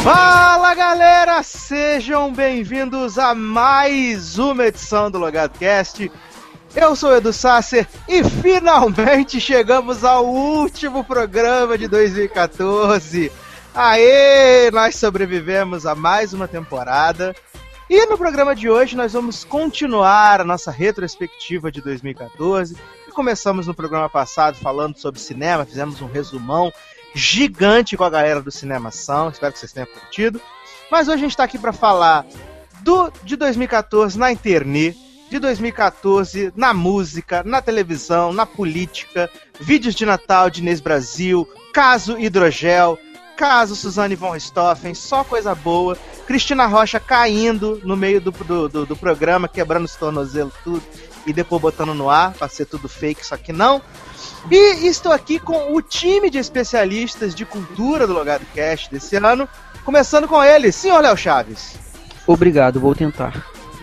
Fala galera, sejam bem-vindos a mais uma edição do LogadoCast. Eu sou o Edu Sasser e finalmente chegamos ao último programa de 2014. Aê, nós sobrevivemos a mais uma temporada. E no programa de hoje nós vamos continuar a nossa retrospectiva de 2014. E começamos no programa passado falando sobre cinema, fizemos um resumão gigante com a galera do Cinemação, espero que vocês tenham curtido. Mas hoje a gente está aqui para falar de 2014 na internet, de 2014 na música, na televisão, na política, vídeos de Natal de Inês Brasil, caso Hidrogel, caso Suzane von Richthofen, só coisa boa. Cristina Rocha caindo no meio do programa, quebrando os tornozelos tudo e depois botando no ar, pra ser tudo fake, só que não. E estou aqui com o time de especialistas de cultura do LogadoCast desse ano, começando com ele, senhor Léo Chaves. Obrigado, vou tentar.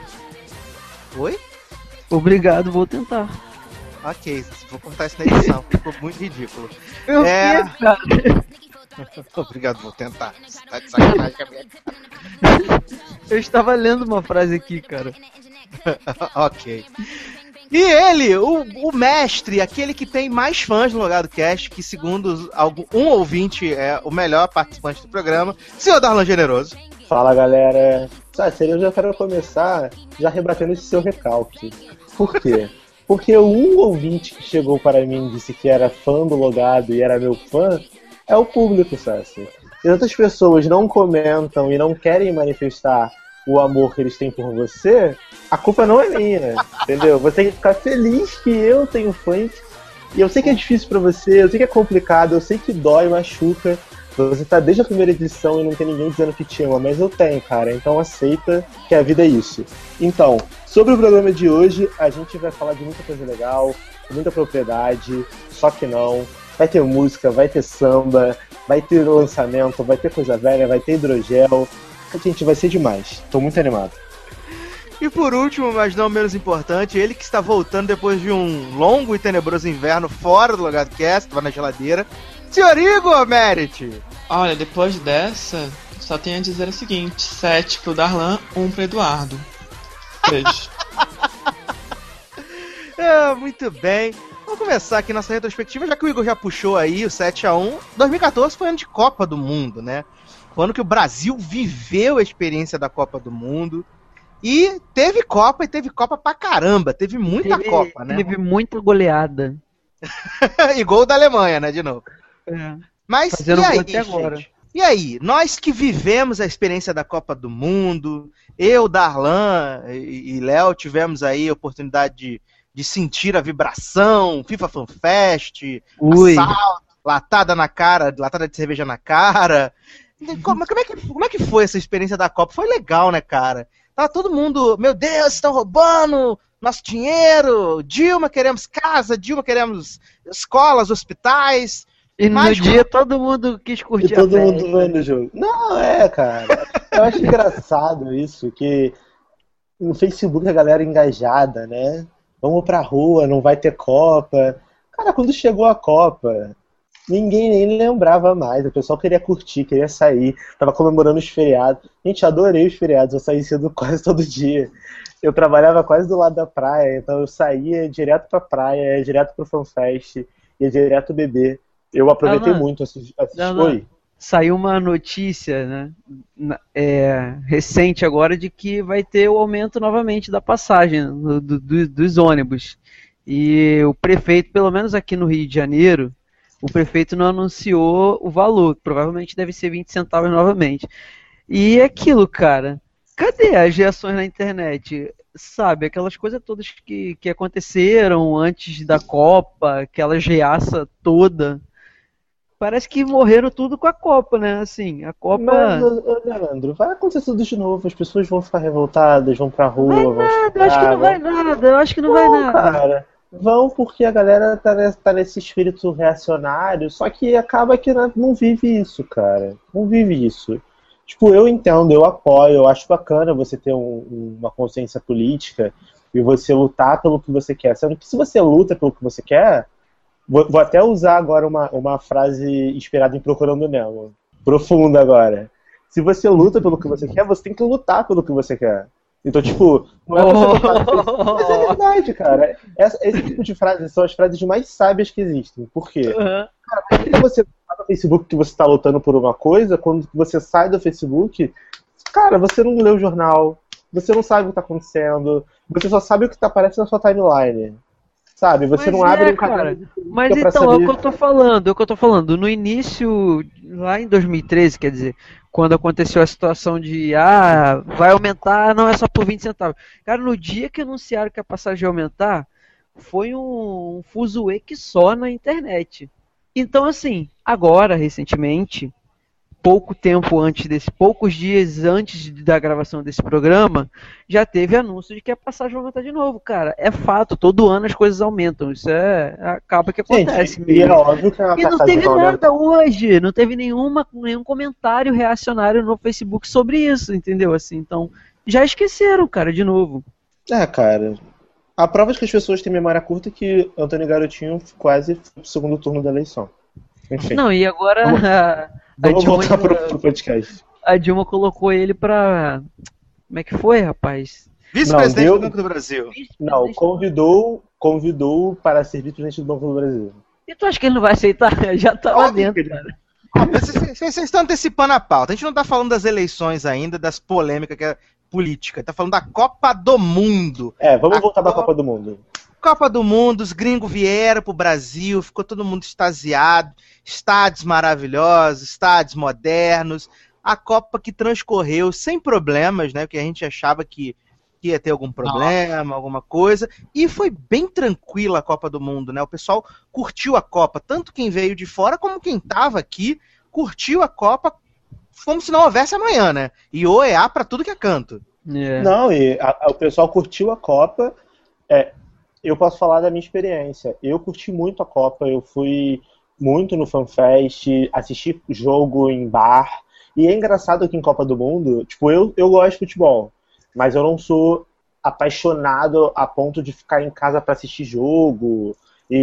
Oi? Obrigado, vou tentar. Ok, vou cortar isso na edição, ficou muito ridículo. Eu fiz, cara. Obrigado, vou tentar. Você tá de sacanagem com a minha cara. Eu estava lendo uma frase aqui, cara. Ok. E ele, o mestre, aquele que tem mais fãs no LogadoCast, que segundo um ouvinte é o melhor participante do programa, senhor Darlan Generoso. Fala galera, eu já quero começar já rebatendo esse seu recalque. Por quê? Porque um ouvinte que chegou para mim e disse que era fã do Logado e era meu fã, é o público, Sassi. Se outras pessoas não comentam e não querem manifestar o amor que eles têm por você, a culpa não é minha, entendeu? Você tem que ficar feliz que eu tenho fãs. E eu sei que é difícil pra você, eu sei que é complicado, eu sei que dói, machuca. Você tá desde a primeira edição e não tem ninguém dizendo que te ama, mas eu tenho, cara. Então aceita que a vida é isso. Então, sobre o programa de hoje, a gente vai falar de muita coisa legal, muita propriedade, só que não. Vai ter música, vai ter samba, vai ter lançamento, vai ter coisa velha, vai ter hidrogel. Gente, vai ser demais. Tô muito animado. E por último, mas não menos importante, ele que está voltando depois de um longo e tenebroso inverno fora do LogadoCast, estava na geladeira, senhor Igor Merit. Olha, depois dessa, só tenho a dizer o seguinte: 7 pro Darlan, 1 pro Eduardo. Beijo. Muito bem. Vamos começar aqui nossa retrospectiva, já que o Igor já puxou aí o 7-1. 2014 foi ano de Copa do Mundo, né? Foi ano que o Brasil viveu a experiência da Copa do Mundo. E teve Copa pra caramba. Teve muita Copa, né? Teve muita goleada. E gol da Alemanha, né, de novo. É. Mas fazendo e aí, até agora. gente? E aí, nós que vivemos a experiência da Copa do Mundo, eu, Darlan e Léo tivemos aí a oportunidade de sentir a vibração, FIFA Fan Fest, assalto, latada de cerveja na cara. Como é que foi essa experiência da Copa? Foi legal, né, cara? Tava todo mundo, meu Deus, estão roubando nosso dinheiro, Dilma queremos casa, Dilma queremos escolas, hospitais. E no dia todo mundo quis curtir e todo mundo vendo o jogo. Não, cara. Eu acho engraçado isso, que no Facebook a galera engajada, né? Vamos pra rua, não vai ter Copa. Cara, quando chegou a Copa, ninguém nem lembrava mais. O pessoal queria curtir, queria sair. Tava comemorando os feriados. Gente, adorei os feriados. Eu saí cedo quase todo dia. Eu trabalhava quase do lado da praia. Então eu saía direto pra praia, direto pro FanFest, ia direto beber. Eu aproveitei muito. Oi? Saiu uma notícia, né, recente agora, de que vai ter o aumento novamente da passagem dos ônibus. E o prefeito, pelo menos aqui no Rio de Janeiro, o prefeito não anunciou o valor, provavelmente deve ser 20 centavos novamente. E aquilo, cara, cadê as reações na internet? Sabe, aquelas coisas todas que aconteceram antes da Copa, aquela geaça toda. Parece que morreram tudo com a Copa, né? Assim, a Copa... Mas, Leandro, vai acontecer tudo de novo. As pessoas vão ficar revoltadas, vão pra rua, vão nada, acho que não vai nada. Eu acho que não vai nada. Cara, vão porque a galera tá nesse espírito reacionário, só que acaba que não vive isso, cara. Não vive isso. Tipo, eu entendo, eu apoio, eu acho bacana você ter uma consciência política e você lutar pelo que você quer. Sendo que se você luta pelo que você quer... Vou até usar agora uma frase inspirada em Procurando Nemo. Profunda agora. Se você luta pelo que você quer, você tem que lutar pelo que você quer. Então, tipo, não é você lutar pelo... Mas é verdade, cara. Esse tipo de frases são as frases mais sábias que existem. Por quê? Cara, quando você tá no Facebook que você tá lutando por uma coisa, quando você sai do Facebook, cara, você não lê o jornal, você não sabe o que tá acontecendo, você só sabe o que tá aparecendo na sua timeline. Sabe? Você não abre um canal. Mas então, é o que eu tô falando. No início, lá em 2013, quer dizer, quando aconteceu a situação de vai aumentar, não é só por 20 centavos. Cara, no dia que anunciaram que a passagem ia aumentar, foi um fuzuê que só na internet. Então, assim, agora, recentemente, poucos dias antes da gravação desse programa, já teve anúncio de que a passagem vai aumentar de novo, cara. É fato, todo ano as coisas aumentam. Isso acaba que acontece. Gente, e é óbvio que a e não teve nada hoje, não teve nenhum comentário reacionário no Facebook sobre isso, entendeu? Assim, então, já esqueceram, cara, de novo. Cara, a prova de que as pessoas têm memória curta é que Antônio Garotinho quase foi pro segundo turno da eleição. Enfim. Não, e agora... Vamos voltar pro podcast. A Dilma colocou ele pra... Como é que foi, rapaz? Vice-presidente do Banco do Brasil. Não, convidou para ser vice-presidente do Banco do Brasil. E tu acha que ele não vai aceitar? Já tá lá dentro, cara. Vocês estão antecipando a pauta. A gente não tá falando das eleições ainda, das polêmicas que é política. Tá falando da Copa do Mundo. Vamos voltar pra Copa do Mundo. Copa do Mundo, os gringos vieram pro Brasil, ficou todo mundo extasiado, estádios maravilhosos, estádios modernos, a Copa que transcorreu sem problemas, né, porque a gente achava que ia ter algum problema, alguma coisa, e foi bem tranquila a Copa do Mundo, né, o pessoal curtiu a Copa, tanto quem veio de fora como quem tava aqui, curtiu a Copa como se não houvesse amanhã, né, e OEA pra tudo que é canto. Não, e o pessoal curtiu a Copa, eu posso falar da minha experiência. Eu curti muito a Copa, eu fui muito no FanFest, assisti jogo em bar. E é engraçado que em Copa do Mundo, tipo, eu gosto de futebol, mas eu não sou apaixonado a ponto de ficar em casa pra assistir jogo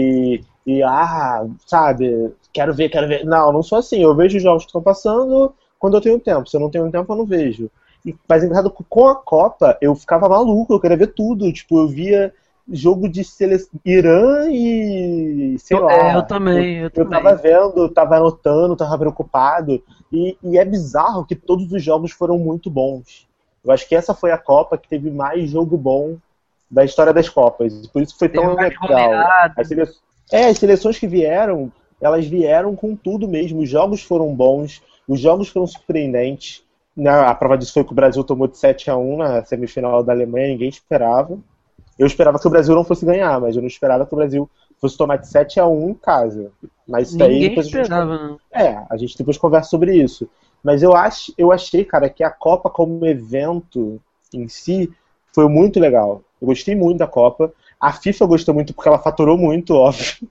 sabe, quero ver. Não sou assim. Eu vejo os jogos que estão passando quando eu tenho tempo. Se eu não tenho tempo, eu não vejo. Mas engraçado, com a Copa, eu ficava maluco, eu queria ver tudo. Tipo, eu via jogo de Irã e sei lá. Eu também. Eu tava vendo, tava anotando, tava preocupado. E é bizarro que todos os jogos foram muito bons. Eu acho que essa foi a Copa que teve mais jogo bom da história das Copas. Por isso foi tão legal. As seleções que vieram, elas vieram com tudo mesmo. Os jogos foram bons, os jogos foram surpreendentes. A prova disso foi que o Brasil tomou de 7-1 na semifinal da Alemanha, ninguém esperava. Eu esperava que o Brasil não fosse ganhar, mas eu não esperava que o Brasil fosse tomar de 7-1 em casa. Mas isso daí depois esperava, não. A gente depois conversa sobre isso. Mas eu achei, cara, que a Copa como evento em si foi muito legal. Eu gostei muito da Copa. A FIFA gostou muito porque ela faturou muito, óbvio.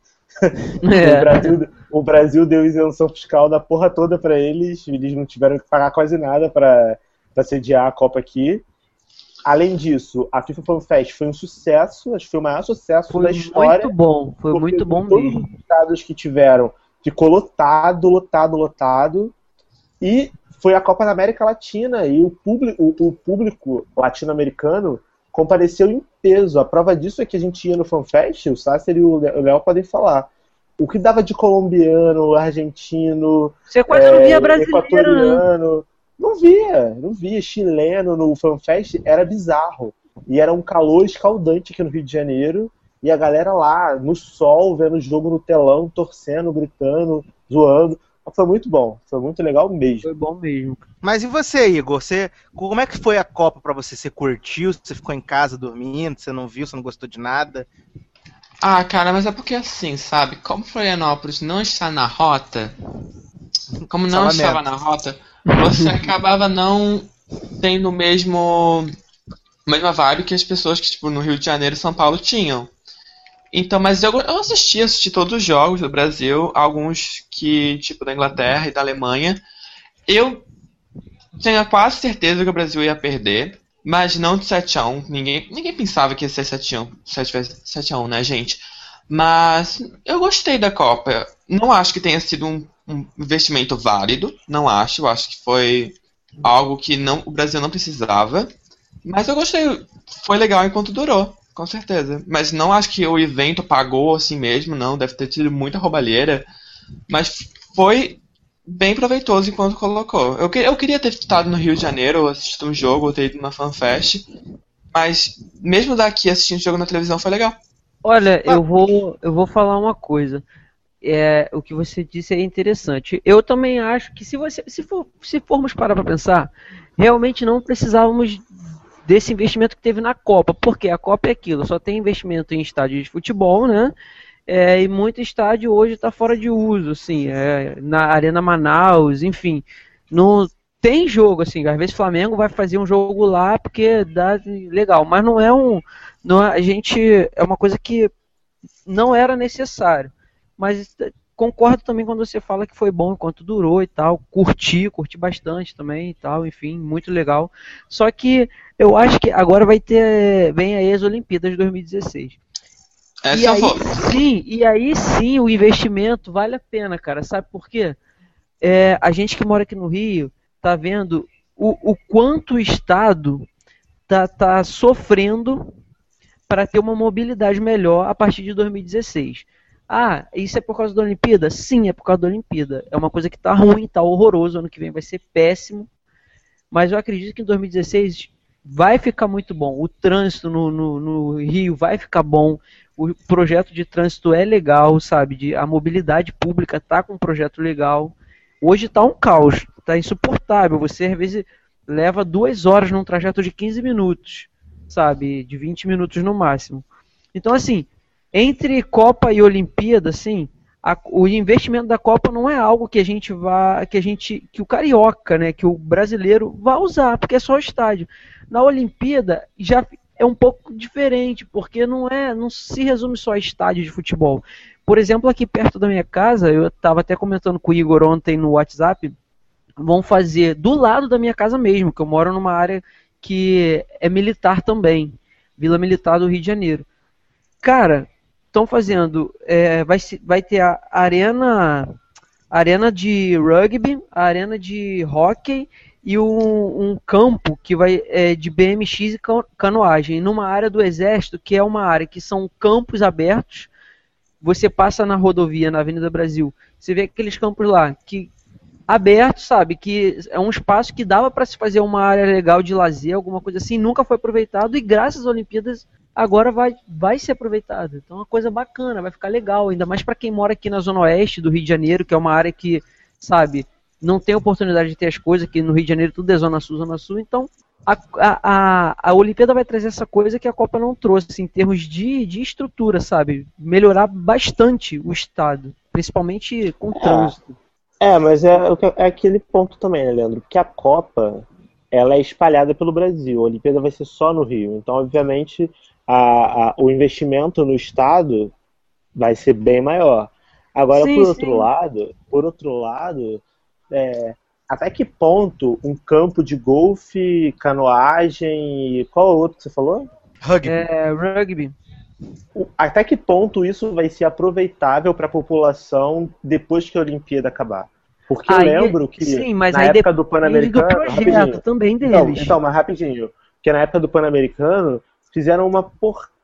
O Brasil deu isenção fiscal da porra toda pra eles. Eles não tiveram que pagar quase nada pra sediar a Copa aqui. Além disso, a FIFA Fan Fest foi um sucesso, acho que foi o maior sucesso da história. Foi muito bom todos mesmo. Todos os estados que tiveram, ficou lotado. E foi a Copa da América Latina, e o público latino-americano compareceu em peso. A prova disso é que a gente ia no Fan Fest, o Sasser e o Léo podem falar. O que dava de colombiano, argentino, você quase não via brasileiro, equatoriano... Né? Não via. Chileno no FanFest era bizarro. E era um calor escaldante aqui no Rio de Janeiro. E a galera lá, no sol, vendo o jogo no telão, torcendo, gritando, zoando. Foi muito bom. Foi muito legal mesmo. Foi bom mesmo. Mas e você, Igor? Como é que foi a Copa pra você? Você curtiu? Você ficou em casa dormindo? Você não viu? Você não gostou de nada? Cara, mas é porque assim, sabe? Como Florianópolis não está na rota... Como não estava na rota... Você acabava não tendo a mesma vibe que as pessoas que, tipo, no Rio de Janeiro e São Paulo tinham. Então, mas eu assisti todos os jogos do Brasil, alguns que, tipo, da Inglaterra e da Alemanha. Eu tinha quase certeza que o Brasil ia perder, mas não de 7-1. Ninguém pensava que ia ser 7-1, né, gente? Mas eu gostei da Copa. Não acho que tenha sido um investimento válido, não acho. Eu acho que foi algo que o Brasil não precisava. Mas eu gostei, foi legal enquanto durou, com certeza. Mas não acho que o evento pagou assim mesmo, não. Deve ter tido muita roubalheira. Mas foi bem proveitoso enquanto colocou. Eu queria ter estado no Rio de Janeiro, assistido um jogo, ou ter ido numa fanfest. Mas mesmo daqui assistindo o jogo na televisão foi legal. Olha, eu vou falar uma coisa. O que você disse é interessante. Eu também acho que se formos parar para pensar, realmente não precisávamos desse investimento que teve na Copa, porque a Copa é aquilo, só tem investimento em estádio de futebol, né? E muito estádio hoje está fora de uso, assim, na Arena Manaus, enfim, não tem jogo, assim, às vezes o Flamengo vai fazer um jogo lá porque dá legal, mas é uma coisa que não era necessário. Mas concordo também quando você fala que foi bom enquanto durou e tal. Curti bastante também e tal, enfim, muito legal. Só que eu acho que agora vem aí as Olimpíadas de 2016. E aí sim o investimento vale a pena, cara. Sabe por quê? A gente que mora aqui no Rio tá vendo o quanto o Estado tá sofrendo para ter uma mobilidade melhor a partir de 2016. Ah, isso é por causa da Olimpíada? Sim, é por causa da Olimpíada. É uma coisa que tá ruim, tá horroroso, ano que vem vai ser péssimo. Mas eu acredito que em 2016 vai ficar muito bom. O trânsito no Rio vai ficar bom. O projeto de trânsito é legal, sabe? A mobilidade pública tá com um projeto legal. Hoje tá um caos, tá insuportável. Você às vezes leva 2 horas num trajeto de 15 minutos, sabe? De 20 minutos no máximo. Então, assim, entre Copa e Olimpíada, assim, o investimento da Copa não é algo que que o carioca, né, que o brasileiro vai usar, porque é só o estádio. Na Olimpíada já é um pouco diferente, porque não se resume só a estádio de futebol. Por exemplo, aqui perto da minha casa, eu estava até comentando com o Igor ontem no WhatsApp, vão fazer do lado da minha casa mesmo, que eu moro numa área que é militar também, Vila Militar do Rio de Janeiro. Cara, estão fazendo, vai ter a arena de rugby, a arena de hóquei e um campo que vai de BMX e canoagem, numa área do Exército, que é uma área que são campos abertos. Você passa na rodovia, na Avenida Brasil, você vê aqueles campos lá, abertos, sabe, que é um espaço que dava para se fazer uma área legal de lazer, alguma coisa assim, nunca foi aproveitado e graças às Olimpíadas agora vai ser aproveitado. Então é uma coisa bacana, vai ficar legal, ainda mais para quem mora aqui na Zona Oeste do Rio de Janeiro, que é uma área que, sabe, não tem oportunidade de ter as coisas, que no Rio de Janeiro tudo é Zona Sul, então a Olimpíada vai trazer essa coisa que a Copa não trouxe, assim, em termos de estrutura, sabe, melhorar bastante o estado, principalmente com o trânsito. Mas é aquele ponto também, né, Leandro? Porque a Copa, ela é espalhada pelo Brasil, a Olimpíada vai ser só no Rio. Então, obviamente, o investimento no estado vai ser bem maior. Agora, Sim, por outro lado, até que ponto um campo de golfe, canoagem e qual outro que você falou? Rugby. Até que ponto isso vai ser aproveitável para a população depois que a Olimpíada acabar? Porque eu lembro que sim, mas na aí época do Pan-Americano... do projeto também deles. Então, mas rapidinho. Porque na época do Pan-Americano fizeram uma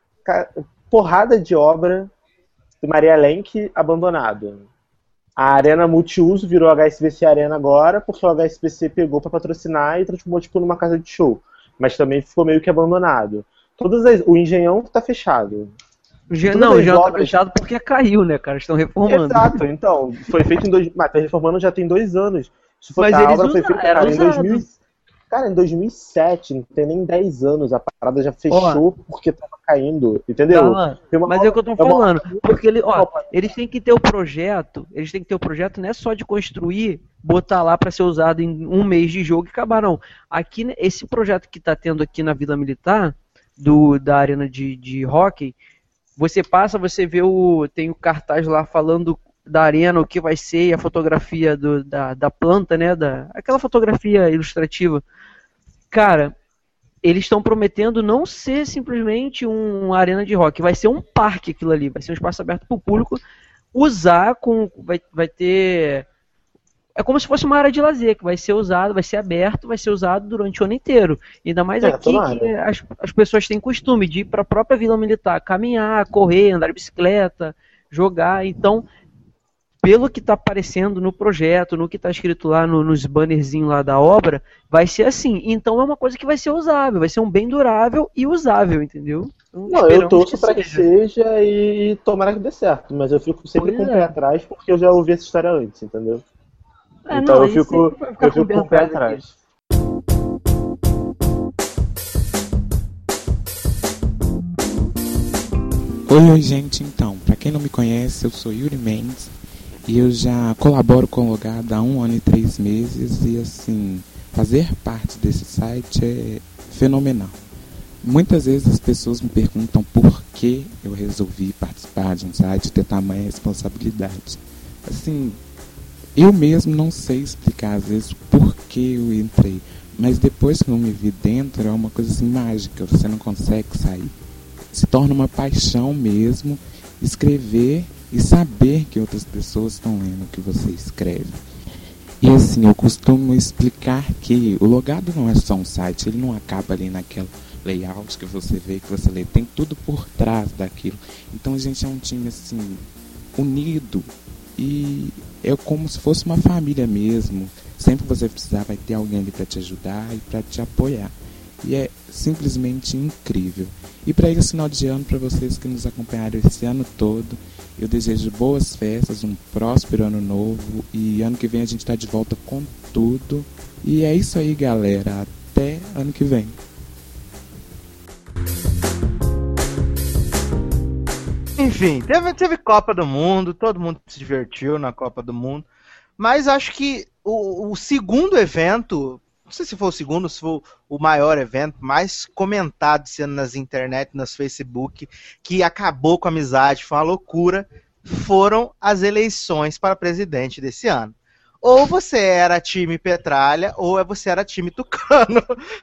porrada de obra do Maria Lenk abandonada. A Arena Multiuso virou HSBC Arena agora, porque o HSBC pegou para patrocinar e transformou tipo numa casa de show. Mas também ficou meio que abandonado. O Engenhão tá fechado. O Engenhão tá fechado porque caiu, né, cara? Estão reformando. Exato, então. Foi feito mas tá reformando já tem 2 anos. Mas a eles obra foi feita, cara, em 2007, não tem nem 10 anos. A parada já fechou porque tava caindo, entendeu? Mas é o que eu tô falando. Porque eles têm que ter o projeto. Eles têm que ter o projeto, não é só de construir, botar lá para ser usado em 1 mês de jogo e acabar, não. Aqui, esse projeto que tá tendo aqui na Vila Militar, da arena de hóquei, você vê tem o cartaz lá falando da arena, o que vai ser, e a fotografia da planta, né, aquela fotografia ilustrativa. Cara, eles estão prometendo não ser simplesmente uma arena de hóquei, vai ser um parque aquilo ali, vai ser um espaço aberto para o público usar, vai ter é como se fosse uma área de lazer, que vai ser usado, vai ser aberto, vai ser usado durante o ano inteiro. Ainda mais aqui que as pessoas têm costume de ir para a própria Vila Militar, caminhar, correr, andar de bicicleta, jogar. Então, pelo que está aparecendo no projeto, no que está escrito lá nos bannerzinhos lá da obra, vai ser assim. Então é uma coisa que vai ser usável, vai ser um bem durável e usável, entendeu? Então, não, eu torço para que seja e tomara que dê certo, mas eu fico sempre com o pé atrás porque eu já ouvi essa história antes, entendeu? Então eu fico com o pé atrás. Oi, gente, então, para quem não me conhece, eu sou Yuri Mendes e eu já colaboro com o Logado há 1 ano e 3 meses e, assim, fazer parte desse site é fenomenal. Muitas vezes as pessoas me perguntam por que eu resolvi participar de um site e ter tamanha responsabilidade. Assim, eu mesmo não sei explicar às vezes por que eu entrei, mas depois que eu me vi dentro é uma coisa assim mágica, você não consegue sair. Se torna uma paixão mesmo escrever e saber que outras pessoas estão lendo o que você escreve. E assim, eu costumo explicar que o Logado não é só um site, ele não acaba ali naquela layout que você vê, que você lê, tem tudo por trás daquilo. Então a gente é um time assim, unido e é como se fosse uma família mesmo. Sempre que você precisar vai ter alguém ali para te ajudar e para te apoiar. E é simplesmente incrível. E para esse final de ano, para vocês que nos acompanharam esse ano todo, eu desejo boas festas, um próspero ano novo. E ano que vem a gente está de volta com tudo. E é isso aí, galera. Até ano que vem. Enfim, teve Copa do Mundo, todo mundo se divertiu na Copa do Mundo. Mas acho que o segundo evento, não sei se foi o segundo, se foi o maior evento, mais comentado sendo nas internet, nas Facebook, que acabou com a amizade, foi uma loucura, foram as eleições para presidente desse ano. Ou você era time Petralha, ou você era time Tucano.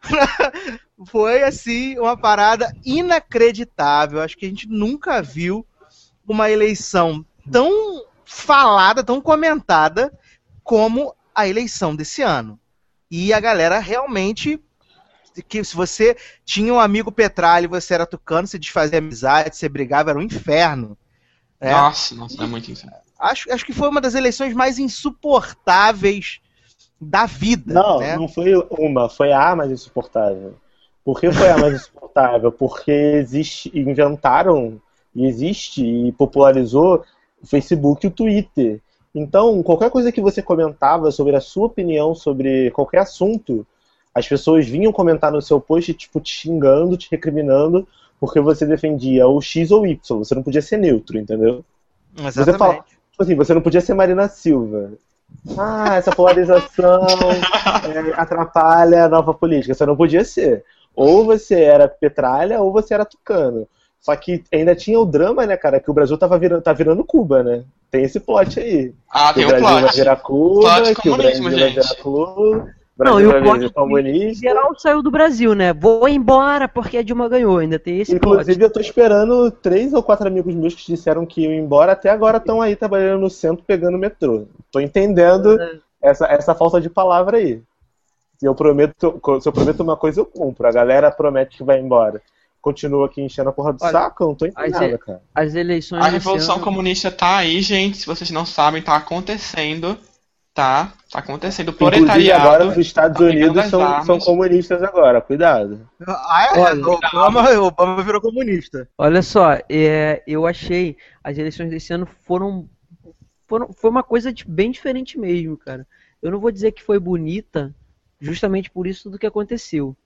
Foi, assim, uma parada inacreditável. Acho que a gente nunca viu uma eleição tão falada, tão comentada, como a eleição desse ano. E a galera realmente, que se você tinha um amigo Petralha e você era Tucano, você desfazia amizade, você brigava, era um inferno. Né? Nossa, é muito inferno. Acho que foi uma das eleições mais insuportáveis da vida. Não, né? Não foi uma, foi a mais insuportável. Por que foi a mais insuportável? Porque inventaram, e existe, e popularizou o Facebook e o Twitter. Então, qualquer coisa que você comentava sobre a sua opinião sobre qualquer assunto, as pessoas vinham comentar no seu post, tipo, te xingando, te recriminando, porque você defendia o X ou Y, você não podia ser neutro, entendeu? Exatamente. Você fala, tipo assim, você não podia ser Marina Silva. Ah, essa polarização atrapalha a nova política. Você não podia ser. Ou você era Petralha, ou você era Tucano. Só que ainda tinha o drama, né, cara, que o Brasil tá virando Cuba, né? Tem esse plot aí. Ah, que tem o Brasil plot. vai virar Cuba, Plot que o Brasil comunismo, vai virar gente. Cuba, o Não, Brasil e vai o virar plot comunista. geral saiu do Brasil, né? Vou embora porque a Dilma ganhou, ainda tem esse Inclusive, plot. eu tô esperando 3 ou 4 amigos meus que disseram que iam embora, até agora estão aí trabalhando no centro, pegando o metrô. Tô entendendo essa falta de palavra aí. Se eu prometo uma coisa, eu cumpro. A galera promete que vai embora. Continua aqui enchendo a porra do saco, eu não tô entendendo, cara. As eleições A desse Revolução ano- Comunista tá aí, gente. Se vocês não sabem, tá acontecendo. Tá acontecendo. O Inclusive, proletariado. agora os Estados tá pegando Unidos as são armas. comunistas agora, cuidado. O Obama virou comunista. Olha só, eu achei as eleições desse ano foi uma coisa bem diferente mesmo, cara. Eu não vou dizer que foi bonita, justamente por isso do que aconteceu.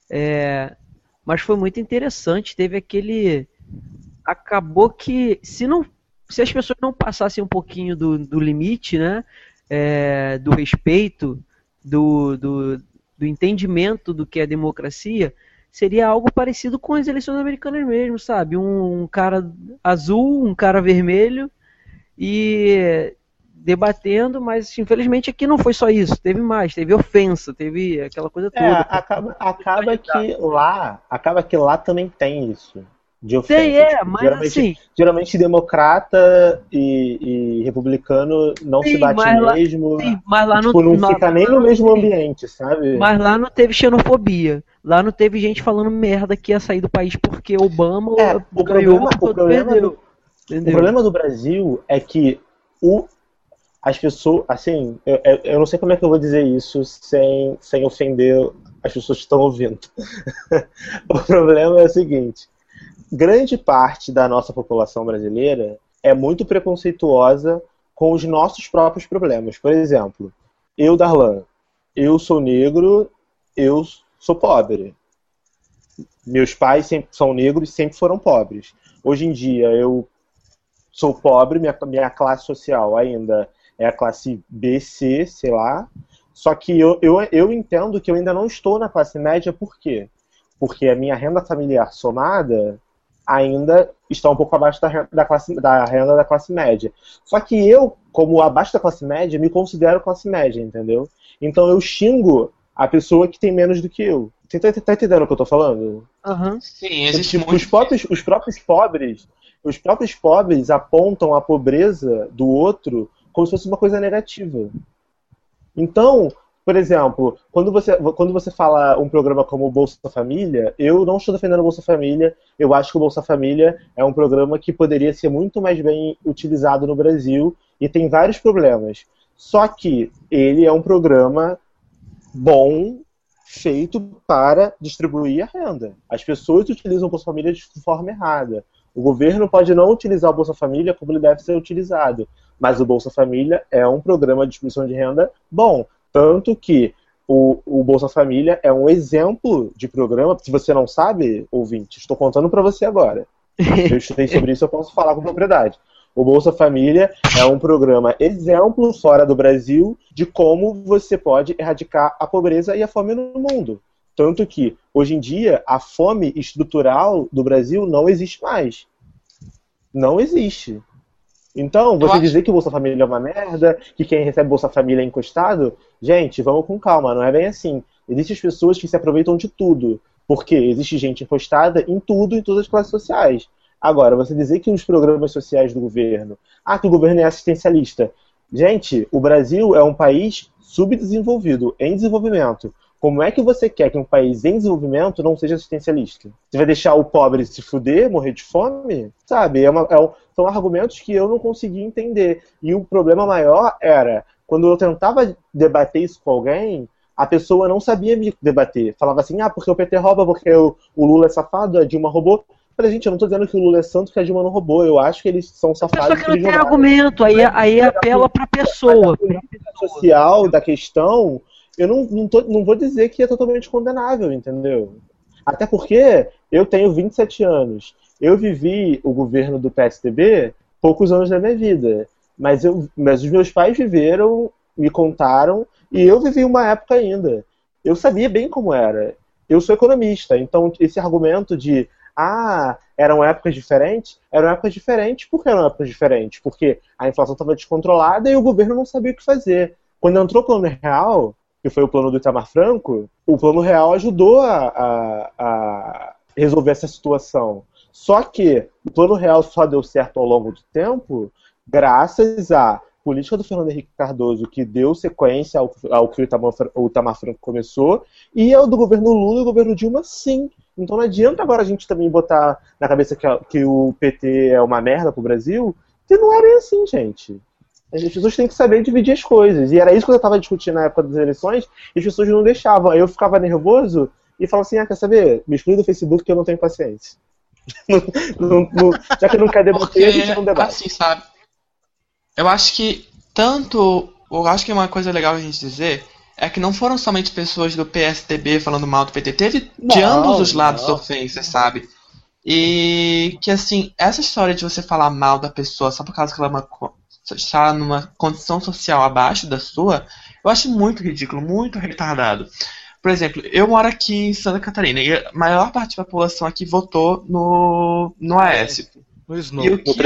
Mas foi muito interessante. Teve aquele. Acabou que se as pessoas não passassem um pouquinho do limite, né? Do respeito, do entendimento do que é democracia, seria algo parecido com as eleições americanas mesmo, sabe? Um cara azul, um cara vermelho e debatendo, mas infelizmente aqui não foi só isso, teve mais, teve ofensa, teve aquela coisa toda. Acaba que lá também tem isso. de ofensa. Tem, mas assim... Geralmente democrata e republicano não se bate mesmo. Mas lá não fica nem no mesmo ambiente, sabe? Mas lá não teve xenofobia. Lá não teve gente falando merda que ia sair do país porque Obama ganhou. O problema do Brasil é que as pessoas, assim, eu não sei como é que eu vou dizer isso sem ofender as pessoas que estão ouvindo. O problema é o seguinte: grande parte da nossa população brasileira é muito preconceituosa com os nossos próprios problemas. Por exemplo, eu, Darlan, eu sou negro, eu sou pobre. Meus pais sempre são negros e sempre foram pobres. Hoje em dia eu sou pobre, minha classe social ainda é a classe B, C, sei lá. Só que eu entendo que eu ainda não estou na classe média, por quê? Porque a minha renda familiar somada ainda está um pouco abaixo da renda da classe média. Só que eu, como abaixo da classe média, me considero classe média, entendeu? Então eu xingo a pessoa que tem menos do que eu. Você tá entendendo o que eu tô falando? Uhum. Sim, existe tipo, os próprios pobres apontam a pobreza do outro como se fosse uma coisa negativa. Então, por exemplo, quando você fala um programa como o Bolsa Família, eu não estou defendendo o Bolsa Família, eu acho que o Bolsa Família é um programa que poderia ser muito mais bem utilizado no Brasil e tem vários problemas. Só que ele é um programa bom, feito para distribuir a renda. As pessoas utilizam o Bolsa Família de forma errada. O governo pode não utilizar o Bolsa Família como ele deve ser utilizado, mas o Bolsa Família é um programa de distribuição de renda bom. Tanto que o Bolsa Família é um exemplo de programa. Se você não sabe, ouvinte, estou contando para você agora. Eu estudei sobre isso, eu posso falar com propriedade. O Bolsa Família é um programa exemplo fora do Brasil de como você pode erradicar a pobreza e a fome no mundo. Tanto que, hoje em dia, a fome estrutural do Brasil não existe mais. Não existe. Então, você dizer que o Bolsa Família é uma merda, que quem recebe Bolsa Família é encostado, gente, vamos com calma, não é bem assim. Existem pessoas que se aproveitam de tudo, porque existe gente encostada em tudo, em todas as classes sociais. Agora, você dizer que os programas sociais do governo, que o governo é assistencialista. Gente, o Brasil é um país subdesenvolvido, em desenvolvimento. Como é que você quer que um país em desenvolvimento não seja assistencialista? Você vai deixar o pobre se fuder, morrer de fome? Sabe, são argumentos que eu não consegui entender. E o problema maior era, quando eu tentava debater isso com alguém, a pessoa não sabia me debater. Falava assim, porque o PT rouba, porque o Lula é safado, a Dilma roubou. Eu falei, gente, eu não tô dizendo que o Lula é santo, que a Dilma não roubou. Eu acho que eles são safados. A pessoa que não tem argumento, aí apela pra pessoa. A social da questão, eu não vou dizer que é totalmente condenável, entendeu? Até porque eu tenho 27 anos. Eu vivi o governo do PSDB poucos anos da minha vida. Mas os meus pais viveram, me contaram, e eu vivi uma época ainda. Eu sabia bem como era. Eu sou economista, então esse argumento de eram épocas diferentes porque eram épocas diferentes, porque a inflação estava descontrolada e o governo não sabia o que fazer. Quando entrou o Plano Real, que foi o plano do Itamar Franco, o Plano Real ajudou a resolver essa situação. Só que o Plano Real só deu certo ao longo do tempo graças à política do Fernando Henrique Cardoso, que deu sequência ao que o Itamar Franco começou, e ao do governo Lula e o governo Dilma, sim. Então não adianta agora a gente também botar na cabeça que o PT é uma merda pro Brasil, que não é bem assim, gente. As pessoas têm que saber dividir as coisas. E era isso que eu estava discutindo na época das eleições, e as pessoas não deixavam. Aí eu ficava nervoso e falava assim, quer saber? Me exclui do Facebook que eu não tenho paciência. Já que não quer debater, a gente não debate. Assim, sabe? Eu acho que uma coisa legal a gente dizer é que não foram somente pessoas do PSDB falando mal do PT, teve de ambos os lados ofensas, sabe? E que, assim, essa história de você falar mal da pessoa só por causa que ela está numa condição social abaixo da sua, eu acho muito ridículo, muito retardado. Por exemplo, eu moro aqui em Santa Catarina e a maior parte da população aqui votou no Aécio. No Snow.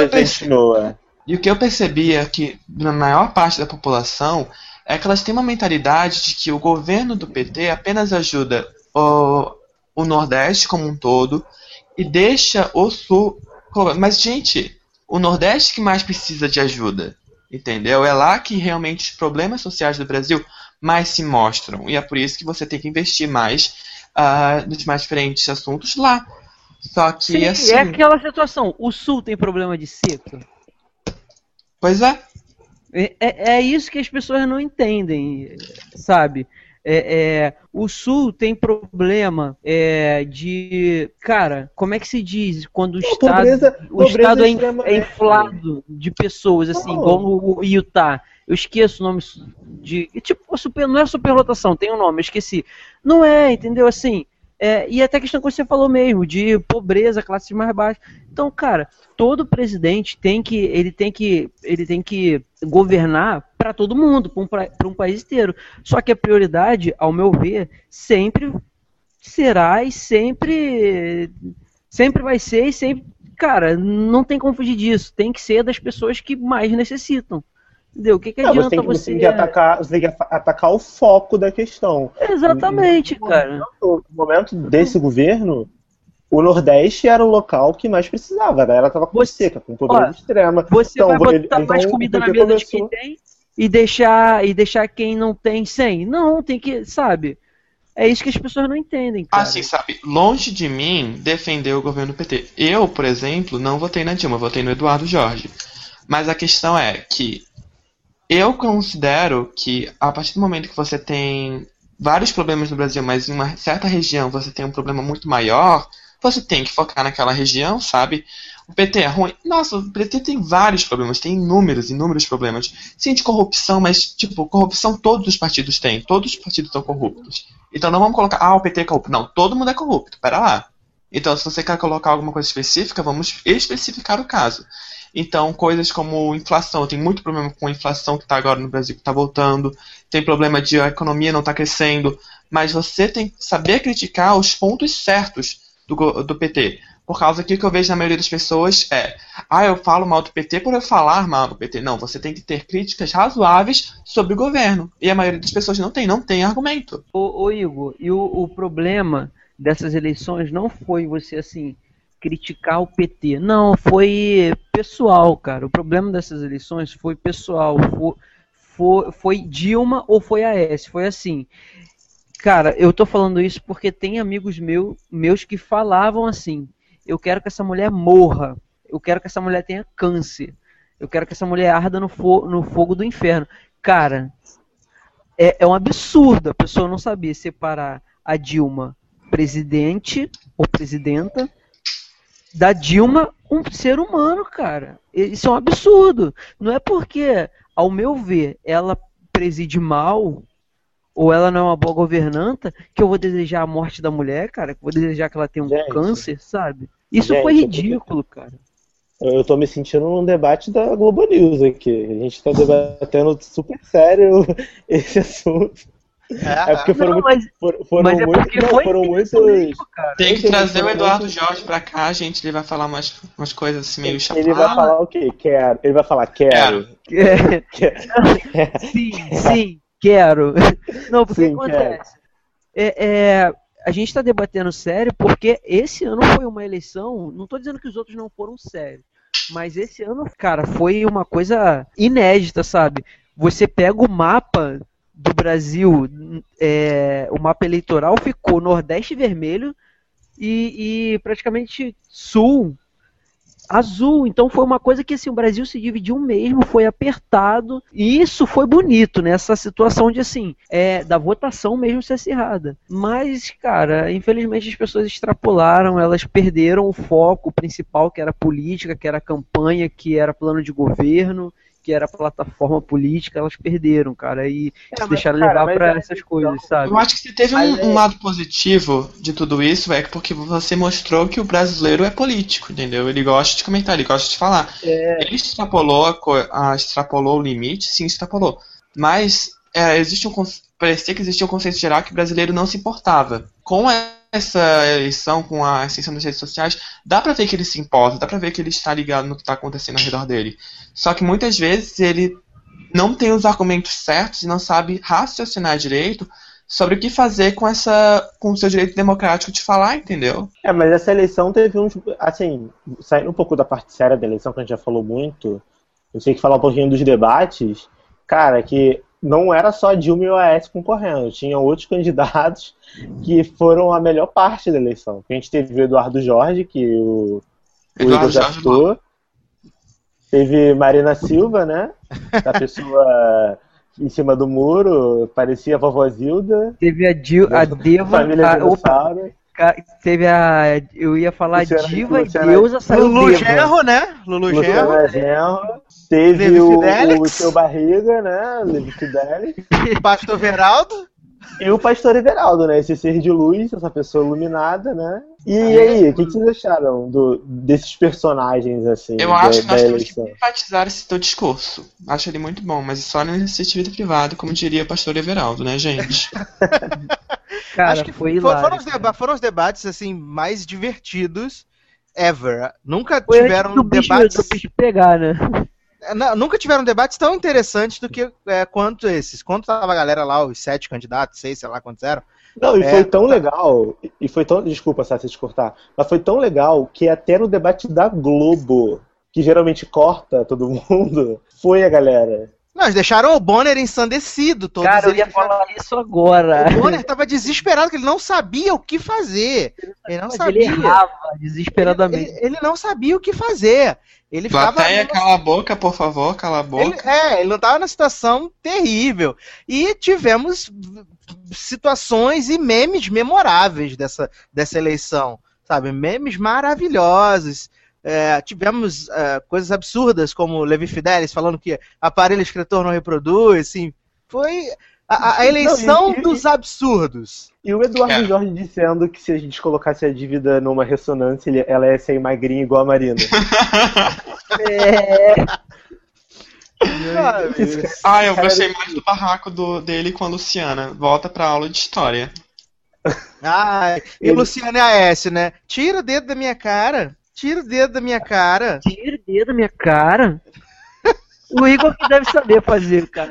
E o que eu percebi é que na maior parte da população é que elas têm uma mentalidade de que o governo do PT apenas ajuda o Nordeste como um todo e deixa o Sul... Mas, gente, o Nordeste que mais precisa de ajuda, entendeu? É lá que realmente os problemas sociais do Brasil mais se mostram. E é por isso que você tem que investir mais nos mais diferentes assuntos lá. Só que, sim, assim... é aquela situação. O Sul tem problema de seca? Pois é. É isso que as pessoas não entendem, sabe? O Sul tem problema de... Cara, como é que se diz? Quando o estado é inflado de pessoas, assim, igual no Utah. Eu esqueço o nome de... Tipo, não é superlotação, tem um nome, eu esqueci. Não é, entendeu? Assim... e até a questão que você falou mesmo, de pobreza, classes mais baixas. Então, cara, todo presidente tem que governar para todo mundo, para um país inteiro. Só que a prioridade, ao meu ver, sempre será e sempre vai ser e sempre, cara, não tem como fugir disso. Tem que ser das pessoas que mais necessitam. Entendeu? O que adianta você tem que atacar o foco da questão. Exatamente, cara. No momento desse governo, o Nordeste era o local que mais precisava, né? Ela estava com seca, com pobreza extrema. Você vai botar mais comida na mesa de quem tem e deixar quem não tem sem? Não, tem que, sabe? É isso que as pessoas não entendem, cara. Assim, sabe, longe de mim defender o governo PT. Eu, por exemplo, não votei na Dilma, votei no Eduardo Jorge. Mas a questão é que eu considero que a partir do momento que você tem vários problemas no Brasil, mas em uma certa região você tem um problema muito maior, você tem que focar naquela região, sabe? O PT é ruim. Nossa, o PT tem vários problemas, tem inúmeros problemas. Sim, de corrupção, mas, tipo, corrupção todos os partidos têm. Todos os partidos são corruptos. Então não vamos colocar, o PT é corrupto. Não, todo mundo é corrupto, pera lá. Então, se você quer colocar alguma coisa específica, vamos especificar o caso. Então, coisas como inflação, tem muito problema com a inflação que está agora no Brasil, que está voltando, tem problema de a economia não está crescendo, mas você tem que saber criticar os pontos certos do PT. Por causa que o que eu vejo na maioria das pessoas eu falo mal do PT por eu falar mal do PT. Não, você tem que ter críticas razoáveis sobre o governo. E a maioria das pessoas não tem argumento. Ô Igor, e o problema dessas eleições não foi você, assim, criticar o PT. Não, foi pessoal, cara. O problema dessas eleições foi pessoal. Foi Dilma ou foi Aécio. Foi assim. Cara, eu tô falando isso porque tem amigos meus que falavam assim: eu quero que essa mulher morra. Eu quero que essa mulher tenha câncer. Eu quero que essa mulher arda no fogo do inferno. Cara, é um absurdo a pessoa não saber separar a Dilma presidente ou presidenta da Dilma um ser humano, cara. Isso é um absurdo. Não é porque, ao meu ver, ela preside mal ou ela não é uma boa governanta que eu vou desejar a morte da mulher, cara, que eu vou desejar que ela tenha um câncer, sabe? Isso foi ridículo, cara. Eu tô me sentindo num debate da Globo News aqui. A gente tá debatendo super sério esse assunto. Porque foram muitos. Tem que trazer o Eduardo Jorge pra cá, gente. Ele vai falar umas coisas assim meio chapadas. Ele vai falar o quê? Quero. Ele vai falar quero. Sim, quero. Não, porque o que acontece? A gente tá debatendo sério porque esse ano foi uma eleição. Não tô dizendo que os outros não foram sérios, mas esse ano, cara, foi uma coisa inédita, sabe? Você pega o mapa do Brasil, o mapa eleitoral ficou Nordeste vermelho e praticamente Sul azul. Então foi uma coisa que assim, o Brasil se dividiu mesmo, foi apertado, e isso foi bonito, né? Essa situação de assim, da votação mesmo ser acirrada. Mas, cara, infelizmente as pessoas extrapolaram, elas perderam o foco principal, que era política, que era campanha, que era plano de governo, que era plataforma política, elas perderam, cara, e se deixaram levar pra essas coisas, sabe? Eu acho que se teve um lado positivo de tudo isso, porque você mostrou que o brasileiro é político, entendeu? Ele gosta de comentar, ele gosta de falar. Ele extrapolou o limite, sim, extrapolou. Mas parecia que existia um consenso geral que o brasileiro não se importava. Com essa eleição, com a ascensão das redes sociais, dá pra ver que ele se importa, dá pra ver que ele está ligado no que está acontecendo ao redor dele. Só que muitas vezes ele não tem os argumentos certos e não sabe raciocinar direito sobre o que fazer com o seu direito democrático de falar, entendeu? Mas essa eleição teve assim, saindo um pouco da parte séria da eleição, que a gente já falou muito, eu sei que falar um pouquinho dos debates, cara, que não era só Dilma e o Aécio concorrendo, tinham outros candidatos que foram a melhor parte da eleição. A gente teve o Eduardo Jorge, que o Igor já citou, teve Marina Silva, né, a pessoa em cima do muro, parecia a vovó Zilda. Teve a Deva, família Dinossauro. Teve eu ia falar Luciana, Diva Luciana, e Deusa saiu Lulu Deva. Genro, né? Lulu Genro. Genro. Teve Levi o Fidelix. seu Barriga, né? Levi Fidelix. Pastor Veraldo. E o Pastor Everaldo, né? Esse ser de luz, essa pessoa iluminada, né? E aí, o que vocês acharam desses personagens, assim, Eu acho que nós temos que eleição? enfatizar esse teu discurso. Acho ele muito bom, mas só no exercício de vida privada, como diria o pastor Everaldo, né, gente? Cara, Acho que foi hilário. foram os debates assim mais divertidos ever. Nunca Foi tiveram antes do debates. bicho pegar, né? Nunca tiveram debates tão interessantes do que quanto esses. Quando tava a galera lá, os 7 candidatos, 6, sei lá quantos eram. Não, e foi tão legal, desculpa, Sassi, te cortar, mas foi tão legal que até no debate da Globo, que geralmente corta todo mundo, foi a galera. Não, eles deixaram o Bonner ensandecido. Todos Cara, eu eles ia falar isso agora. O Bonner tava desesperado, porque ele não sabia o que fazer. Ele não Mas sabia. ele errava desesperadamente. Ele não sabia o que fazer. Ele ficava. Plateia, cala a boca, por favor, cala a boca. Ele não tava numa situação terrível. E tivemos situações e memes memoráveis dessa eleição. Sabe? Memes maravilhosos. Tivemos coisas absurdas, como Levi Fidelis falando que aparelho escritor não reproduz, assim, foi a eleição dos absurdos. E o Eduardo Jorge dizendo que se a gente colocasse a dívida numa ressonância, ela ia ser magrinha igual a Marina. Eu gostei mais do barraco dele com a Luciana. Volta pra aula de história. E Luciana Aécio, né? Tira o dedo da minha cara. Tira o dedo da minha cara. Tira o dedo da minha cara? O Igor que deve saber fazer, cara.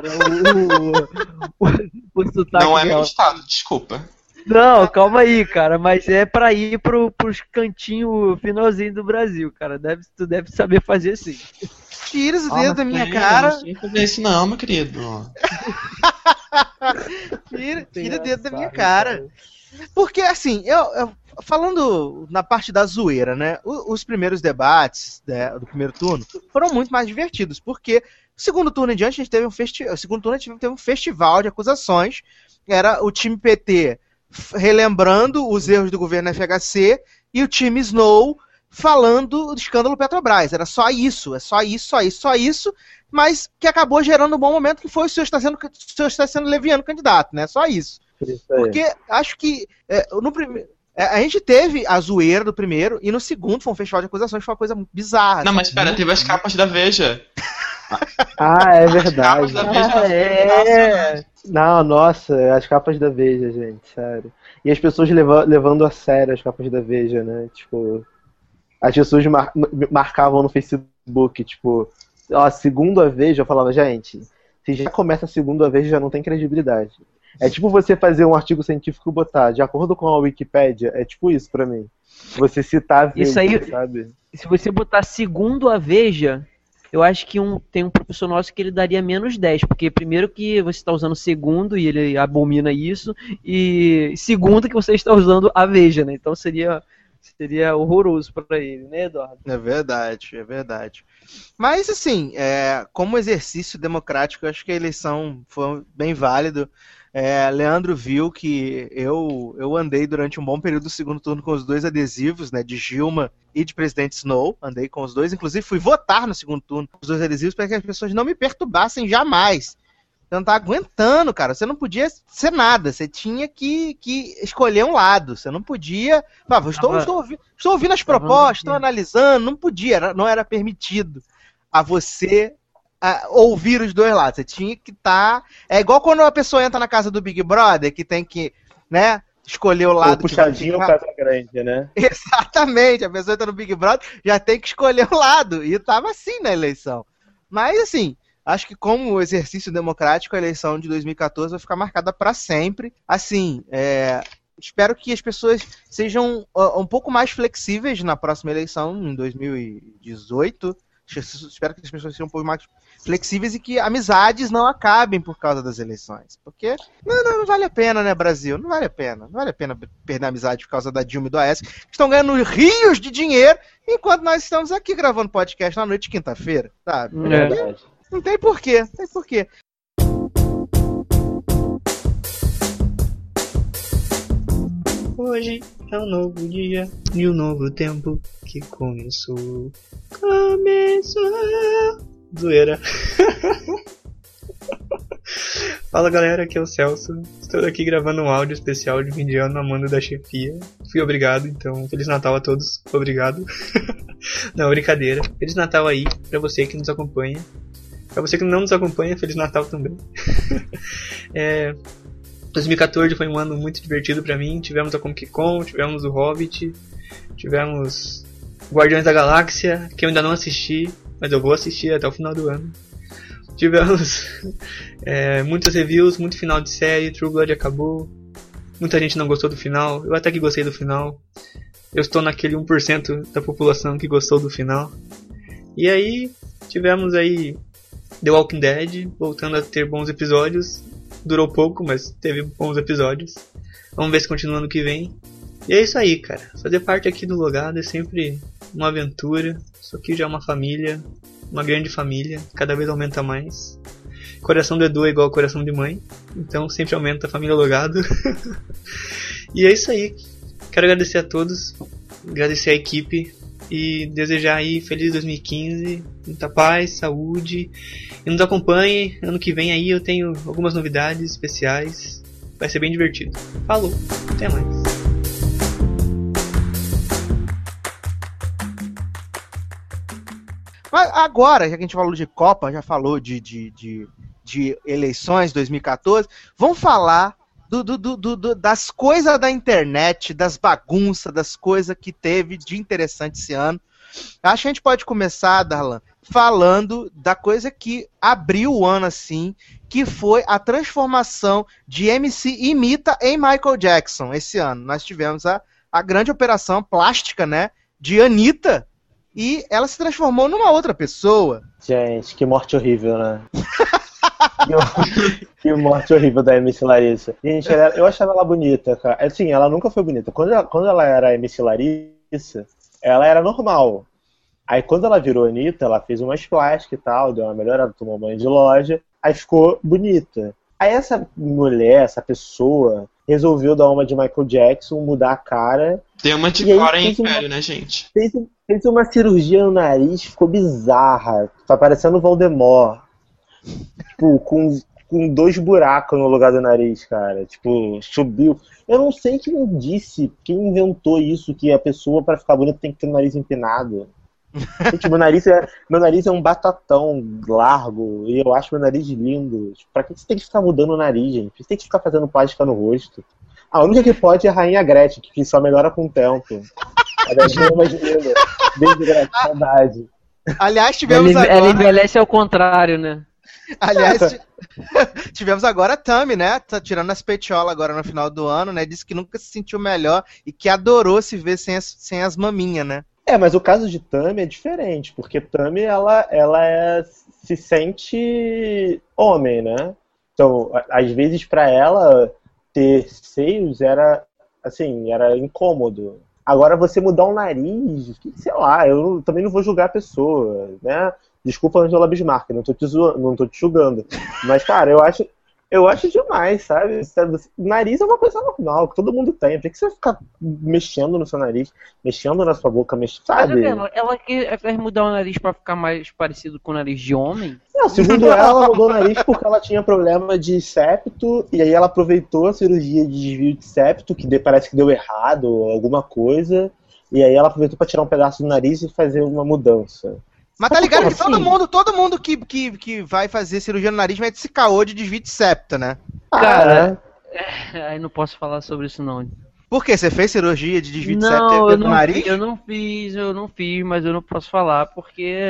O sotaque não é dela. meu estado, desculpa. Não, calma aí, cara. Mas é pra ir pros cantinhos finalzinho do Brasil, cara. Tu deve saber fazer sim. Tira o dedo da minha cara. Não sei fazer isso não, meu querido. Tira o dedo da minha cara. Porque, assim, eu falando na parte da zoeira, né? Os primeiros debates do primeiro turno foram muito mais divertidos, porque o segundo turno em diante a gente teve um festival de acusações. Era o time PT relembrando os erros do governo FHC e o time Snow falando do escândalo Petrobras. Era só isso, só isso, mas que acabou gerando um bom momento, que foi o senhor está sendo leviano candidato, né? Só isso. Porque acho que no primeiro. A gente teve a zoeira do primeiro e no segundo foi um festival de acusações, foi uma coisa bizarra. Não, mas pera, teve as capas da Veja. É verdade. As capas da Veja Não, nossa, as capas da Veja, gente, sério. E as pessoas levando a sério as capas da Veja, né? Tipo, as pessoas marcavam no Facebook, tipo, segundo a Veja, eu falava, gente, se já começa a segunda vez, já não tem credibilidade. É tipo você fazer um artigo científico e botar, de acordo com a Wikipédia, é tipo isso pra mim. Você citar a Veja, isso aí, sabe? Se você botar segundo a Veja, eu acho que tem um professor nosso que ele daria menos 10, porque primeiro que você está usando segundo e ele abomina isso, e segundo que você está usando a Veja, né? Então seria horroroso para ele, né, Eduardo? É verdade. Mas, assim, como exercício democrático, eu acho que a eleição foi bem válido. Leandro viu que eu andei durante um bom período do segundo turno com os 2 adesivos, né, de Gilma e de presidente Snow. Andei com os 2, inclusive fui votar no segundo turno com os 2 adesivos para que as pessoas não me perturbassem jamais. Você não tá aguentando, cara. Você não podia ser nada. Você tinha que escolher um lado. Você não podia. Estou ouvindo as propostas, estou analisando. Não podia, não era permitido a você ouvir os 2 lados. Você tinha que estar. É igual quando uma pessoa entra na casa do Big Brother, que tem que, né, escolher o lado. O puxadinho ou casa grande, né? Exatamente. A pessoa entra no Big Brother, já tem que escolher o lado. E tava assim na eleição. Mas, assim, Acho que como exercício democrático, a eleição de 2014 vai ficar marcada para sempre. Assim, espero que as pessoas sejam um pouco mais flexíveis na próxima eleição, em 2018. Espero que as pessoas sejam um pouco mais flexíveis e que amizades não acabem por causa das eleições. Porque não vale a pena, né, Brasil? Não vale a pena. Não vale a pena perder a amizade por causa da Dilma e do Aécio, que estão ganhando rios de dinheiro, enquanto nós estamos aqui gravando podcast na noite de quinta-feira, sabe? Não tem porquê, não tem porquê. Hoje é um novo dia e um novo tempo que começou. Começou. Zoeira. Fala galera, aqui é o Celso. Estou aqui gravando um áudio especial de fim de ano na manda da chefia. Fui obrigado, então Feliz Natal a todos. Obrigado. Não, brincadeira. Feliz Natal aí pra você que nos acompanha. Pra você que não nos acompanha, Feliz Natal também. 2014 foi um ano muito divertido pra mim. Tivemos a Comic Con, tivemos o Hobbit, tivemos Guardiões da Galáxia, que eu ainda não assisti, mas eu vou assistir até o final do ano. Tivemos muitas reviews, muito final de série, True Blood acabou. Muita gente não gostou do final, eu até que gostei do final. Eu estou naquele 1% da população que gostou do final. E aí, tivemos aí The Walking Dead, voltando a ter bons episódios. Durou pouco, mas teve bons episódios. Vamos ver se continua no que vem. E é isso aí, cara. Fazer parte aqui do Logado é sempre uma aventura. Isso aqui já é uma família, uma grande família. Cada vez aumenta mais. Coração do Edu é igual ao coração de mãe. Então sempre aumenta a família Logado. E é isso aí. Quero agradecer a todos. Agradecer a equipe. E desejar aí feliz 2015, muita paz, saúde. E nos acompanhe, ano que vem aí eu tenho algumas novidades especiais. Vai ser bem divertido. Falou, até mais. Mas agora, já que a gente falou de Copa, já falou de eleições 2014, vamos falar das coisas da internet, das bagunças, das coisas que teve de interessante esse ano. Acho que a gente pode começar, Darlan, falando da coisa que abriu o ano assim, que foi a transformação de MC Imita em Michael Jackson esse ano. Nós tivemos a grande operação plástica, né, de Anitta, e ela se transformou numa outra pessoa. Gente, que morte horrível, né? Que morte horrível da MC Larissa. Gente, eu achava ela bonita, cara. Assim, ela nunca foi bonita. Quando ela era MC Larissa, ela era normal. Aí quando ela virou Anitta, ela fez umas plásticas e tal, deu uma melhorada, tomou banho de loja, aí ficou bonita. Aí essa mulher, essa pessoa, resolveu dar uma de Michael Jackson, mudar a cara. Deu uma de fora em império, né, gente? Fez uma cirurgia no nariz, ficou bizarra. Tá parecendo o Voldemort. Tipo, com 2 buracos no lugar do nariz, cara. Tipo, subiu. Eu não sei quem quem inventou isso, que a pessoa, pra ficar bonita, tem que ter o nariz empinado. Tipo, meu nariz é um batatão largo, e eu acho meu nariz lindo. Tipo, pra que você tem que ficar mudando o nariz, gente? Você tem que ficar fazendo plástica no rosto. A única que pode é a Rainha Gretchen, que só melhora com o tempo. A Gretchen é mais linda. Beijo, Gretchen, saudade. Aliás, tivemos agora... Ela envelhece ao contrário, né? Aliás, tivemos agora a Tami, né? Tá tirando as petiolas agora no final do ano, né? Disse que nunca se sentiu melhor e que adorou se ver sem as maminhas, né? Mas o caso de Tami é diferente, porque Tami, ela se sente homem, né? Então, às vezes pra ela ter seios era incômodo. Agora você mudar o nariz, sei lá, eu também não vou julgar a pessoa, né? Desculpa, Angela Bismarck, não tô te julgando. Mas, cara, eu acho demais, sabe? Nariz é uma coisa normal, que todo mundo tem. Por que você vai ficar mexendo no seu nariz, mexendo na sua boca, sabe? Mas ela quer mudar o nariz pra ficar mais parecido com o nariz de homem? Não, segundo ela mudou o nariz porque ela tinha problema de septo, e aí ela aproveitou a cirurgia de desvio de septo, que parece que deu errado, alguma coisa, e aí ela aproveitou pra tirar um pedaço do nariz e fazer uma mudança. Mas tá ligado que todo mundo que vai fazer cirurgia no nariz mete esse caô de desvio de septo, né? Cara, aí não posso falar sobre isso não. Por quê? Você fez cirurgia de desvio de septo no nariz? Eu não fiz, mas eu não posso falar porque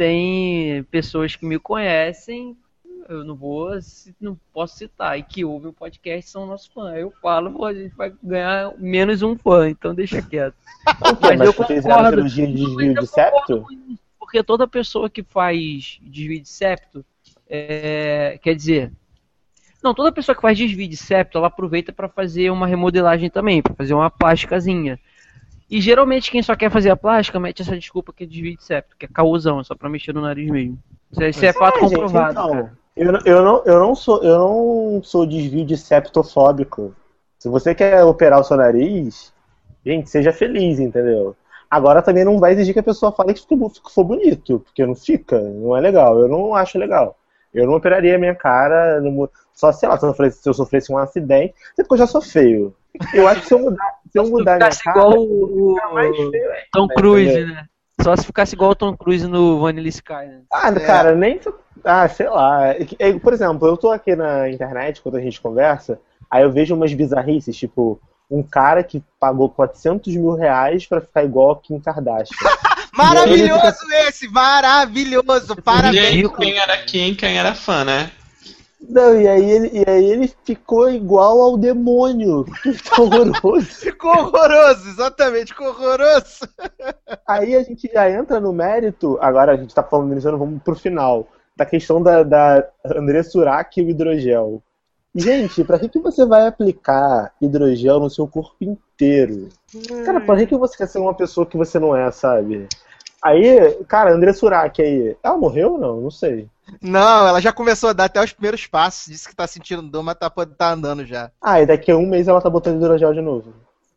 tem pessoas que me conhecem, eu não posso citar, e que ouvem o podcast são nossos fãs. Eu falo, pô, a gente vai ganhar menos um fã, então deixa quieto. Mas eu fizeram cirurgia de desvio de septo? Porque toda pessoa que faz desvio de septo, quer dizer, não, toda pessoa que faz desvio de septo, ela aproveita para fazer uma remodelagem também, para fazer uma plástica-zinha. E geralmente quem só quer fazer a plástica mete essa desculpa que é desvio de septo, que é causão, só pra mexer no nariz mesmo. Isso é fato comprovado, gente, então, cara. Eu não sou desvio de septofóbico. Se você quer operar o seu nariz, gente, seja feliz, entendeu? Agora também não vai exigir que a pessoa fale que ficou bonito, porque não fica, não é legal. Eu não acho legal. Eu não operaria a minha cara, só, sei lá, se eu sofresse um acidente, até porque eu já sou feio. Eu acho que se eu mudar minha cara, igual o Tom Cruise, né? Só se ficasse igual o Tom Cruise no Vanilla Sky, né? Cara, nem... sei lá. Por exemplo, eu tô aqui na internet, quando a gente conversa, aí eu vejo umas bizarrices, tipo, um cara que pagou 400 mil reais pra ficar igual a Kim Kardashian. Maravilhoso esse! Maravilhoso! Parabéns! Quem era Kim, quem era fã, né? Não, e aí ele ficou igual ao demônio. Ficou horroroso. Ficou horroroso, exatamente, ficou horroroso. Aí a gente já entra no mérito, agora a gente tá falando, vamos pro final, da questão da André Surak e o hidrogel. Gente, pra que você vai aplicar hidrogel no seu corpo inteiro? Cara, pra que você quer ser uma pessoa que você não é, sabe? Aí, cara, André Surak aí, ela morreu ou não? Não sei. Não, ela já começou a dar até os primeiros passos, disse que tá sentindo dor, mas tá andando já. E daqui a um mês ela tá botando hidrogel de novo.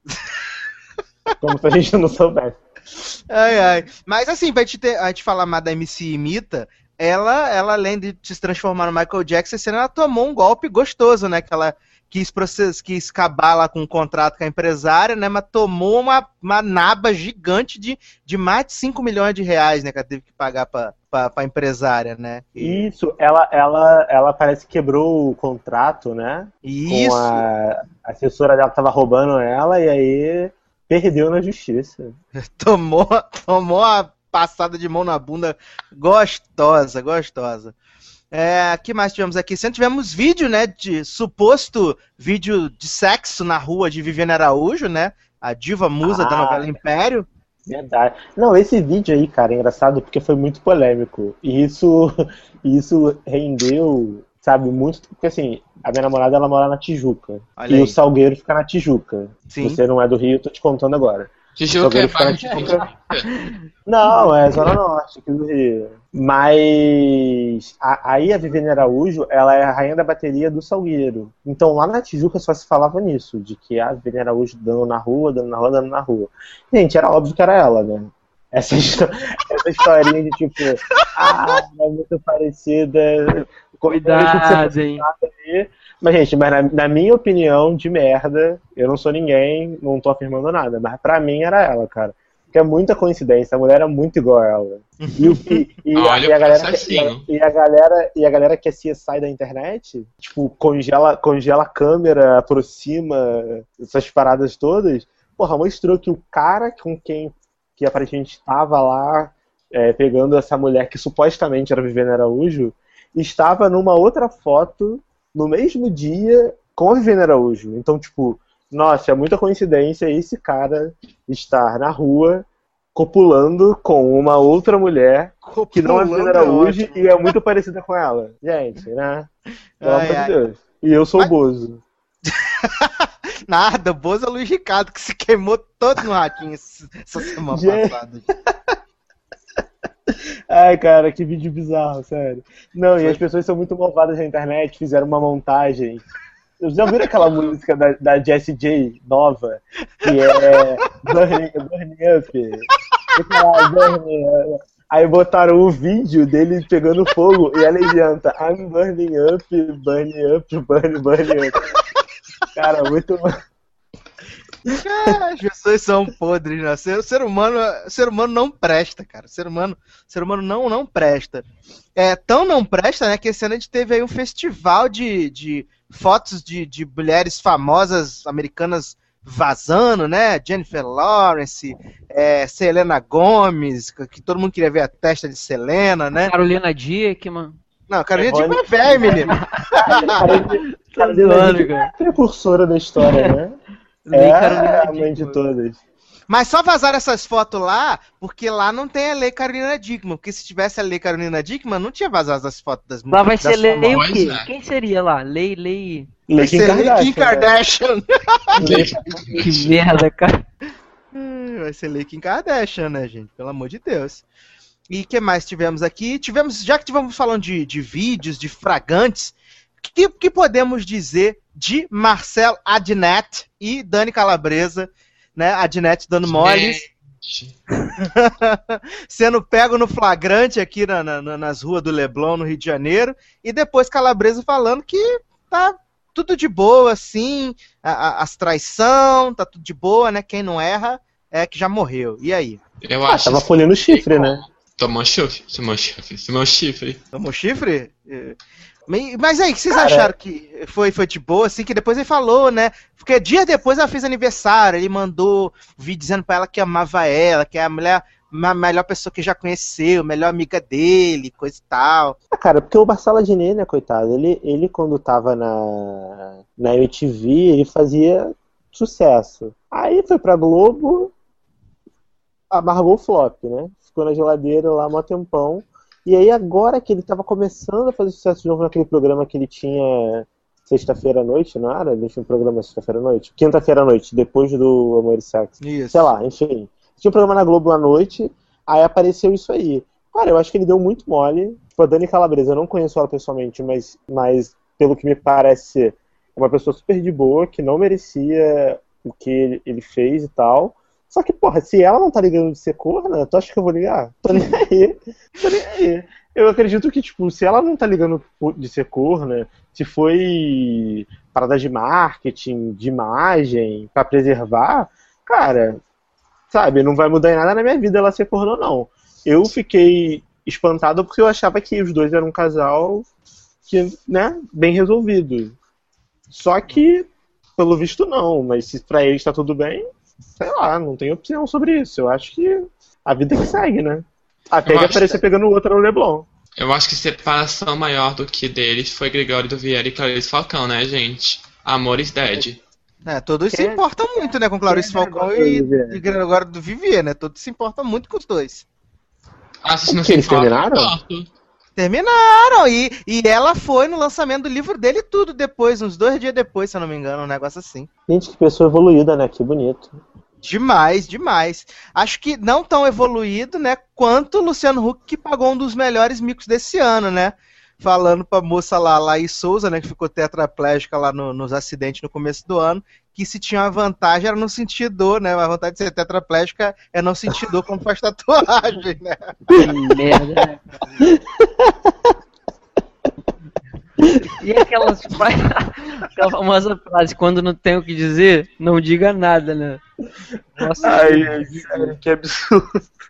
Como se a gente não soubesse. Ai. Mas assim, pra gente falar mais da MC Mita, ela além de se transformar no Michael Jackson, ela tomou um golpe gostoso, né? Que ela quis acabar lá com um contrato com a empresária, né? Mas tomou uma naba gigante de mais de 5 milhões de reais, né? Que ela teve que pagar pra empresária, né? Isso, ela parece que quebrou o contrato, né? Isso. Com a assessora dela que tava roubando ela e aí perdeu na justiça. Tomou a passada de mão na bunda gostosa. Que mais tivemos aqui? Sempre tivemos vídeo, né, de suposto vídeo de sexo na rua de Viviane Araújo, né, a diva musa da novela Império. Verdade. Não, esse vídeo aí, cara, é engraçado porque foi muito polêmico. E isso rendeu, sabe, muito... Porque assim, a minha namorada, ela mora na Tijuca. Olha e aí. o Salgueiro fica na Tijuca. Sim. Se você não é do Rio, eu tô te contando agora. Tijuca é bairro de Não, é Zona Norte aqui do Rio. Mas aí a Viviane Araújo, ela é a rainha da bateria do Salgueiro. Então lá na Tijuca só se falava nisso, de que a Viviane Araújo dando na rua. Gente, era óbvio que era ela, né? Essa historinha de tipo, é muito parecida. Cuidado, hein? Mas, gente, na minha opinião, de merda, eu não sou ninguém, não tô afirmando nada, mas pra mim era ela, cara. Porque é muita coincidência, a mulher era muito igual a ela. A galera que é CSI da internet, tipo, congela a câmera, aproxima, essas paradas todas, porra, mostrou que o cara com quem que aparentemente estava lá pegando essa mulher que supostamente era Viviane Araújo, estava numa outra foto no mesmo dia com a Viviane Araújo. Então, tipo, nossa, é muita coincidência esse cara estar na rua copulando com uma outra mulher que não é Viviane Araújo e é muito parecida com ela. Gente, né? Pelo amor de Deus. E eu sou o Bozo. Nada, o Bozo é o Luiz Ricardo, que se queimou todo no ratinho essa semana passada. Ai, cara, que vídeo bizarro, sério. Não, e as pessoas são muito malvadas na internet, fizeram uma montagem. Vocês já viram aquela música da Jessie J nova? Que é Burn Up. Aí botaram o vídeo dele pegando fogo e ela adianta I'm burning up, burn up. Cara, muito... As pessoas são podres, né? O ser humano não presta, cara. O ser humano não presta. Tão não presta, né, que esse ano a gente teve aí um festival de fotos de mulheres famosas americanas vazando, né? Jennifer Lawrence, Selena Gomez, que todo mundo queria ver a testa de Selena, né? Carolina Dickmann. Não, Carolina Dickmann é velho, menino. Carolina Dickmann é a precursora da história, né? A mãe de todas. Mas só vazaram essas fotos lá, porque lá não tem a Lei Carolina Dickmann. Porque se tivesse a Lei Carolina Dickmann, não tinha vazado as fotos das mulheres. Lá vai ser lei o quê? Né? Quem seria lá? Lei... Vai ser Kim Kardashian. Que merda, cara. Vai ser Lei Kim Kardashian, né, gente? Pelo amor de Deus. E o que mais tivemos aqui? Já que estivemos falando de vídeos, de fragantes, o que podemos dizer de Marcelo Adnet e Dani Calabresa, né? Adnet dando mole, sendo pego no flagrante aqui nas ruas do Leblon, no Rio de Janeiro, e depois Calabresa falando que tá tudo de boa, assim, as traição, tá tudo de boa, né? Quem não erra é que já morreu. E aí? Eu acho tava folhando o chifre, né? Tomou chifre? Tomou chifre? Mas aí, o que vocês acharam que foi de boa, assim, que depois ele falou, né? Porque dias depois ela fez aniversário, ele mandou vídeo dizendo pra ela que amava ela, que é a melhor pessoa que já conheceu, a melhor amiga dele, coisa e tal. Cara, porque o Marcelo Adnet, né, coitado, ele quando tava na MTV, ele fazia sucesso. Aí foi pra Globo, amargou o flop, né? Ficou na geladeira lá um tempão. E aí agora que ele tava começando a fazer sucesso de novo naquele programa que ele tinha sexta-feira à noite, não era? Ele tinha um programa sexta-feira à noite? Quinta-feira à noite, depois do Amor e Sexo. Isso. Sei lá, enfim. Tinha um programa na Globo à noite, aí apareceu isso aí. Cara, eu acho que ele deu muito mole. Tipo, a Dani Calabresa, eu não conheço ela pessoalmente, mas pelo que me parece ser, é uma pessoa super de boa, que não merecia o que ele fez e tal. Só que, porra, se ela não tá ligando de ser corna, tu acha que eu vou ligar? Tô nem aí. Eu acredito que, tipo, se ela não tá ligando de ser corna, se foi parada de marketing, de imagem, pra preservar, cara, sabe, não vai mudar em nada na minha vida ela ser corna ou não. Eu fiquei espantado porque eu achava que os dois eram um casal que, né, bem resolvido. Só que, pelo visto, não. Mas se pra eles tá tudo bem, sei lá, não tem opinião sobre isso. Eu acho que a vida que segue, né? Até ele aparecer pegando o outro no Leblon. Eu acho que separação maior do que deles foi Gregório do Vieira e Clarice Falcão, né, gente? Amor is dead. Todos se importam muito, né, com Clarice Falcão e Gregório do Vivier, né? Todos se importam muito com os dois. Vocês não se eles terminaram? Terminaram, e ela foi no lançamento do livro dele tudo depois, uns 2 dias depois, se eu não me engano, um negócio assim. Gente, que pessoa evoluída, né? Que bonito. Demais. Acho que não tão evoluído, né, quanto o Luciano Huck, que pagou um dos melhores micos desse ano, né? Falando pra moça lá, Laís Souza, né, que ficou tetraplégica lá nos acidentes no começo do ano, que se tinha uma vantagem era não sentir dor, né? A vantagem de ser tetraplégica é não sentir dor quando faz tatuagem, né? Que merda, né? E aquela famosa frase, quando não tem o que dizer, não diga nada, né? Nossa, que absurdo.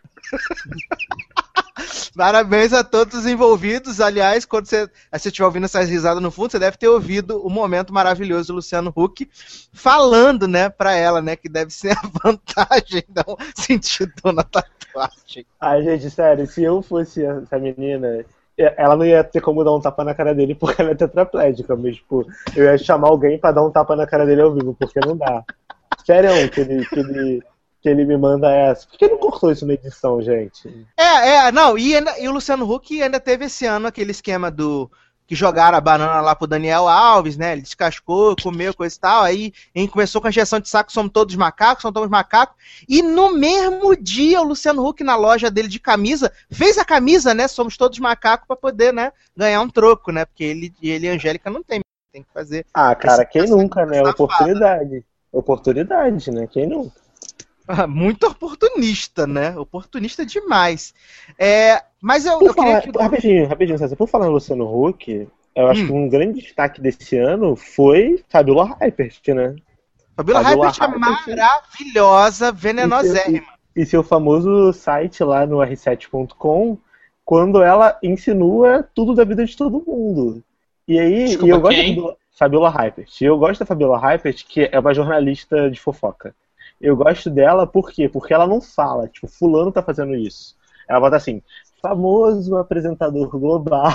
Parabéns a todos os envolvidos. Aliás, quando você estiver ouvindo essas risadas no fundo, você deve ter ouvido o momento maravilhoso do Luciano Huck falando, né, pra ela, né, que deve ser a vantagem não sentir dor na tatuagem. Ai, gente, sério, se eu fosse essa menina, ela não ia ter como dar um tapa na cara dele porque ela é tetraplégica, mas, tipo, eu ia chamar alguém pra dar um tapa na cara dele ao vivo, porque não dá. Sério, que ele me manda essa. Por que não cortou isso na edição, gente? Não, e o Luciano Huck ainda teve esse ano aquele esquema que jogaram a banana lá pro Daniel Alves, né? Ele descascou, comeu, coisa e tal. Aí começou com a injeção de saco, somos todos macacos. E no mesmo dia, o Luciano Huck, na loja dele de camisa, fez a camisa, né? Somos todos macacos, pra poder, né, ganhar um troco, né? Porque ele e a Angélica não tem que fazer. Ah, cara, quem nunca, né? Oportunidade, né? Quem nunca? Muito oportunista, né? Oportunista demais. Mas eu queria que... Rapidinho, César. Por falar no Luciano Huck, eu acho que um grande destaque desse ano foi Fabiola Hypert, né? Fabiola Hypert é maravilhosa, venenosérrima. E seu famoso site lá no r7.com, quando ela insinua tudo da vida de todo mundo. E aí, Desculpa, eu gosto da Fabiola Hypert. Eu gosto da Fabiola Hypert, que é uma jornalista de fofoca. Eu gosto dela por quê? Porque ela não fala, tipo, fulano tá fazendo isso. Ela bota assim, famoso apresentador global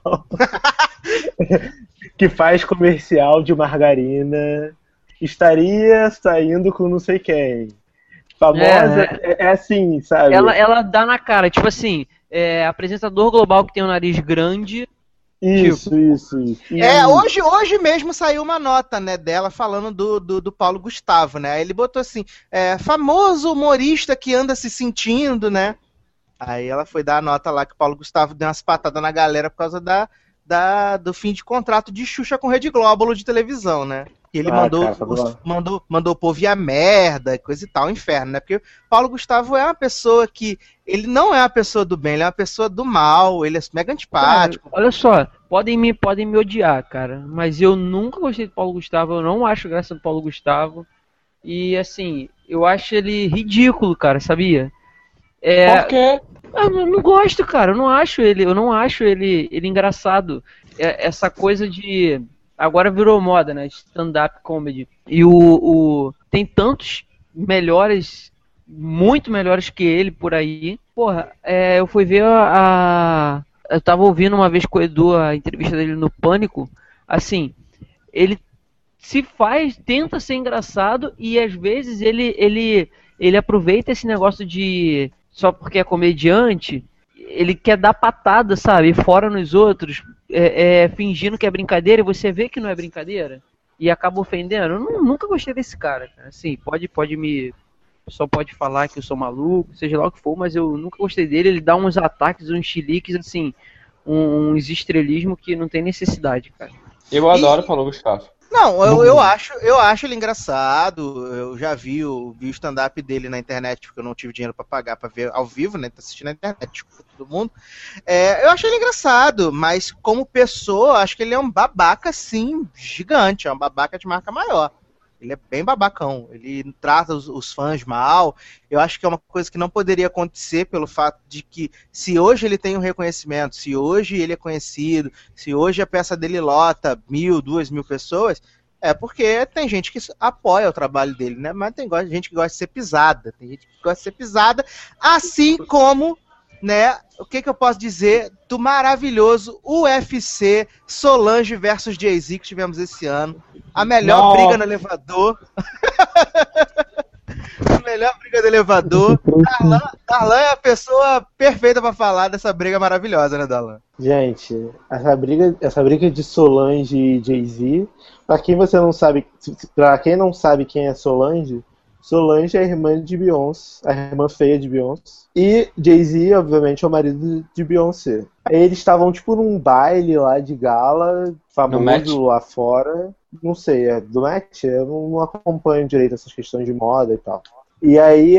que faz comercial de margarina estaria saindo com não sei quem. Famosa, é assim, sabe? Ela dá na cara, tipo assim, apresentador global que tem um nariz grande. Isso. Hoje mesmo saiu uma nota, né, dela falando do Paulo Gustavo, né? Aí ele botou assim, famoso humorista que anda se sentindo, né? Aí ela foi dar a nota lá que o Paulo Gustavo deu umas patadas na galera por causa do fim de contrato de Xuxa com Rede Globo de televisão, né? E ele mandou o povo ir a merda, coisa e tal, inferno, né? Porque o Paulo Gustavo é uma pessoa que... Ele não é uma pessoa do bem, ele é uma pessoa do mal, ele é mega antipático. Cara, olha só, podem me odiar, cara, mas eu nunca gostei do Paulo Gustavo, eu não acho graça do Paulo Gustavo. E assim, eu acho ele ridículo, cara, sabia? Por quê? Eu não gosto, cara, eu não acho ele engraçado. Essa coisa de... Agora virou moda, né? Stand-up comedy. E tem tantos melhores, muito melhores que ele por aí. Porra, eu fui ver eu tava ouvindo uma vez com o Edu a entrevista dele no Pânico. Assim, ele tenta ser engraçado e às vezes ele aproveita esse negócio de... Só porque é comediante, ele quer dar patada, sabe? Fora nos outros, fingindo que é brincadeira e você vê que não é brincadeira e acaba ofendendo. Eu nunca gostei desse cara, cara. Assim, só pode falar que eu sou maluco, seja lá o que for, mas eu nunca gostei dele. Ele dá uns ataques, uns chiliques, assim, uns estrelismo que não tem necessidade, cara. Eu adoro o Paulo Gustavo. Não, eu acho ele engraçado. Eu já vi o stand-up dele na internet, porque eu não tive dinheiro pra pagar pra ver ao vivo, né? Tá assistindo na internet, tipo, todo mundo. Eu acho ele engraçado, mas como pessoa, acho que ele é um babaca, sim, gigante. É um babaca de marca maior. Ele é bem babacão. Ele trata os fãs mal. Eu acho que é uma coisa que não poderia acontecer pelo fato de que se hoje ele tem um reconhecimento, se hoje ele é conhecido, se hoje a peça dele lota 1.000, 2.000 pessoas, é porque tem gente que apoia o trabalho dele, né? Mas tem gente que gosta de ser pisada. Tem gente que gosta de ser pisada, assim como, né? O que eu posso dizer do maravilhoso UFC Solange versus Jay-Z que tivemos esse ano. A melhor briga no elevador. A melhor briga do elevador. Darlan é a pessoa perfeita pra falar dessa briga maravilhosa, né, Darlan? Gente, essa briga de Solange e Jay-Z, pra quem não sabe quem é Solange é a irmã de Beyoncé, a irmã feia de Beyoncé. E Jay-Z, obviamente, é o marido de Beyoncé. Eles estavam, tipo, num baile lá de gala, famoso lá fora. Não sei, do Match? Eu não acompanho direito essas questões de moda e tal. E aí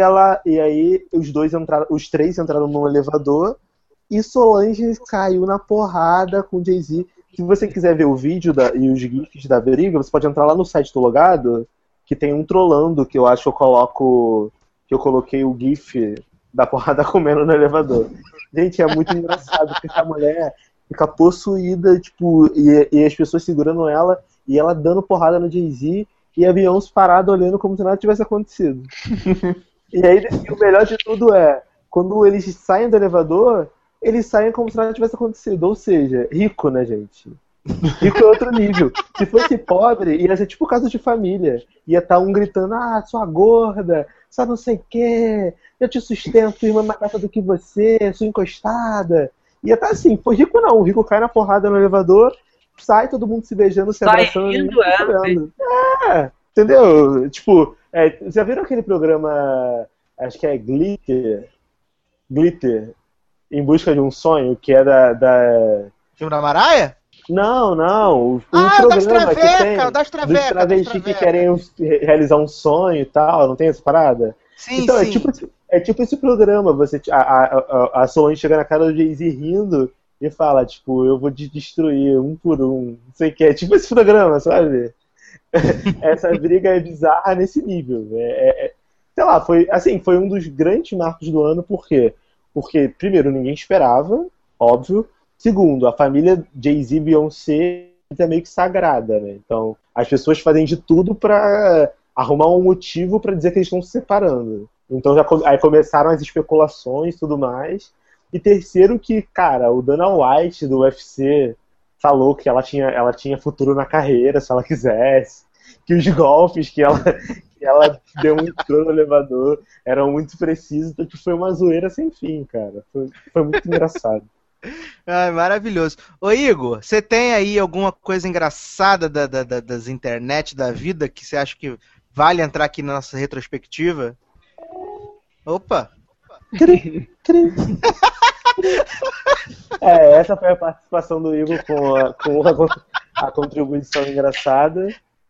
os três entraram num elevador e Solange caiu na porrada com Jay-Z. Se você quiser ver o vídeo e os GIFs da briga, você pode entrar lá no site do Logado, que tem um trollando, que eu acho que eu coloquei o GIF da porrada comendo no elevador. Gente, é muito engraçado, porque essa mulher fica possuída, tipo, e as pessoas segurando ela, e ela dando porrada no Jay-Z, e a Beyoncé parada olhando como se nada tivesse acontecido. E aí, o melhor de tudo é, quando eles saem do elevador, eles saem como se nada tivesse acontecido. Ou seja, rico, né, gente? Rico é outro nível. Se fosse pobre, ia ser tipo caso de família. Ia estar um gritando, sua gorda, só não sei o quê, eu te sustento, sua irmã mais gata do que você, sua encostada. Ia estar assim, foi rico não. O rico cai na porrada no elevador, sai todo mundo se beijando, se abraçando. Entendeu? Tipo, já viram aquele programa, acho que é Glitter, Em Busca de um Sonho, que é da... Filme da Mariah? Não. O programa que tem dos travestis que querem realizar um sonho e tal, não tem essa parada? Sim, então, sim. É tipo esse programa, a Solange chega na cara do Jay-Z rindo e fala, tipo, eu vou te destruir um por um, não sei o que, é tipo esse programa, sabe? Essa briga é bizarra nesse nível. Sei lá, foi um dos grandes marcos do ano, por quê? Porque, primeiro, ninguém esperava, óbvio. Segundo, a família Jay-Z e Beyoncé é meio que sagrada, né? Então, as pessoas fazem de tudo pra arrumar um motivo pra dizer que eles estão se separando. Então aí começaram as especulações e tudo mais. E terceiro que, cara, o Dana White do UFC falou que ela tinha futuro na carreira, se ela quisesse. Que os golpes que ela demonstrou no elevador eram muito precisos. Então foi uma zoeira sem fim, cara. Foi muito engraçado. Ai, maravilhoso. Ô Igor, você tem aí alguma coisa engraçada das internet da vida que você acha que vale entrar aqui na nossa retrospectiva? Opa! Essa foi a participação do Igor com a contribuição engraçada.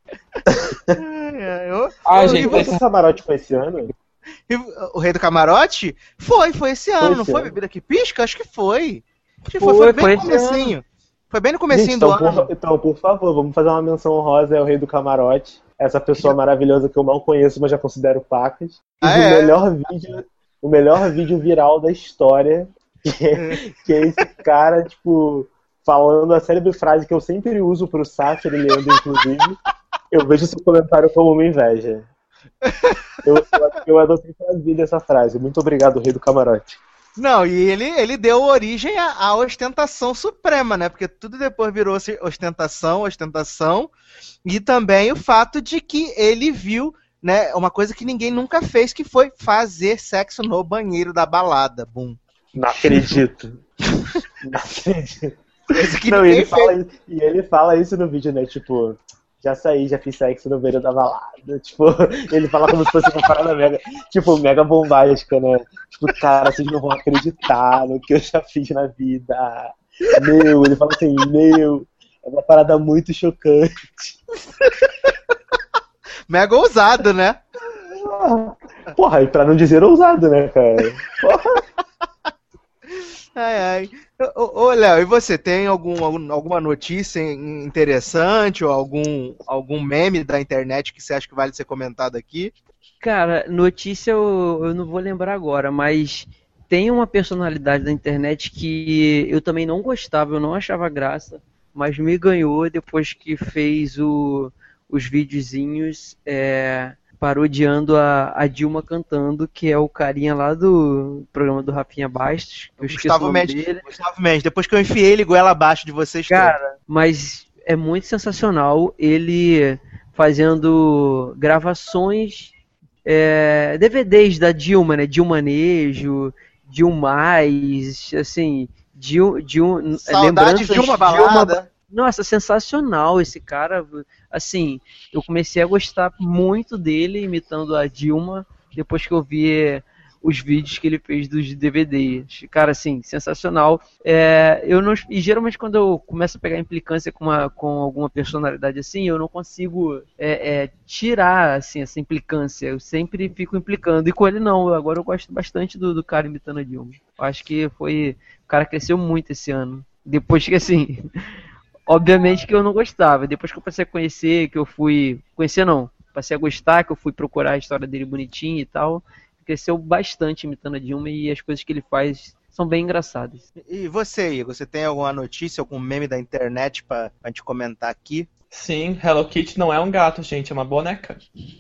Gente, e você, Camarote, foi esse ano? O Rei do Camarote? Foi esse ano, não foi? Bebida que pisca? Acho que foi. Foi bem no comecinho. Foi bem no comecinho do ano. Então, por favor, vamos fazer uma menção honrosa ao Rei do Camarote. Essa pessoa maravilhosa que eu não conheço, mas já considero pacas. O melhor vídeo viral da história, que é esse cara, tipo, falando a célebre frase que eu sempre uso pro Sácer, ele anda, inclusive. Eu vejo seu comentário como uma inveja. Eu adotei pra vida essa frase. Muito obrigado, Rei do Camarote. Não, e ele deu origem à ostentação suprema, né? Porque tudo depois virou ostentação, e também o fato de que ele viu, né, uma coisa que ninguém nunca fez, que foi fazer sexo no banheiro da balada. Bum. Não acredito. Não acredito. Não, ele fala isso no vídeo, né? Tipo, já saí, já fiz sexo no banheiro da balada. Tipo, ele fala como se fosse uma parada mega bombástica, né? Tipo, cara, vocês não vão acreditar no que eu já fiz na vida. Ele fala assim, é uma parada muito chocante. Mega ousado, né? Porra, e pra não dizer ousado, né, cara? Porra. Ai. Ô, Léo, e você, tem alguma notícia interessante ou algum meme da internet que você acha que vale ser comentado aqui? Cara, notícia eu não vou lembrar agora, mas tem uma personalidade da internet que eu também não gostava, eu não achava graça, mas me ganhou depois que fez os videozinhos parodiando a Dilma cantando, que é o carinha lá do programa do Rafinha Bastos. Eu esqueci o nome dele. Gustavo Mendes, depois que eu enfiei ele goela abaixo de vocês. Cara, mas é muito sensacional ele fazendo gravações, DVDs da Dilma, né? Dilmanejo, Dilmais, assim, Saudade de Dilma Balada. Nossa, sensacional esse cara. Assim, eu comecei a gostar muito dele imitando a Dilma depois que eu vi os vídeos que ele fez dos DVDs. Cara, assim, sensacional. E geralmente quando eu começo a pegar implicância com alguma personalidade assim, eu não consigo tirar assim, essa implicância. Eu sempre fico implicando. E com ele não. Agora eu gosto bastante do cara imitando a Dilma. Eu acho que o cara cresceu muito esse ano. Depois que, assim... Obviamente que eu não gostava. Depois que eu passei a conhecer, que eu fui... Conhecer não. Passei a gostar, que eu fui procurar a história dele bonitinha e tal. Cresceu bastante imitando a Dilma e as coisas que ele faz são bem engraçadas. E você, Igor? Você tem alguma notícia, algum meme da internet pra gente comentar aqui? Sim, Hello Kitty não é um gato, gente. É uma boneca.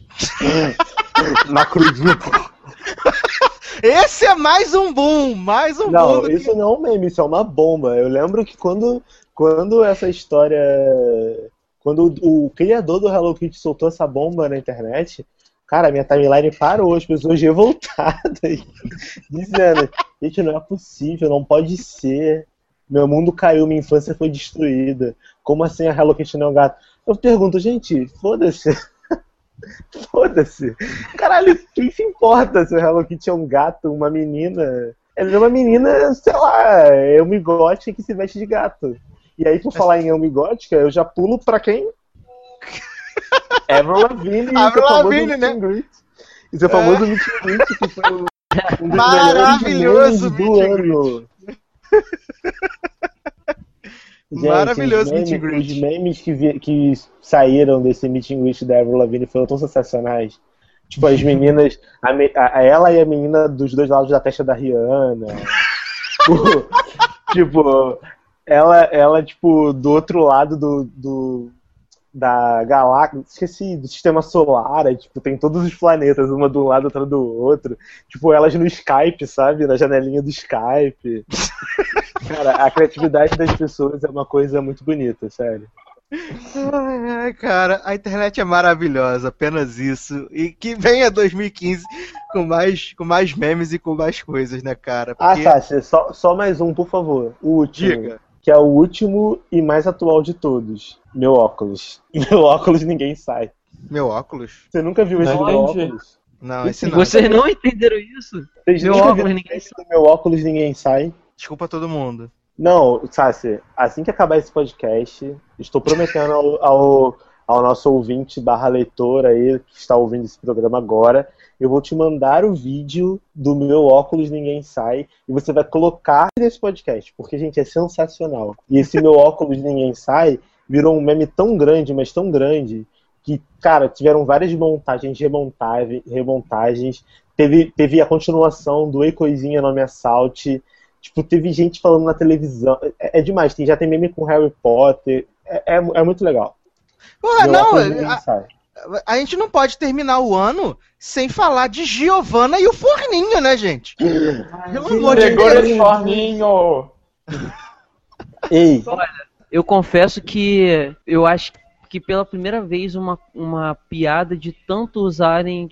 Não acredito. Esse é mais um boom. Não, isso não é um meme, isso é uma bomba. Eu lembro que quando essa história... Quando o criador do Hello Kitty soltou essa bomba na internet, cara, minha timeline parou, as pessoas revoltadas, dizendo, gente, não é possível, não pode ser, meu mundo caiu, minha infância foi destruída, como assim a Hello Kitty não é um gato? Eu pergunto, gente, foda-se, caralho, quem se importa se o Hello Kitty é um gato, uma menina? Ela é uma menina, sei lá, é uma gótica que se veste de gato. E aí, por falar em Elmi Gótica, eu já pulo pra quem? Avril Lavigne, né? E seu famoso Meet and Greet, que foi um dos maravilhoso do ano. Gente, maravilhoso Meet and Greet. Os memes que saíram desse Meet and Greet da Avril Lavigne foram tão sensacionais. Tipo, as meninas, ela e a menina dos dois lados da testa da Rihanna. Tipo... Ela, tipo, do outro lado da galáxia, esqueci, do sistema solar, aí, tipo, tem todos os planetas, uma de um lado, outra do outro. Tipo, elas no Skype, sabe? Na janelinha do Skype. Cara, a criatividade das pessoas é uma coisa muito bonita, sério. Ai, cara, a internet é maravilhosa, apenas isso. E que venha 2015 com mais memes e com mais coisas, né, cara? Porque... Sasha, só mais um, por favor. O último. Diga. Que é o último e mais atual de todos. Meu óculos. Meu óculos ninguém sai. Meu óculos? Você nunca viu esse meu óculos? Não, esse não. Vocês não entenderam isso? Meu óculos ninguém sai. Meu óculos ninguém sai. Desculpa todo mundo. Não, Sassi, assim que acabar esse podcast, estou prometendo ao nosso ouvinte / leitor aí, que está ouvindo esse programa agora, eu vou te mandar o vídeo do meu óculos ninguém sai e você vai colocar nesse podcast, porque, gente, é sensacional. E esse meu óculos ninguém sai virou um meme tão grande, mas tão grande, que, cara, tiveram várias montagens, remontagens, teve a continuação do Ei Coisinha Não Me Assalte, tipo, teve gente falando na televisão, é demais, já tem meme com Harry Potter, é muito legal. Porra, não, a gente não pode terminar o ano sem falar de Giovanna e o Forninho, né, gente? Pelo amor de Deus. Forninho! Ei. Olha, eu confesso que eu acho que pela primeira vez uma piada de tanto usarem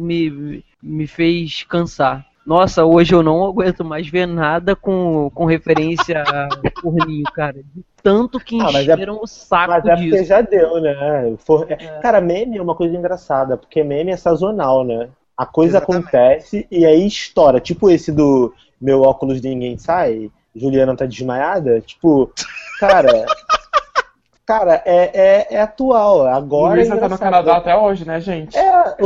me fez cansar. Nossa, hoje eu não aguento mais ver nada com referência a Forninho, cara. De tanto que encheram o saco disso. Mas é porque já deu, né? Cara, meme é uma coisa engraçada, porque meme é sazonal, né? A coisa acontece e aí estoura. Tipo esse do meu óculos ninguém sai, Juliana tá desmaiada. Tipo, cara... Cara, é atual. Agora Luísa tá no Canadá até hoje, né, gente?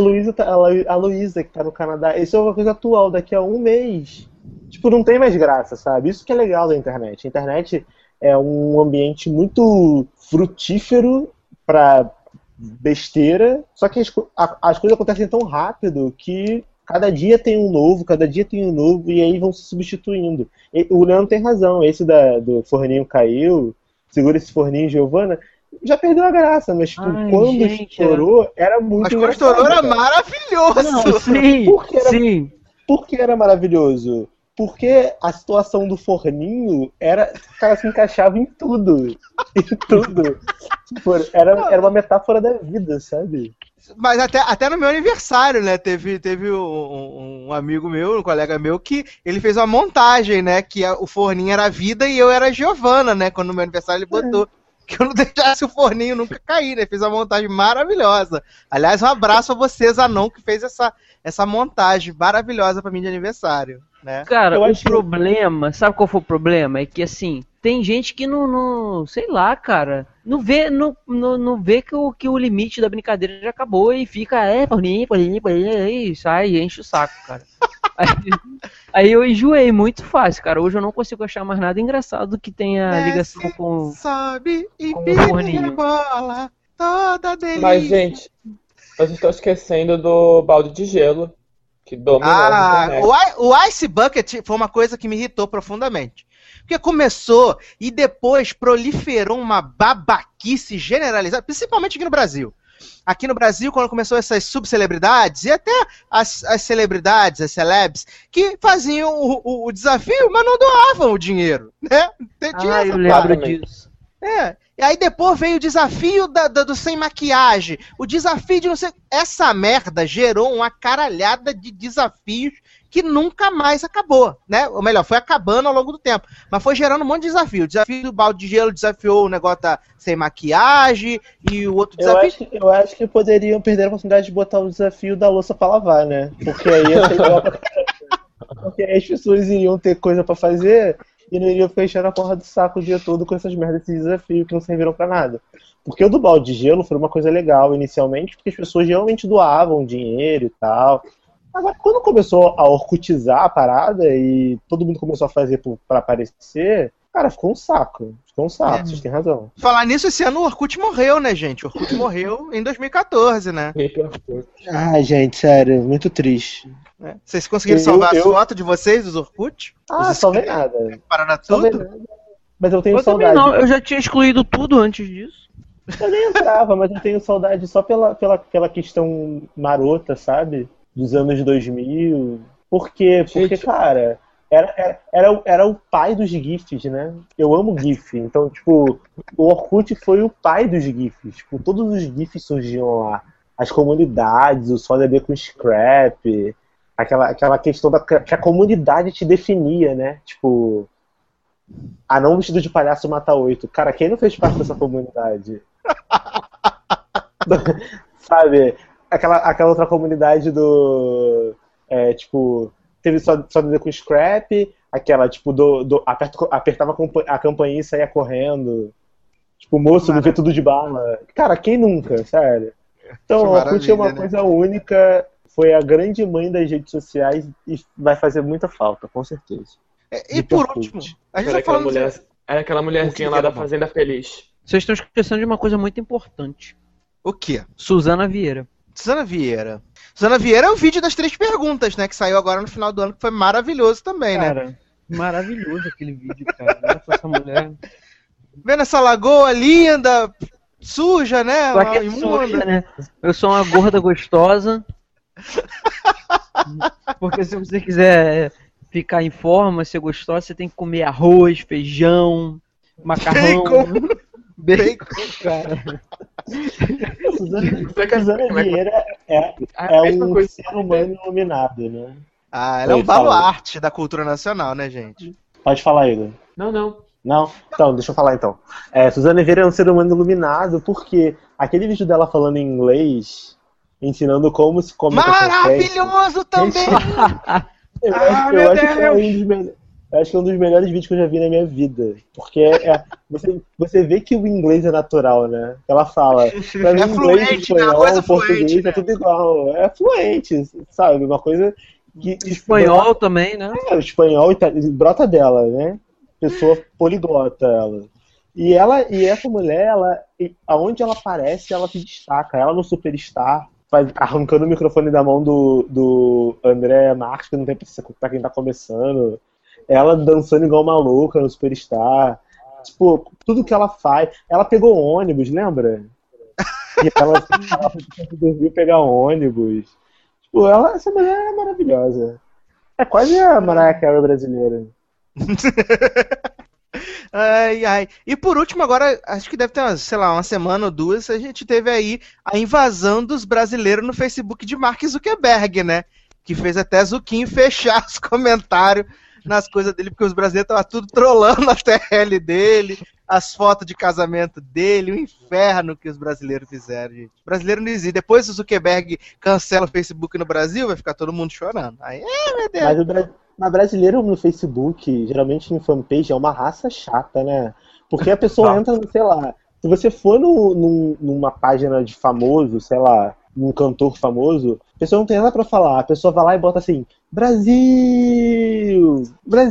A Luísa que tá no Canadá. Isso é uma coisa atual, daqui a um mês. Tipo, não tem mais graça, sabe? Isso que é legal da internet. A internet é um ambiente muito frutífero pra besteira, só que as coisas acontecem tão rápido que cada dia tem um novo, e aí vão se substituindo. O Leandro tem razão, esse do Forninho caiu... Segura esse Forninho, Giovanna, já perdeu a graça, mas tipo, quando estourou, era muito engraçado. Mas quando estourou era maravilhoso. Não, sim, Por que era maravilhoso? Porque a situação do Forninho cara, se encaixava em tudo. Em tudo. Tipo, era uma metáfora da vida, sabe? Mas até no meu aniversário, né, teve um amigo meu, um colega meu, que ele fez uma montagem, né, que o Forninho era a vida e eu era a Giovanna, né, quando no meu aniversário ele botou que eu não deixasse o Forninho nunca cair, né, fez uma montagem maravilhosa. Aliás, um abraço a você, Zanon, que fez essa montagem maravilhosa pra mim de aniversário, né. Cara, problema, sabe qual foi o problema? É que, assim, tem gente que não sei lá, cara, não vê que o limite da brincadeira já acabou e fica, Forninho, e sai e enche o saco, cara. Aí eu enjoei muito fácil, cara. Hoje eu não consigo achar mais nada engraçado que tenha ligação com sobe e com o Forninho. bola, toda delícia. Mas, gente, vocês estão esquecendo do balde de gelo, que dominou a internet. O Ice Bucket foi uma coisa que me irritou profundamente. Porque começou e depois proliferou uma babaquice generalizada, principalmente aqui no Brasil. Aqui no Brasil, quando começou essas subcelebridades, e até as celebridades, as celebs, que faziam o desafio, mas não doavam o dinheiro, né? Eu lembro disso. E aí depois veio o desafio do sem maquiagem, o desafio de não sei... Essa merda gerou uma caralhada de desafios que nunca mais acabou, né? Ou melhor, foi acabando ao longo do tempo. Mas foi gerando um monte de desafio. O desafio do balde de gelo desafiou o negócio da sem maquiagem e o outro desafio... Eu acho que poderiam perder a oportunidade de botar o desafio da louça pra lavar, né? Porque aí ia ser igual pra caramba. Porque aí as pessoas iriam ter coisa pra fazer e não iriam ficar enchendo a porra do saco o dia todo com essas merdas de desafio que não serviram pra nada. Porque o do balde de gelo foi uma coisa legal inicialmente, porque as pessoas realmente doavam dinheiro e tal. Agora, quando começou a orkutizar a parada e todo mundo começou a fazer pra aparecer, cara, ficou um saco. Vocês têm razão. Falar nisso, esse ano o Orkut morreu, né, gente? O Orkut morreu em 2014, né? Ai, gente, sério, muito triste. Vocês conseguiram salvar a foto de vocês, dos Orkut? Salvei nada. Pararam tudo? Mas eu tenho saudade. Não, eu já tinha excluído tudo antes disso. Eu nem entrava, mas eu tenho saudade só pela questão marota, sabe? Dos anos 2000. Por quê? Porque, cara, era o pai dos GIFs, né? Eu amo GIF. Então, tipo, o Orkut foi o pai dos GIFs. Tipo, todos os GIFs surgiam lá. As comunidades, o SoDB com Scrap, aquela questão que a comunidade te definia, né? Tipo, anão vestido de palhaço mata 8. Cara, quem não fez parte dessa comunidade? Sabe? Aquela outra comunidade do... tipo, teve SoDB com Scrap, aquela, tipo, apertava a campainha e saía correndo. Tipo, moço, não vê tudo de bala. Cara, quem nunca, sério? Então, o Orkut é uma coisa única, foi a grande mãe das redes sociais e vai fazer muita falta, com certeza. E por último, a gente tá falando... Era aquela mulherzinha lá da Fazenda Feliz. Vocês estão esquecendo de uma coisa muito importante. O quê? Suzana Vieira. Suzana Vieira é o vídeo das 3 perguntas, né? Que saiu agora no final do ano, que foi maravilhoso também, cara, né? Maravilhoso aquele vídeo, cara. Olha essa mulher. Vendo essa lagoa linda, suja, né? Suja, né? Eu sou uma gorda gostosa. Porque se você quiser ficar em forma, ser gostosa, você tem que comer arroz, feijão, macarrão. Bacon, cara. Suzana Vieira é um ser humano iluminado, né? Ela é um baluarte da cultura nacional, né, gente? Pode falar, Igor. Não? Então, deixa eu falar então. Suzana Vieira é um ser humano iluminado porque aquele vídeo dela falando em inglês, ensinando como se come maravilhoso também! Eu acho que é um dos melhores vídeos que eu já vi na minha vida. Porque você vê que o inglês é natural, né? Ela fala, pra mim, inglês, espanhol, português, né? É tudo igual. É fluente, sabe? Uma coisa que... Espanhol também, né? O espanhol brota dela, né? Pessoa poliglota, ela. E essa mulher, aonde ela aparece, ela se destaca. Ela no Superstar, arrancando o microfone da mão do André Marques, que não tem pra quem tá começando. Ela dançando igual uma louca no Superstar. Tipo, tudo que ela faz. Ela pegou ônibus, lembra? E ela dormiu pegar ônibus. Tipo, essa mulher é maravilhosa. É quase a Mariah Carey brasileira. Ai. E por último, agora, acho que deve ter, uma semana ou 2, a gente teve aí a invasão dos brasileiros no Facebook de Mark Zuckerberg, né? Que fez até Zuquinho fechar os comentários nas coisas dele, porque os brasileiros estavam tudo trollando a TL dele, as fotos de casamento dele, o inferno que os brasileiros fizeram, gente. O brasileiro não existe. Depois o Zuckerberg cancela o Facebook no Brasil, vai ficar todo mundo chorando. Aí, meu Deus. Mas brasileiro no Facebook, geralmente em fanpage, é uma raça chata, né? Porque a pessoa entra, sei lá, se você for numa página de famoso, sei lá, um cantor famoso, a pessoa não tem nada pra falar. A pessoa vai lá e bota assim, Brasil!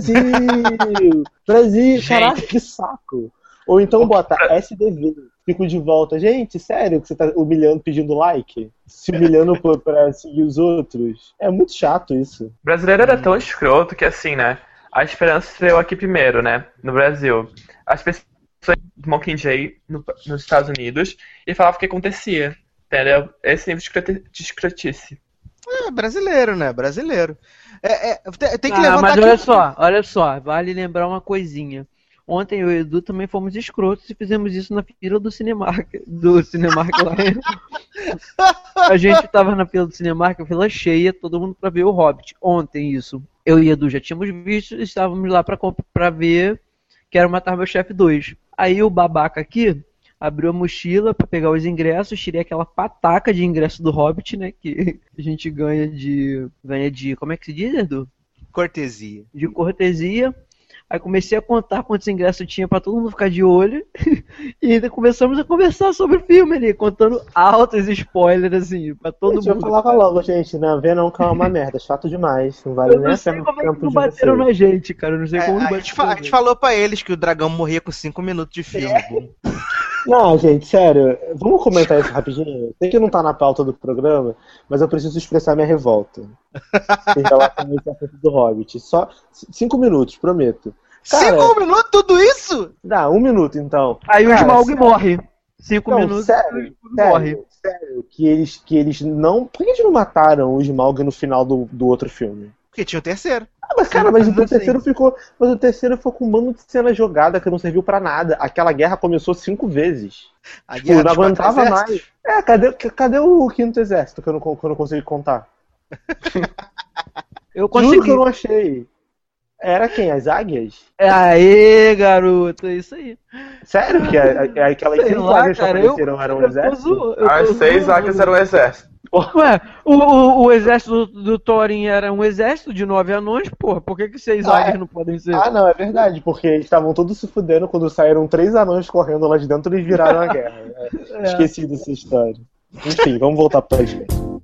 Caraca, que saco! Ou então bota SDV, fico de volta. Gente, sério que você tá humilhando, pedindo like? Se humilhando pra seguir os outros? É muito chato isso. O brasileiro era tão escroto que assim, né? A Esperança estreou aqui primeiro, né? No Brasil. As pessoas do Mockingjay nos Estados Unidos e falavam o que acontecia. Entendeu? Esse nível de escrotice. Brasileiro, né? Brasileiro. Tem que levantar mas olha só, vale lembrar uma coisinha. Ontem eu e o Edu também fomos escrotos e fizemos isso na fila do Cinemark lá. A gente tava na fila do Cinemark, a fila cheia, todo mundo pra ver o Hobbit. Ontem isso. Eu e o Edu já tínhamos visto, estávamos lá pra ver Quero Matar Meu Chefe 2. Aí o babaca aqui abriu a mochila pra pegar os ingressos, tirei aquela pataca de ingresso do Hobbit, né, que a gente ganha de como é que se diz, Edu? Cortesia. De cortesia. Aí comecei a contar quantos ingressos tinha pra todo mundo ficar de olho. E ainda começamos a conversar sobre o filme ali, contando altos spoilers, assim, pra todo mundo. Eu falava logo, gente, né? Venom que é uma merda, chato demais. Não vale nem a pena. Como é que não bateram na gente, cara? Eu não sei como a gente falou pra eles que o dragão morria com 5 minutos de filme. Não, gente, sério, vamos comentar isso rapidinho. Sei que não tá na pauta do programa, mas eu preciso expressar minha revolta em relação a esse assunto do Hobbit. Só 5 minutos, prometo. Cara, 5 minutos, tudo isso? Dá, 1 minuto então. Aí o Smaug morre. 5 Não, minutos sério, e morre. sério, que eles não... Por que eles não mataram o Smaug no final do outro filme? Porque tinha o terceiro. Ah, mas cara, mas o mas terceiro ficou... Mas o terceiro ficou com um bando de cena jogada que não serviu pra nada. Aquela guerra começou 5 vezes. A Tipo, guerra não dos quatro aguentava mais. exércitos. Cadê o quinto exército que eu não consegui contar? Eu Juro que eu consegui. não achei. Era quem? As águias? Aê, garoto, é isso aí. Sério que aquelas Sei 5 lá, águias que cara, apareceram eram um exército? As 6 águias eram um exército. Ué, o exército do Thorin era um exército de 9 anões, porra, por que 6 águias não podem ser? Ah, não, é verdade, porque eles estavam todos se fudendo quando saíram 3 anões correndo lá de dentro e viraram a guerra. Esqueci dessa história. Enfim, vamos voltar pra gente.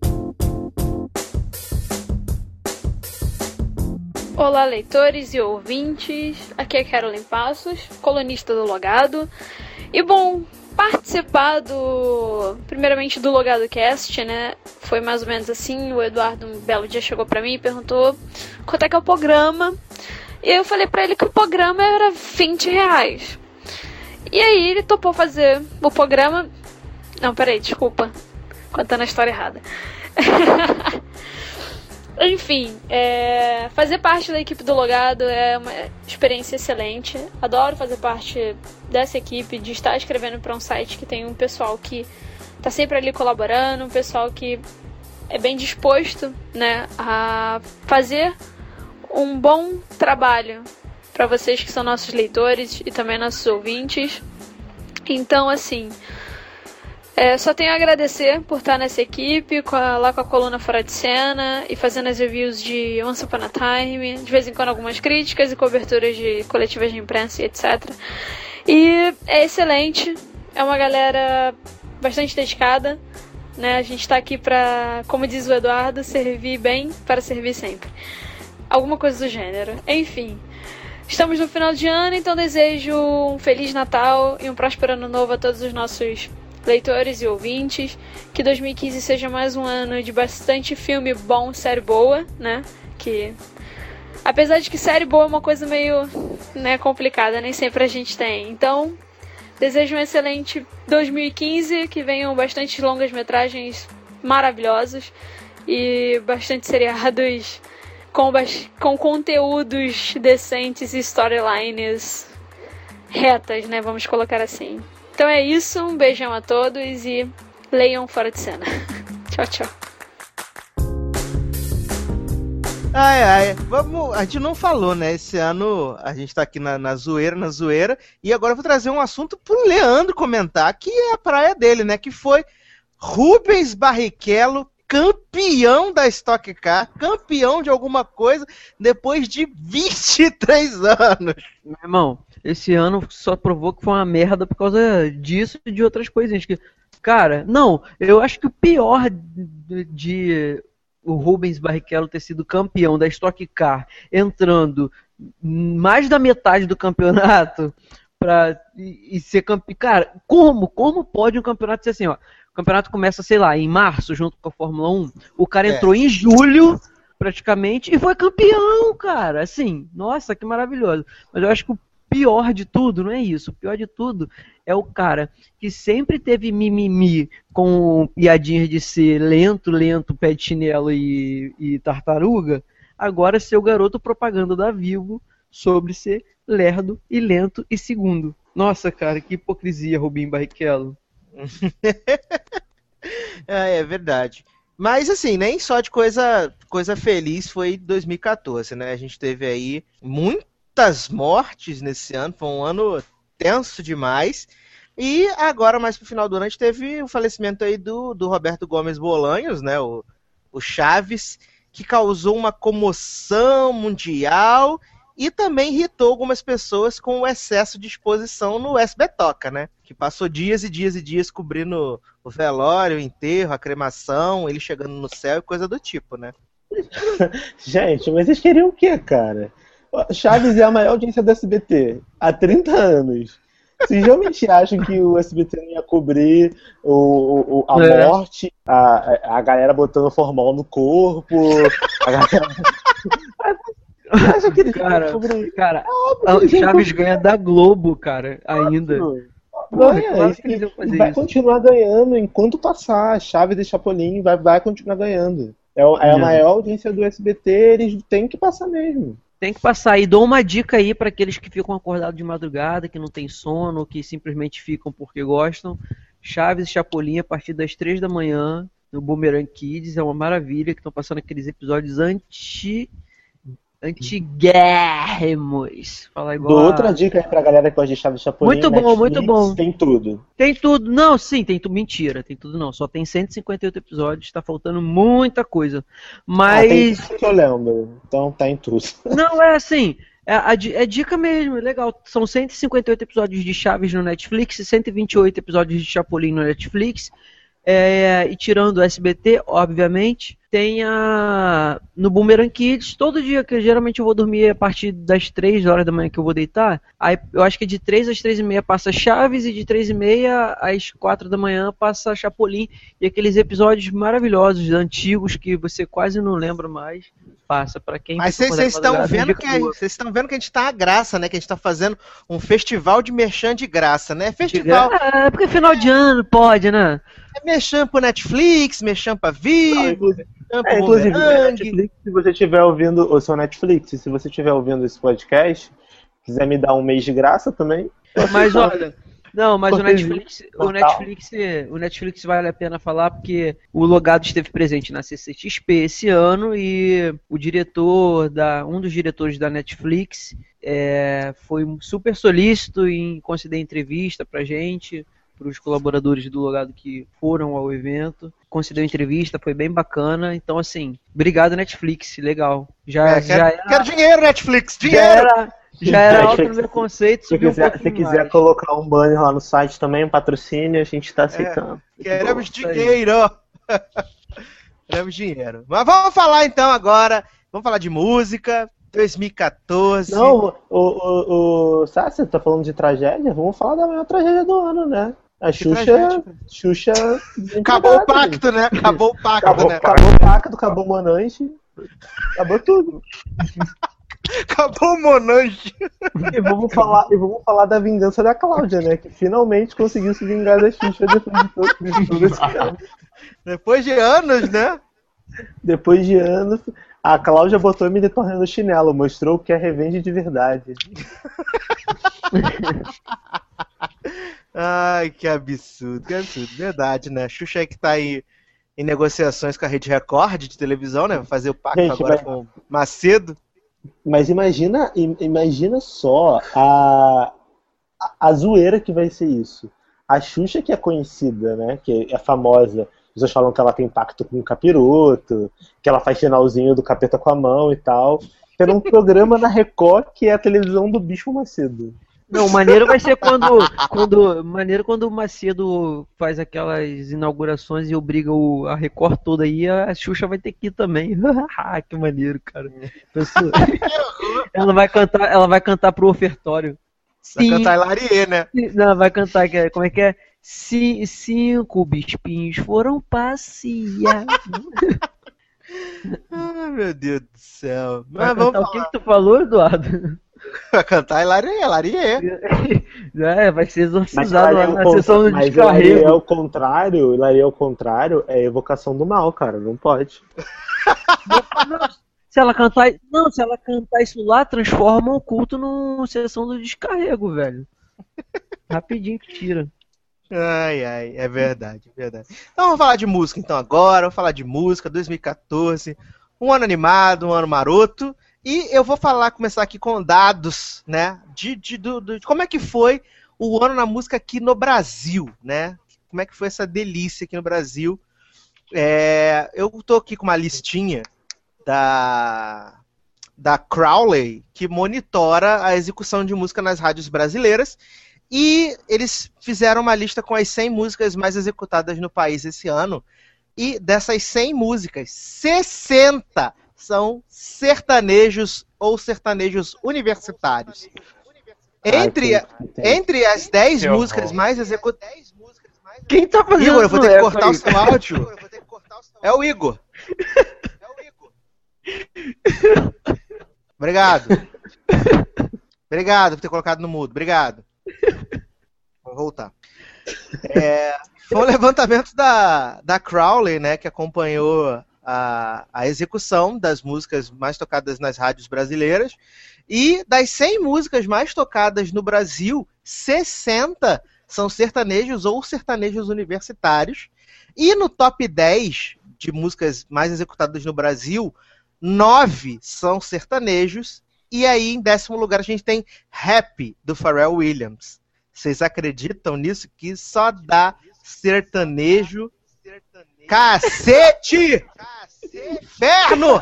Olá, leitores e ouvintes. Aqui é Carolyn Passos, colunista do Logado. E bom, participar primeiramente do Logado Cast, né? Foi mais ou menos assim. O Eduardo um belo dia chegou pra mim e perguntou quanto é que é o programa. E eu falei pra ele que o programa era R$20. E aí ele topou fazer o programa. Não, peraí, desculpa. Contando a história errada. Enfim, fazer parte da equipe do Logado é uma experiência excelente. Adoro fazer parte dessa equipe, de estar escrevendo para um site que tem um pessoal que está sempre ali colaborando, um pessoal que é bem disposto, né, a fazer um bom trabalho para vocês que são nossos leitores e também nossos ouvintes. Então, assim... só tenho a agradecer por estar nessa equipe, lá com a coluna Fora de Cena e fazendo as reviews de Once Upon a Time, de vez em quando algumas críticas e coberturas de coletivas de imprensa e etc. E é excelente, é uma galera bastante dedicada, né? A gente está aqui para, como diz o Eduardo, servir bem para servir sempre. Alguma coisa do gênero. Enfim, estamos no final de ano, então desejo um Feliz Natal e um próspero Ano Novo a todos os nossos leitores e ouvintes, que 2015 seja mais um ano de bastante filme bom, série boa, né, que apesar de que série boa é uma coisa meio, né, complicada, nem sempre a gente tem, então desejo um excelente 2015, que venham bastante longas metragens maravilhosos e bastante seriados com conteúdos decentes e storylines retas, né, vamos colocar assim. Então é isso, um beijão a todos e leiam Fora de Cena. Tchau, tchau. A gente não falou, né? Esse ano a gente tá aqui na zoeira, e agora eu vou trazer um assunto pro Leandro comentar, que é a praia dele, né? Que foi Rubens Barrichello, campeão da Stock Car, campeão de alguma coisa, depois de 23 anos. Meu irmão, esse ano só provou que foi uma merda por causa disso e de outras coisinhas. Cara, não, eu acho que o pior de o Rubens Barrichello ter sido campeão da Stock Car, entrando mais da metade do campeonato e ser campeão. Cara, como pode um campeonato ser assim, ó? O campeonato começa, sei lá, em março, junto com a Fórmula 1. O cara entrou em julho, praticamente, e foi campeão, cara. Assim, nossa, que maravilhoso. Mas eu acho que o pior de tudo não é isso. O pior de tudo é o cara que sempre teve mimimi com piadinhas de ser lento, pé de chinelo e tartaruga. Agora ser o garoto propaganda da Vivo sobre ser lerdo e lento e segundo. Nossa, cara, que hipocrisia, Rubinho Barrichello. É verdade. Mas assim, nem só de coisa feliz foi 2014, né? A gente teve aí muitas mortes nesse ano, foi um ano tenso demais. E agora, mais pro final do ano, a gente teve o falecimento aí do Roberto Gomes Bolanhos, né? O Chaves, que causou uma comoção mundial e também irritou algumas pessoas com o excesso de exposição no SB Toca, né? Que passou dias e dias e dias cobrindo o velório, o enterro, a cremação, ele chegando no céu e coisa do tipo, né? Gente, mas vocês queriam o quê, cara? Chaves é a maior audiência do SBT há 30 anos. Vocês realmente acham que o SBT não ia cobrir a morte, a galera botando formol no corpo, a galera... Cara, o Chaves ganha da Globo, cara, ainda. Ganha, claro que eles e vão fazer vai isso. continuar ganhando enquanto passar. Chaves e Chapolin vai continuar ganhando. É a maior audiência do SBT, eles têm que passar mesmo. Tem que passar. E dou uma dica aí para aqueles que ficam acordados de madrugada, que não tem sono, ou que simplesmente ficam porque gostam. Chaves e Chapolin a partir das 3 da manhã no Boomerang Kids. É uma maravilha, que estão passando aqueles episódios antiguérrimos. Fala igual. Dou outra dica aí pra galera que gosta de Chaves e Chapolin. Muito bom, Netflix, muito bom. Tem tudo. Tem tudo. Não, sim, tem tudo. Mentira, tem tudo não. Só tem 158 episódios, tá faltando muita coisa. Tem Mas. tudo que eu lembro. Então tá em tudo. Não, é assim. É dica mesmo, é legal. São 158 episódios de Chaves no Netflix, 128 episódios de Chapolin no Netflix. E tirando o SBT, obviamente, tem no Boomerang Kids, todo dia, que geralmente eu vou dormir a partir das 3 horas da manhã que eu vou deitar. Aí eu acho que de 3 às 3h30 passa Chaves, e de 3h30 às 4 da manhã passa Chapolin. E aqueles episódios maravilhosos, antigos, que você quase não lembra mais, passa. Pra quem. Mas vocês estão vendo que a gente tá a graça, né? Que a gente tá fazendo um festival de merchan de graça, né? Festival. É porque final de ano pode, né? É merchan pro Netflix, merchan pra Vivo, merchan pro Inclusive, Boomerang. Netflix, se você estiver ouvindo o seu Netflix, se você estiver ouvindo esse podcast, quiser me dar um mês de graça também. Mas olha, não, mas o Total. Netflix vale a pena falar, porque o Logado esteve presente na CCXP esse ano, e o diretor um dos diretores da Netflix foi super solícito em conceder entrevista pra gente, para os colaboradores do Logado que foram ao evento. Concedeu entrevista, foi bem bacana. Então, assim, obrigado Netflix, legal. Quero dinheiro, Netflix, dinheiro! Já era alto no meu conceito. Se quiser colocar um banner lá no site também, um patrocínio, a gente tá aceitando. Queremos dinheiro! Queremos dinheiro. Mas vamos falar então agora, vamos falar de música. 2014. Não, Sassi, você tá falando de tragédia? Vamos falar da maior tragédia do ano, né? A Xuxa. Acabou o pacto, né? Acabou o pacto, né? Acabou o pacto, acabou o Monange. Acabou tudo. Acabou o Monange. E vamos falar da vingança da Cláudia, né? Que finalmente conseguiu se vingar da Xuxa depois de todo esse tempo. Depois de anos, né? Depois de anos, a Cláudia botou me detornando o chinelo, mostrou o que é revenge de verdade. Ai, que absurdo, verdade, né? Xuxa aí que tá aí em negociações com a Rede Record de televisão, né? Vai fazer o pacto agora com o Macedo. Mas imagina só a zoeira que vai ser isso. A Xuxa, que é conhecida, né? Que é famosa. As pessoas falam que ela tem pacto com o capiroto, que ela faz finalzinho do capeta com a mão e tal. Tem um programa na Record que é a televisão do Bispo Macedo. Não, maneiro vai ser quando o Macedo faz aquelas inaugurações e obriga a Record toda aí, a Xuxa vai ter que ir também. Que maneiro, cara. Ela vai cantar pro ofertório. Vai cantar Hilarie, né? Não, vai cantar, como é que é? 5 bispinhos foram passear. Ai, meu Deus do céu. Mas vamos falar. O que tu falou, Eduardo? Vai cantar Hilarie. Vai ser exorcizado lá na sessão do descarrego. Hilarie ao contrário, é evocação do mal, cara, não pode. Se ela cantar isso lá, transforma o culto numa sessão do descarrego, velho. Rapidinho que tira. Ai, é verdade. Então vamos falar de música então agora, vamos falar de música, 2014, um ano animado, um ano maroto. E eu vou começar aqui com dados, né, de como é que foi o ano na música aqui no Brasil, né? Como é que foi essa delícia aqui no Brasil. Eu tô aqui com uma listinha da Crowley, que monitora a execução de música nas rádios brasileiras, e eles fizeram uma lista com as 100 músicas mais executadas no país esse ano, e dessas 100 músicas, 60 são sertanejos ou sertanejos universitários. Entre as 10 músicas mais executadas... Quem tá fazendo Igor, eu vou ter que cortar o seu áudio. É o Igor. Obrigado por ter colocado no mudo. Obrigado. Vou voltar. Foi um levantamento da Crowley, né, que acompanhou a execução das músicas mais tocadas nas rádios brasileiras. E das 100 músicas mais tocadas no Brasil, 60 são sertanejos ou sertanejos universitários. E no top 10 de músicas mais executadas no Brasil, 9 são sertanejos. E aí, em 10º lugar, a gente tem Happy, do Pharrell Williams. Vocês acreditam nisso? Que só dá sertanejo. Cacete! Inferno!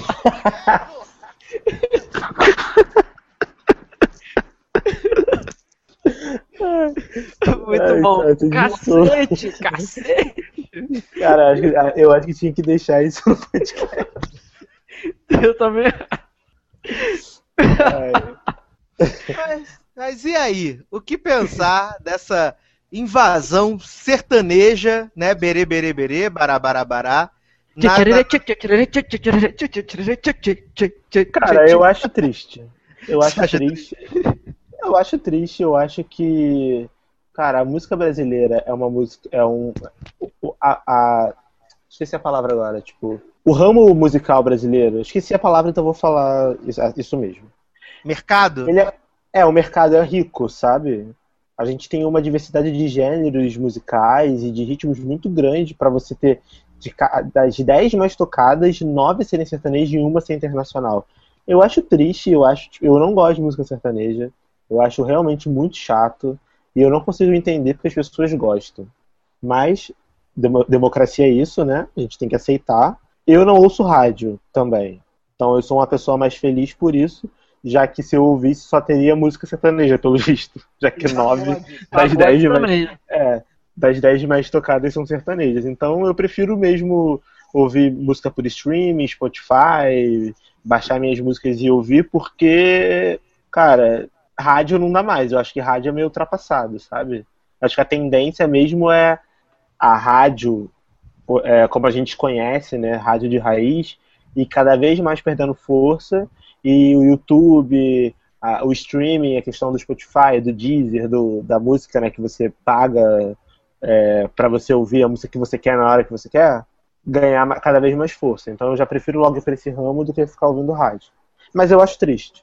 Muito bom. Cacete! Cara, eu acho que tinha que deixar isso no podcast. Eu também. Mas e aí? O que pensar dessa invasão sertaneja, né? Berê, berê, berê, bará, bará, bará. Cara, eu acho triste. Eu acho que, cara, a música brasileira é uma música, esqueci a palavra agora, tipo, o ramo musical brasileiro, esqueci a palavra, então vou falar isso mesmo. Mercado? O mercado é rico, sabe? A gente tem uma diversidade de gêneros musicais e de ritmos muito grande pra você ter, das 10 mais tocadas, 9 serem sertanejos e uma ser internacional. Eu acho triste, eu não gosto de música sertaneja. Eu acho realmente muito chato e eu não consigo entender porque as pessoas gostam. Mas democracia é isso, né? A gente tem que aceitar. Eu não ouço rádio também. Então eu sou uma pessoa mais feliz por isso, já que se eu ouvisse só teria música sertaneja, pelo visto. Já que 9 das 10 mais tocadas são sertanejas. Então eu prefiro mesmo ouvir música por streaming, Spotify, baixar minhas músicas e ouvir, porque, cara, rádio não dá mais. Eu acho que rádio é meio ultrapassado, sabe? Acho que a tendência mesmo é a rádio, como a gente conhece, né? Rádio de raiz, e cada vez mais perdendo força. E o YouTube, o streaming, a questão do Spotify, do Deezer, da música, né? Que você paga pra você ouvir a música que você quer na hora que você quer, ganhar cada vez mais força. Então eu já prefiro logo ir pra esse ramo do que ficar ouvindo rádio. Mas eu acho triste.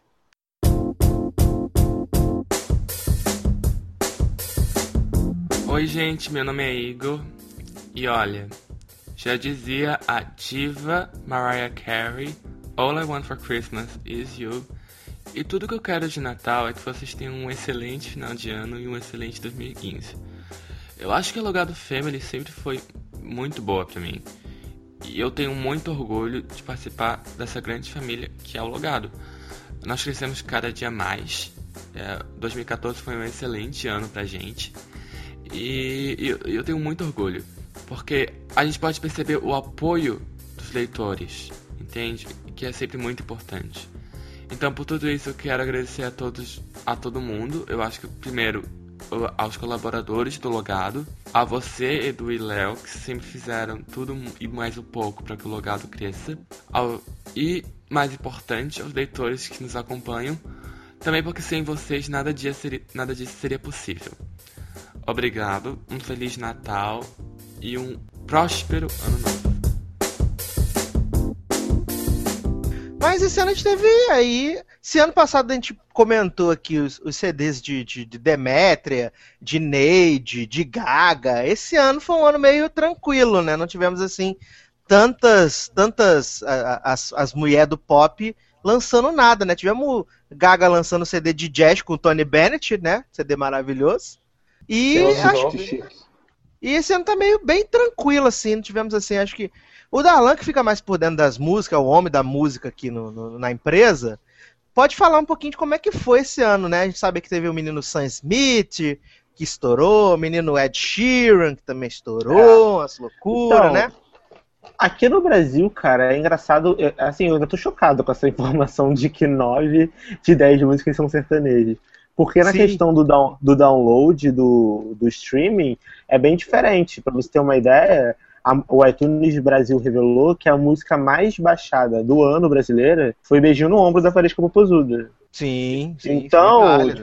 Oi gente, meu nome é Igor e olha, já dizia a diva Mariah Carey, All I Want for Christmas is You, e tudo que eu quero de Natal é que vocês tenham um excelente final de ano e um excelente 2015. Eu acho que a Logado Family sempre foi muito boa pra mim, e eu tenho muito orgulho de participar dessa grande família que é o Logado. Nós crescemos cada dia mais, 2014 foi um excelente ano pra gente. E eu tenho muito orgulho, porque a gente pode perceber o apoio dos leitores, entende? Que é sempre muito importante. Então, por tudo isso, eu quero agradecer a todo mundo. Eu acho que, primeiro, aos colaboradores do Logado, a você, Edu e Léo, que sempre fizeram tudo e mais um pouco para que o Logado cresça. E, mais importante, aos leitores que nos acompanham, também porque sem vocês nada disso seria possível. Obrigado, um Feliz Natal e um próspero Ano Novo. Mas esse ano a gente teve aí... Esse ano passado a gente comentou aqui os CDs de Demétria, de Neide, de Gaga. Esse ano foi um ano meio tranquilo, né? Não tivemos, assim, tantas as mulheres do pop lançando nada, né? Tivemos Gaga lançando CD de jazz com Tony Bennett, né? CD maravilhoso. E esse ano tá meio bem tranquilo, assim, não tivemos assim, acho que o Darlan, que fica mais por dentro das músicas, o homem da música aqui na empresa, pode falar um pouquinho de como é que foi esse ano, né? A gente sabe que teve o menino Sam Smith, que estourou, o menino Ed Sheeran, que também estourou, as loucuras, então, né? Aqui no Brasil, cara, é engraçado, assim, eu ainda tô chocado com essa informação de que 9 de 10 músicas são sertanejas. Porque na questão do download, do streaming, é bem diferente. Para você ter uma ideia, o iTunes Brasil revelou que a música mais baixada do ano brasileira foi Beijinho no Ombro da Faresca Popozuda. Sim. Então, tipo,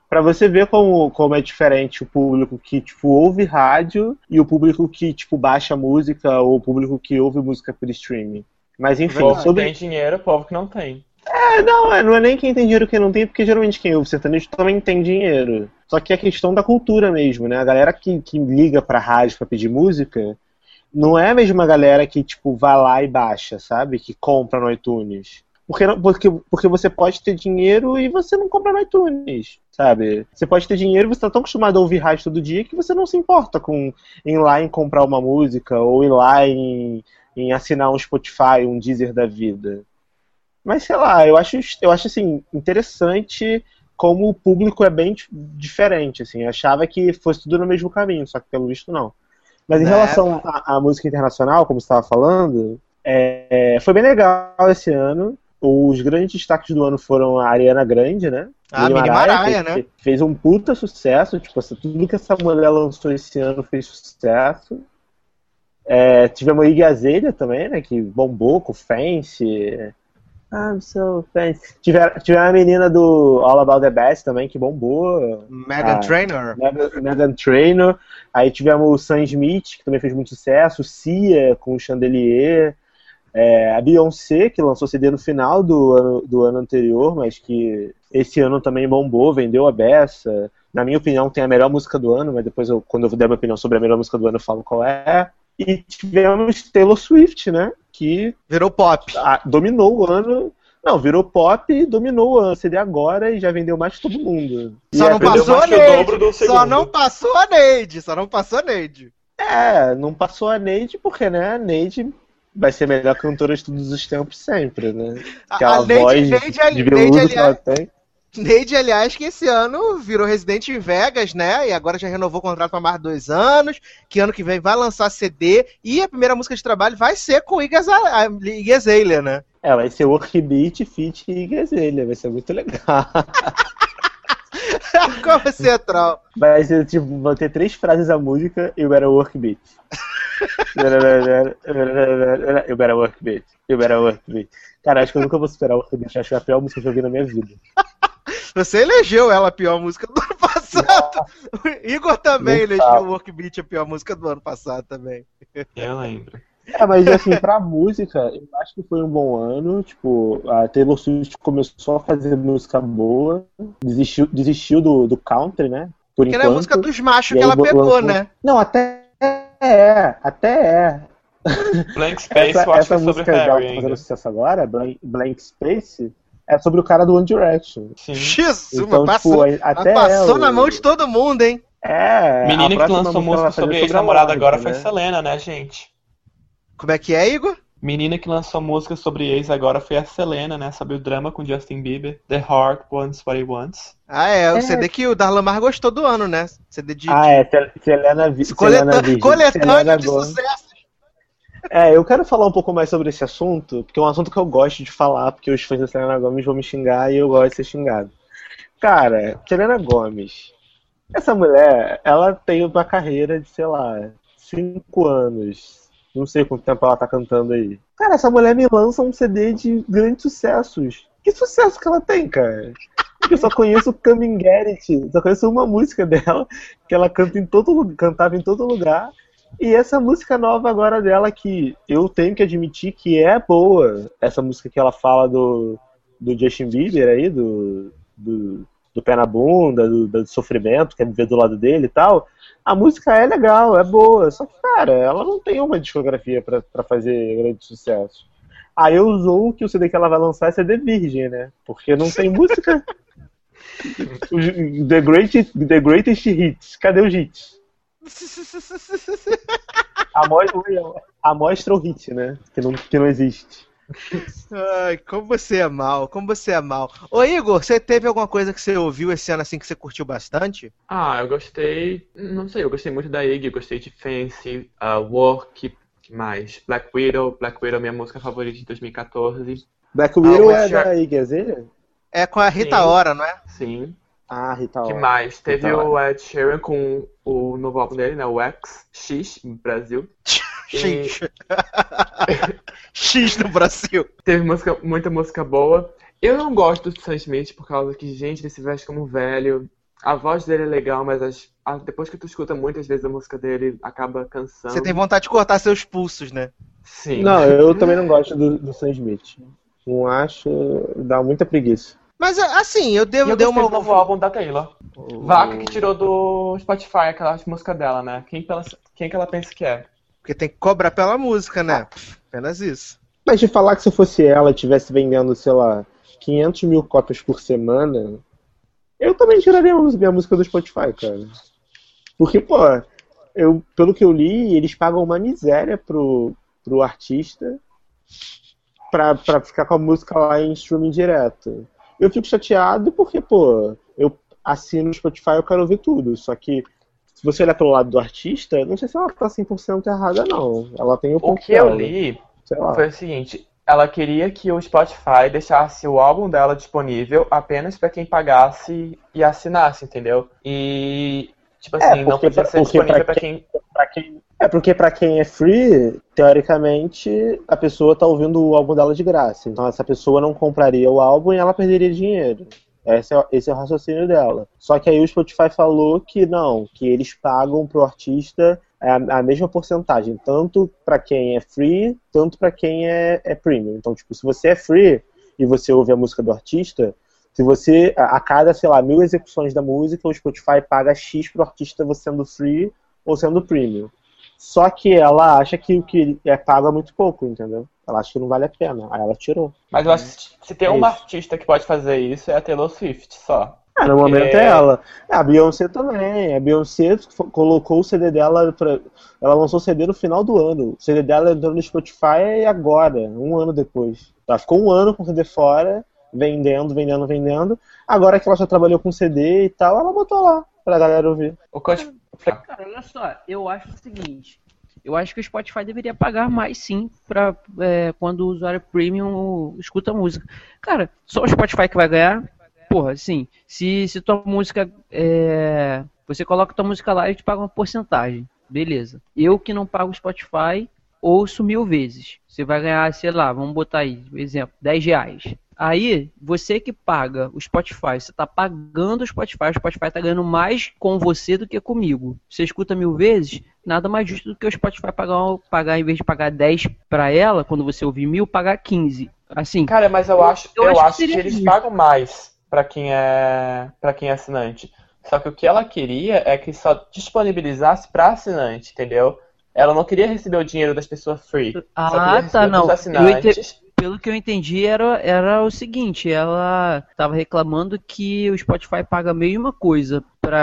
Pra você ver como é diferente o público que, tipo, ouve rádio e o público que, tipo, baixa música ou o público que ouve música por streaming. Mas enfim, O povo que tem dinheiro, o povo que não tem. Não é nem quem tem dinheiro e quem não tem, porque geralmente quem ouve sertanejo também tem dinheiro. Só que é questão da cultura mesmo, né? A galera que liga pra rádio pra pedir música não é a mesma galera que, tipo, vai lá e baixa, sabe? Que compra no iTunes. Porque você pode ter dinheiro e você não compra no iTunes, sabe? Você pode ter dinheiro e você tá tão acostumado a ouvir rádio todo dia que você não se importa com ir lá em comprar uma música ou ir lá em assinar um Spotify, um Deezer da vida. Mas sei lá, eu acho assim, interessante como o público é bem diferente, assim. Eu achava que fosse tudo no mesmo caminho, só que pelo visto não. Mas em relação à música internacional, como você estava falando, foi bem legal esse ano. Os grandes destaques do ano foram a Ariana Grande, né? A Mini Maraia, né? Fez um puta sucesso, tipo, tudo que essa mulher lançou esse ano fez sucesso. Tivemos a Iggy Azalea também, né? Que bombou com Fancy. I'm so fancy. Tivemos a menina do All About the Bass também, que bombou. Meghan Trainor. Meghan Trainor. Aí tivemos o Sam Smith, que também fez muito sucesso. Cia, com o Chandelier. A Beyoncé, que lançou CD no final do ano anterior, mas que esse ano também bombou, vendeu a beça. Na minha opinião, tem a melhor música do ano, mas depois, quando eu der minha opinião sobre a melhor música do ano, eu falo qual é. E tivemos Taylor Swift, né? Que virou pop. Dominou o ano. Não, virou pop e dominou o ano. CD agora e já vendeu mais que todo mundo. Só não passou a Neide. Só não passou a Neide. Não passou a Neide porque, né, a Neide vai ser a melhor cantora de todos os tempos sempre, né? Aquela voz de veludo que ela tem. Neide, aliás, que esse ano virou residente em Vegas, né? E agora já renovou o contrato para mais 2 anos. Que ano que vem vai lançar CD. E a primeira música de trabalho vai ser com Iggy Azalea, né? Vai ser Work Beat feat Iggy Azalea. Vai ser muito legal. Como você é troll? Vai ser, tipo, vai ter 3 frases da música e o better work beat. You better work beat. You better work beat. Cara, acho que eu nunca vou superar o Work Beat. Acho que é a pior música que eu vi na minha vida. Você elegeu ela a pior música do ano passado. O Igor também elegeu o Work Beat a pior música do ano passado também. Eu lembro. Mas assim, pra música, eu acho que foi um bom ano. Tipo, a Taylor Swift começou a fazer música boa, desistiu do country, né? Porque é a música dos machos que ela pegou, né? Não, até é. Blank Space, eu acho que é sobre música dela que tá fazendo sucesso agora, Blank Space, é sobre o cara do One Direction. Sim. Jesus, então, passou na mão de todo mundo, hein? Menina que lançou música sobre ex-namorada agora foi Selena, né, gente? Como é que é, Igor? Menina que lançou música sobre ex agora foi a Selena, né? Sobre o drama com Justin Bieber. The Heart Wants What It Wants. O CD que o Darlan Mar gostou do ano, né? CD de... Selena Virgem. Coletânea de sucesso. Eu quero falar um pouco mais sobre esse assunto, porque é um assunto que eu gosto de falar, porque os fãs da Selena Gomez vão me xingar e eu gosto de ser xingado. Cara, Selena Gomez, essa mulher, ela tem uma carreira de, sei lá, 5 anos. Não sei quanto tempo ela tá cantando aí. Cara, essa mulher me lança um CD de grandes sucessos. Que sucesso que ela tem, cara? Eu só conheço Come and Get It. Só conheço uma música dela, que ela cantava em todo lugar. E essa música nova agora dela, que eu tenho que admitir que é boa. Essa música que ela fala do Justin Bieber aí, do pé na bunda, do sofrimento, quer viver do lado dele e tal. A música é legal, é boa, só que, cara, ela não tem uma discografia pra fazer grande sucesso. Aí eu usou que o CD que ela vai lançar é CD virgem, né? Porque não tem música. The Greatest Hits. Cadê os hits? Amostra o hit, né? Que não existe. Ai, como você é mal. Ô Igor, você teve alguma coisa que você ouviu esse ano assim que você curtiu bastante? Eu gostei, não sei, eu gostei muito da Iggy, gostei de Fancy, Work, que mais? Black Widow é minha música favorita de 2014. Black Widow é da Iggy Azalea? É com a Rita Ora, não é? Sim. Rita Ora. Que mais? Teve o Ed Sheeran com o novo álbum dele, né, o X no Brasil. X no Brasil. Teve muita música boa. Eu não gosto do Sam Smith por causa que, gente, ele se veste como velho. A voz dele é legal, mas depois que tu escuta muitas vezes a música dele, acaba cansando. Você tem vontade de cortar seus pulsos, né? Sim. Não, eu também não gosto do Sam Smith. Não acho, dá muita preguiça. Mas assim, eu E eu dei gostei uma. do novo álbum da Taylor. Vaca que tirou do Spotify aquela música dela, né? Quem que ela pensa que é? Porque tem que cobrar pela música, né? Apenas isso. Mas de falar que se fosse ela estivesse vendendo, sei lá, 500 mil cópias por semana, eu também tiraria minha música do Spotify, cara. Porque, pô, pelo que eu li, eles pagam uma miséria pro artista pra ficar com a música lá em streaming direto. Eu fico chateado porque, pô, eu assino o Spotify e eu quero ouvir tudo. Só que, se você olhar pelo lado do artista, não sei se ela tá 100% errada, não. Ela tem o O ponto que eu dela, li sei lá. foi o seguinte: ela queria que o Spotify deixasse o álbum dela disponível apenas pra quem pagasse e assinasse, entendeu? E, tipo assim, não podia ser disponível pra quem. Porque pra quem é free, teoricamente, a pessoa tá ouvindo o álbum dela de graça. Então essa pessoa não compraria o álbum e ela perderia dinheiro. Esse é o raciocínio dela. Só que aí o Spotify falou que não, que eles pagam pro artista a mesma porcentagem, tanto pra quem é free, tanto pra quem é premium. Então, tipo, se você é free e você ouve a música do artista, se você, a cada, sei lá, 1000 execuções da música, o Spotify paga X pro artista você sendo free ou sendo premium. Só que ela acha que o que é pago é muito pouco, entendeu? Ela acha que não vale a pena. Aí ela tirou. Mas eu acho que se tem uma artista que pode fazer isso, é a Taylor Swift, só. No momento é ela. A Beyoncé também. A Beyoncé colocou o CD dela Ela lançou o CD no final do ano. O CD dela entrou no Spotify agora, um ano depois. Ela ficou um ano com o CD fora, vendendo. Agora que ela já trabalhou com CD e tal, ela botou lá pra galera ouvir. Cara, olha só, eu acho o seguinte. Eu acho que o Spotify deveria pagar mais, sim, pra quando o usuário premium escuta música. Cara, só o Spotify que vai ganhar. Porra, assim, se tua música. Você coloca tua música lá e te paga uma porcentagem. Beleza. Eu que não pago o Spotify, ouço 1000 vezes. Você vai ganhar, sei lá, vamos botar aí, por exemplo, R$10. Aí, você que paga o Spotify, você tá pagando o Spotify tá ganhando mais com você do que comigo. Você escuta 1000 vezes, nada mais justo do que o Spotify pagar em vez de pagar 10 pra ela, quando você ouvir 1000, pagar 15. Assim. Cara, mas eu acho que eles justo. pagam mais pra quem é assinante. Só que o que ela queria é que só disponibilizasse pra assinante, entendeu? Ela não queria receber o dinheiro das pessoas free. Só queria receber dos assinantes. Pelo que eu entendi, era o seguinte, ela estava reclamando que o Spotify paga a mesma coisa,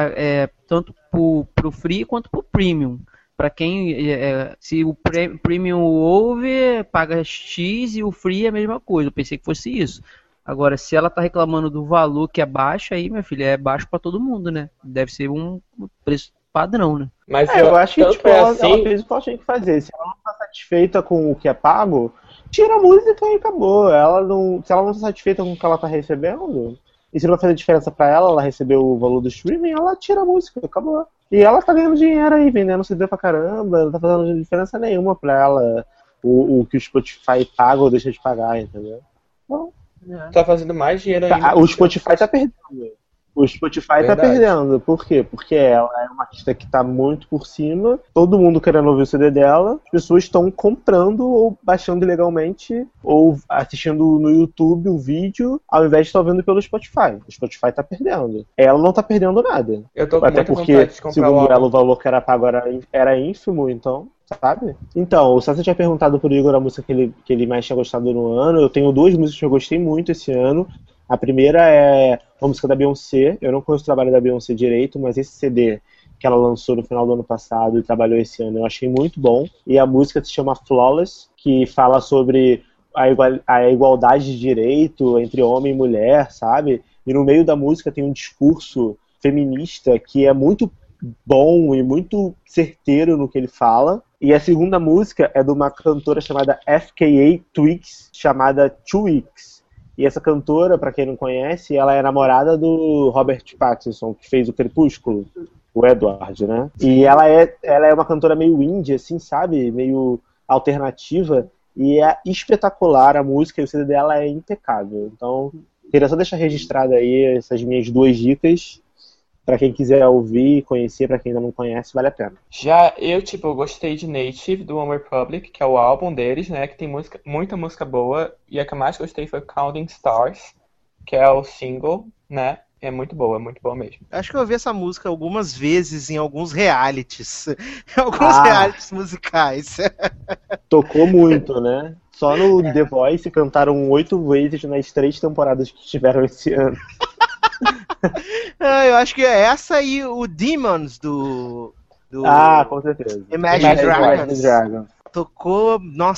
tanto pro free quanto pro premium. Para quem, se o premium ouve, paga X e o free é a mesma coisa. Eu pensei que fosse isso. Agora, se ela tá reclamando do valor que é baixo, aí, minha filha, é baixo para todo mundo, né? Deve ser um preço padrão, né? Mas eu acho que tipo, ela assim... fez o que ela tinha que fazer. Se ela não tá satisfeita com o que é pago, tira a música e acabou. Se ela não tá satisfeita com o que ela tá recebendo, e se não vai fazer diferença pra ela receber o valor do streaming, ela tira a música, acabou. E ela tá ganhando dinheiro aí, vendendo CD pra caramba, não tá fazendo diferença nenhuma pra ela o que o Spotify paga ou deixa de pagar, entendeu? Bom, tá fazendo mais dinheiro ainda. O Spotify tá perdendo. O Spotify tá perdendo. Por quê? Porque ela é uma artista que tá muito por cima, todo mundo querendo ouvir o CD dela, as pessoas estão comprando ou baixando ilegalmente ou assistindo no YouTube o vídeo, ao invés de estar ouvindo pelo Spotify. O Spotify tá perdendo. Ela não tá perdendo nada. Eu tô com até muita porque, vontade de comprar segundo ela, o valor que era pago era ínfimo, então... Sabe? Então, o Sasha tinha perguntado pro Igor a música que ele mais tinha gostado no ano. Eu tenho 2 músicas que eu gostei muito esse ano. A primeira é uma música da Beyoncé. Eu não conheço o trabalho da Beyoncé direito, mas esse CD que ela lançou no final do ano passado e trabalhou esse ano eu achei muito bom. E a música se chama Flawless, que fala sobre a igualdade de direito entre homem e mulher, sabe? E no meio da música tem um discurso feminista que é muito bom e muito certeiro no que ele fala. E a segunda música é de uma cantora chamada FKA Twigs, chamada 2 Weeks. E essa cantora, pra quem não conhece, ela é namorada do Robert Pattinson, que fez o Crepúsculo, o Edward, né? E ela é uma cantora meio indie, assim, sabe? Meio alternativa. E é espetacular a música, e o CD dela é impecável. Então, queria só deixar registrado aí essas minhas 2 dicas. Pra quem quiser ouvir, conhecer, pra quem ainda não conhece, vale a pena. Já eu gostei de Native, do One Republic, que é o álbum deles, né? Que tem muita música boa. E a que eu mais gostei foi Counting Stars, que é o single, né? É muito boa mesmo. Acho que eu ouvi essa música algumas vezes em alguns realities. Alguns realities musicais. Tocou muito, né? Só no The Voice cantaram 8 vezes nas 3 temporadas que tiveram esse ano. Eu acho que é essa e o Demons do com certeza. Imagine Dragons. Tocou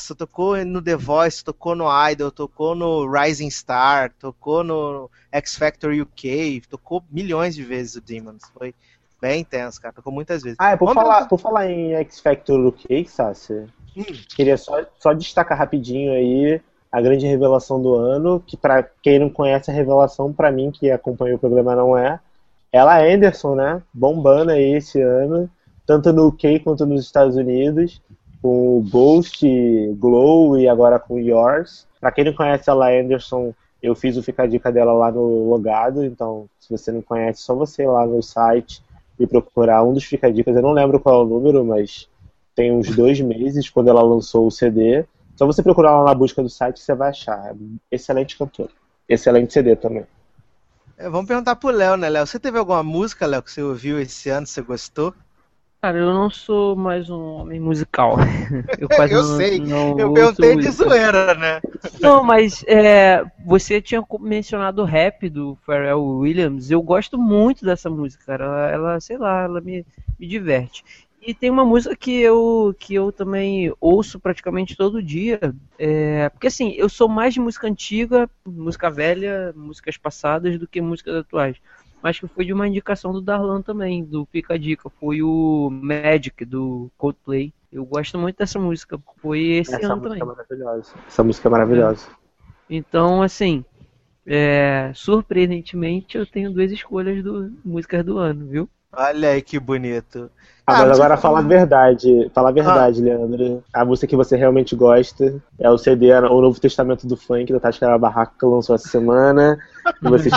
no The Voice, tocou no Idol, tocou no Rising Star, tocou no X Factor UK, tocou milhões de vezes o Demons. Foi bem intenso, cara. Tocou muitas vezes. Por falar em X Factor UK, Sassi, queria só destacar rapidinho aí a grande revelação do ano, que pra quem não conhece a revelação, pra mim, que acompanha o programa, não é. Ela Anderson, né? Bombando aí esse ano, tanto no UK quanto nos Estados Unidos, com o Ghost, Glow e agora com Yours. Pra quem não conhece ela Anderson, eu fiz o Fica a Dica dela lá no Logado, então se você não conhece, só você ir lá no site e procurar um dos Fica Dicas. Eu não lembro qual é o número, mas tem uns 2 meses, quando ela lançou o CD. Só você procurar lá na busca do site, você vai achar. Excelente cantora. Excelente CD também. Vamos perguntar pro Léo, né, Léo? Você teve alguma música, Léo, que você ouviu esse ano, você gostou? Cara, eu não sou mais um homem musical. Eu sei, eu perguntei de zoeira, né? Não, mas você tinha mencionado o rap do Pharrell Williams. Eu gosto muito dessa música, cara. Ela sei lá, ela me diverte. E tem uma música que eu também ouço praticamente todo dia. Porque assim, eu sou mais de música antiga, música velha, músicas passadas do que músicas atuais. Mas que foi de uma indicação do Darlan também, do Fica a Dica. Foi o Magic, do Coldplay. Eu gosto muito dessa música. Foi esse ano também. Essa música é maravilhosa. Então, assim, surpreendentemente, eu tenho 2 escolhas músicas do ano, viu? Olha aí que bonito. Mas agora fala a verdade, Leandro. A música que você realmente gosta é o CD, o Novo Testamento do Funk, da Tati Barraca, que lançou essa semana. E você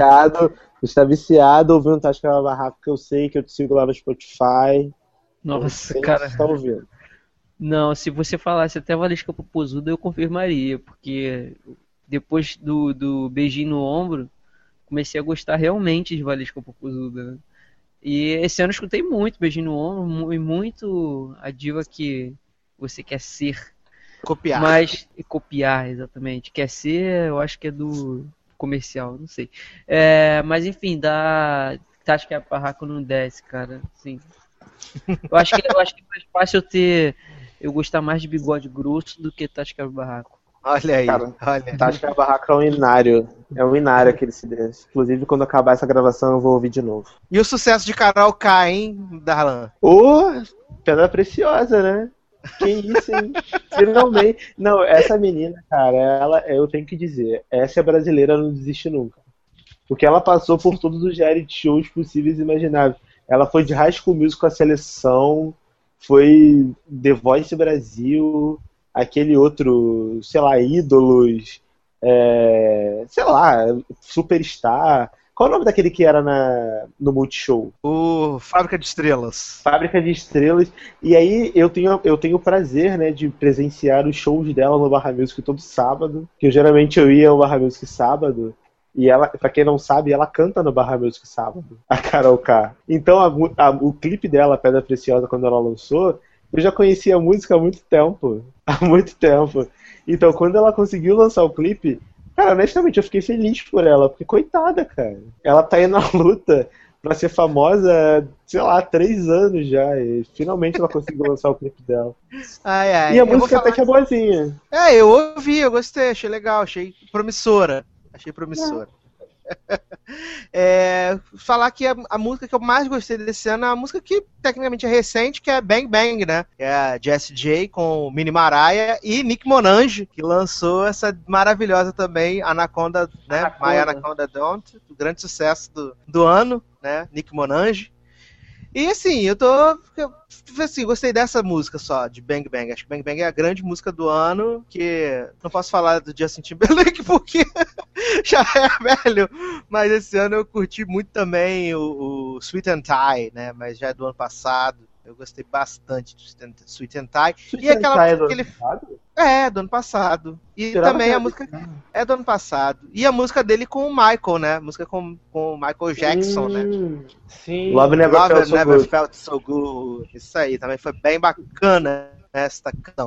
está viciado ouvindo Tati Barraca, que eu sei, que eu te sigo lá no Spotify. Nossa, cara. Você tá ouvindo. Não, se você falasse até Valesca Popozuda, eu confirmaria, porque depois do beijinho no ombro, comecei a gostar realmente de Valesca Popozuda, né? E esse ano eu escutei muito Beijinho no Ombro e muito a diva que você quer ser. Copiar, exatamente. Quer ser, eu acho que é do comercial, não sei. Mas enfim, acho que a Barraca não desce, cara. Sim. Eu acho que é mais fácil eu gostar mais de Bigode Grosso do que Tasca Barraco. Olha aí, cara, olha. Tasca Barraca é um inário. É um inário aquele CD. Inclusive, quando acabar essa gravação, eu vou ouvir de novo. E o sucesso de Carol K, hein, Darlan? Pedra preciosa, né? Que isso, hein? Finalmente. Não, essa menina, cara, eu tenho que dizer, essa brasileira não desiste nunca. Porque ela passou por todos os reality shows possíveis e imagináveis. Ela foi de High School Musical com a seleção, foi The Voice Brasil, aquele outro, sei lá, Ídolos, sei lá, Superstar. Qual é o nome daquele que era no Multishow? O Fábrica de Estrelas. Fábrica de Estrelas. E aí eu tenho o prazer, né, de presenciar os shows dela no Barra Music todo sábado. Que geralmente eu ia ao Barra Music sábado. E ela, pra quem não sabe, ela canta no Barra Music sábado, a Carol K. Então o clipe dela, Pedra Preciosa, quando ela lançou, eu já conhecia a música há muito tempo. Há muito tempo. Então quando ela conseguiu lançar o clipe, cara, honestamente, eu fiquei feliz por ela, porque coitada, cara. Ela tá aí na luta pra ser famosa, sei lá, há 3 anos já, e finalmente ela conseguiu lançar o clipe dela. Ai. E a música até que é boazinha. Eu ouvi, eu gostei, achei legal, achei promissora. Falar que a música que eu mais gostei desse ano é a música que tecnicamente é recente, que é Bang Bang, né? Que é a Jessie J com Mini Maraia e Nicki Minaj, que lançou essa maravilhosa também, Anaconda, né? My Anaconda Don't, o grande sucesso do ano, né? Nicki Minaj. E assim, gostei dessa música só, de Bang Bang. Acho que Bang Bang é a grande música do ano, que não posso falar do Justin Timberlake porque já é velho, mas esse ano eu curti muito também o Sweet and Tie, né? Mas já é do ano passado. Eu gostei bastante do Sweet and Tie. E aquela música que ele... do ano passado. E também a música é do ano passado. E a música dele com o Michael, né? A música com o Michael Jackson, né? Sim. Love Never Felt So Good. Isso aí, também foi bem bacana esta canção.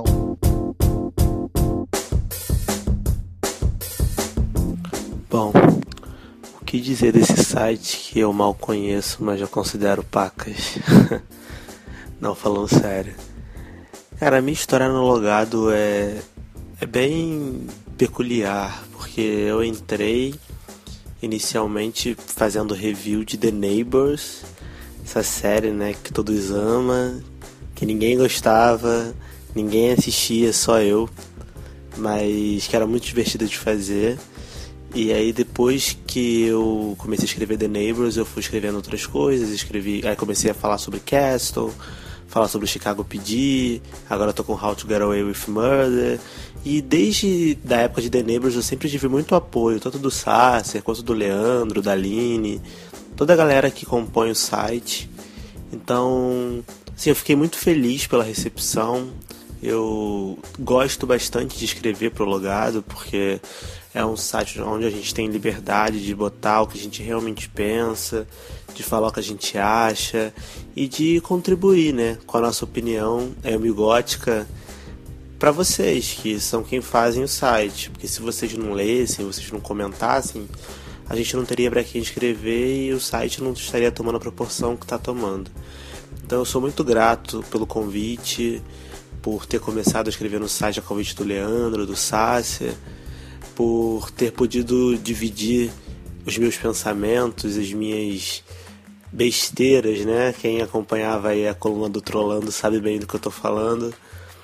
Bom, o que dizer desse site que eu mal conheço, mas já considero pacas? Não, falando sério. Cara, a minha história no Logado é bem peculiar, porque eu entrei inicialmente fazendo review de The Neighbors, essa série, né, que todos amam, que ninguém gostava, ninguém assistia, só eu, mas que era muito divertida de fazer. E aí depois que eu comecei a escrever The Neighbors, eu fui escrevendo outras coisas, aí comecei a falar sobre Castle, falar sobre Chicago PD, agora eu tô com How to Get Away with Murder, e desde da época de The Neighbors eu sempre tive muito apoio, tanto do Sasser, quanto do Leandro, da Aline, toda a galera que compõe o site. Então, assim, eu fiquei muito feliz pela recepção. Eu gosto bastante de escrever pro Logado, porque é um site onde a gente tem liberdade de botar o que a gente realmente pensa, de falar o que a gente acha e de contribuir, né, com a nossa opinião gótica para vocês, que são quem fazem o site. Porque se vocês não lessem, vocês não comentassem, a gente não teria para quem escrever e o site não estaria tomando a proporção que está tomando. Então eu sou muito grato pelo convite, por ter começado a escrever no site a convite do Leandro, do Sácia, por ter podido dividir os meus pensamentos, as minhas besteiras, né? Quem acompanhava aí a coluna do Trollando sabe bem do que eu tô falando.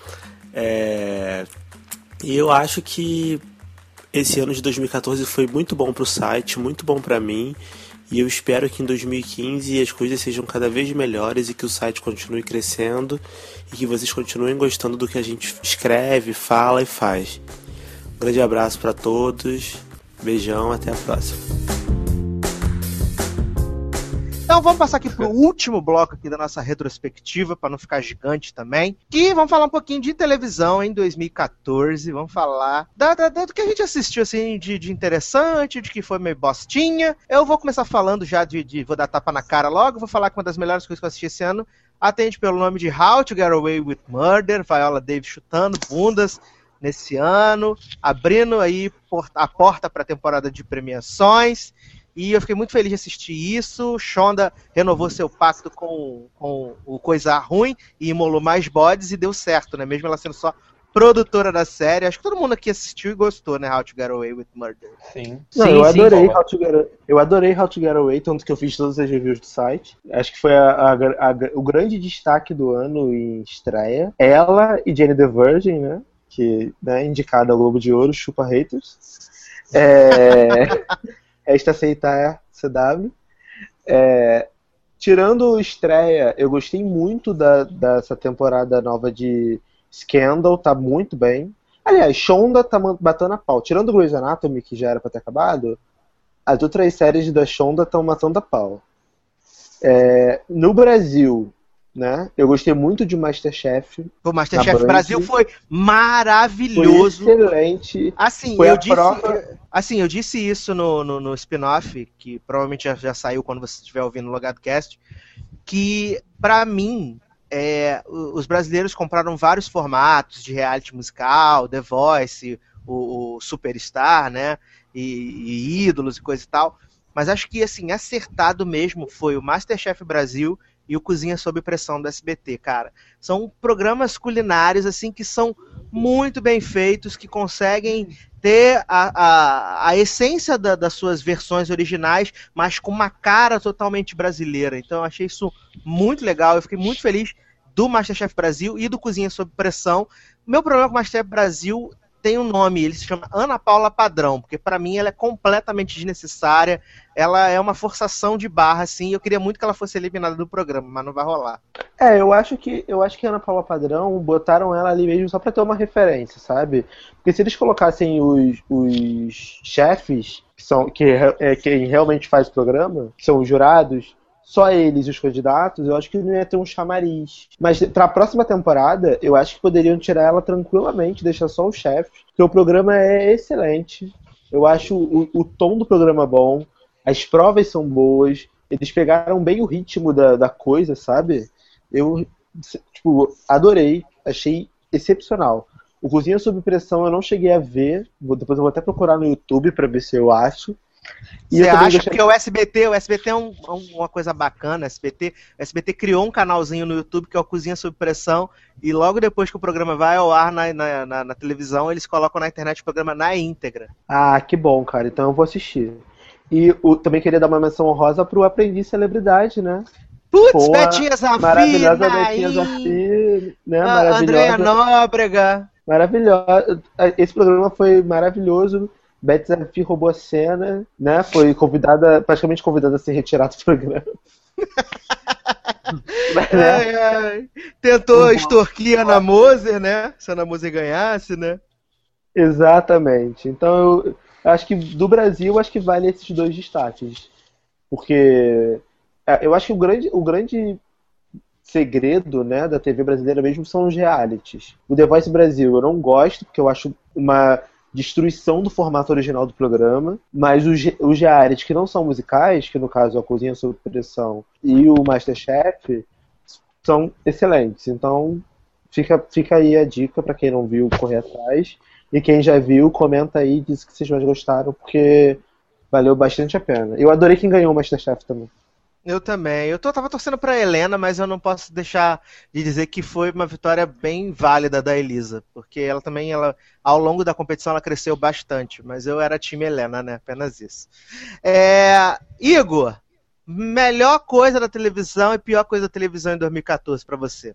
E eu acho que esse ano de 2014 foi muito bom pro site, muito bom pra mim, e eu espero que em 2015 as coisas sejam cada vez melhores e que o site continue crescendo e que vocês continuem gostando do que a gente escreve, fala e faz. Um grande abraço para todos, beijão, até a próxima. Então vamos passar aqui pro último bloco aqui da nossa retrospectiva, para não ficar gigante também. Que vamos falar um pouquinho de televisão em 2014. Vamos falar do que a gente assistiu assim, de interessante, de que foi meio bostinha. Eu vou começar falando já vou dar tapa na cara logo. Vou falar que uma das melhores coisas que eu assisti esse ano atende pelo nome de How to Get Away with Murder. Viola Davis chutando bundas nesse ano, abrindo aí a porta para a temporada de premiações. E eu fiquei muito feliz de assistir isso. Shonda renovou seu pacto com o Coisa Ruim e imolou mais bodes e deu certo, né? Mesmo ela sendo só produtora da série. Acho que todo mundo aqui assistiu e gostou, né? How to Get Away with Murder. Sim. Não, eu adorei How to Get Away, tanto que eu fiz todas as reviews do site. Acho que foi o grande destaque do ano em estreia. Ela e Jane the Virgin, né? Que, né, indicada ao Globo de Ouro, chupa haters. Esta aceitar CW. Tirando estreia, eu gostei muito dessa temporada nova de Scandal, tá muito bem. Aliás, Shonda tá batendo a pau. Tirando Grey's Anatomy, que já era pra ter acabado, as outras séries da Shonda estão matando a pau. No Brasil, né, eu gostei muito de Masterchef. O Masterchef Brasil foi maravilhoso. Foi excelente. Assim, eu disse isso no spin-off, que provavelmente já saiu quando você estiver ouvindo o Logado Cast, que, pra mim, os brasileiros compraram vários formatos de reality musical, The Voice, o Superstar, né, e Ídolos e coisa e tal, mas acho que, assim, acertado mesmo foi o Masterchef Brasil e o Cozinha Sob Pressão do SBT, cara. São programas culinários, assim, que são muito bem feitos, que conseguem ter a essência das suas versões originais, mas com uma cara totalmente brasileira. Então eu achei isso muito legal, eu fiquei muito feliz do Masterchef Brasil e do Cozinha Sob Pressão. Meu problema com o Masterchef Brasil tem um nome, ele se chama Ana Paula Padrão, porque pra mim ela é completamente desnecessária, ela é uma forçação de barra, assim, eu queria muito que ela fosse eliminada do programa, mas não vai rolar. Eu acho que a Ana Paula Padrão botaram ela ali mesmo só pra ter uma referência, sabe? Porque se eles colocassem os chefes, quem realmente faz o programa, que são os jurados, só eles e os candidatos, eu acho que não ia ter um chamariz. Mas pra próxima temporada, eu acho que poderiam tirar ela tranquilamente, deixar só o chefe, porque o programa é excelente. Eu acho o tom do programa bom, as provas são boas, eles pegaram bem o ritmo da coisa, sabe? Eu, adorei, achei excepcional. O Cozinha Sob Pressão eu não cheguei a ver, depois eu vou até procurar no YouTube pra ver se eu acho. Você acha que o SBT é uma coisa bacana, o SBT criou um canalzinho no YouTube que é o Cozinha Sob Pressão, e logo depois que o programa vai ao ar na televisão, eles colocam na internet o programa na íntegra. Ah, que bom, cara, então eu vou assistir. E também queria dar uma menção honrosa pro Aprendiz Celebridade, né? Putz, Betinha Zafir, maravilhosa Betinha Zafir, né? Maravilhosa. Andréa Nóbrega. Maravilhosa. Esse programa foi maravilhoso. Beth Zafir roubou a cena, né? Foi praticamente convidada a se retirar do programa. Tentou extorquir a Ana Moser, né? Se a Ana Moser ganhasse, né? Exatamente. Então eu acho que do Brasil, acho que vale esses dois destaques. Porque eu acho que o grande segredo, né, da TV brasileira mesmo são os realities. O The Voice Brasil eu não gosto, porque eu acho uma destruição do formato original do programa, mas os realities que não são musicais, que no caso é a Cozinha Sob Pressão e o MasterChef, são excelentes. Então fica aí a dica para quem não viu correr atrás, e quem já viu, comenta aí, diz que vocês mais gostaram, porque valeu bastante a pena. Eu adorei quem ganhou o MasterChef também. Eu também. Tava torcendo pra Helena, mas eu não posso deixar de dizer que foi uma vitória bem válida da Elisa, porque ela também, ao longo da competição, ela cresceu bastante, mas eu era time Helena, né? Apenas isso. Igor, melhor coisa da televisão e pior coisa da televisão em 2014 pra você?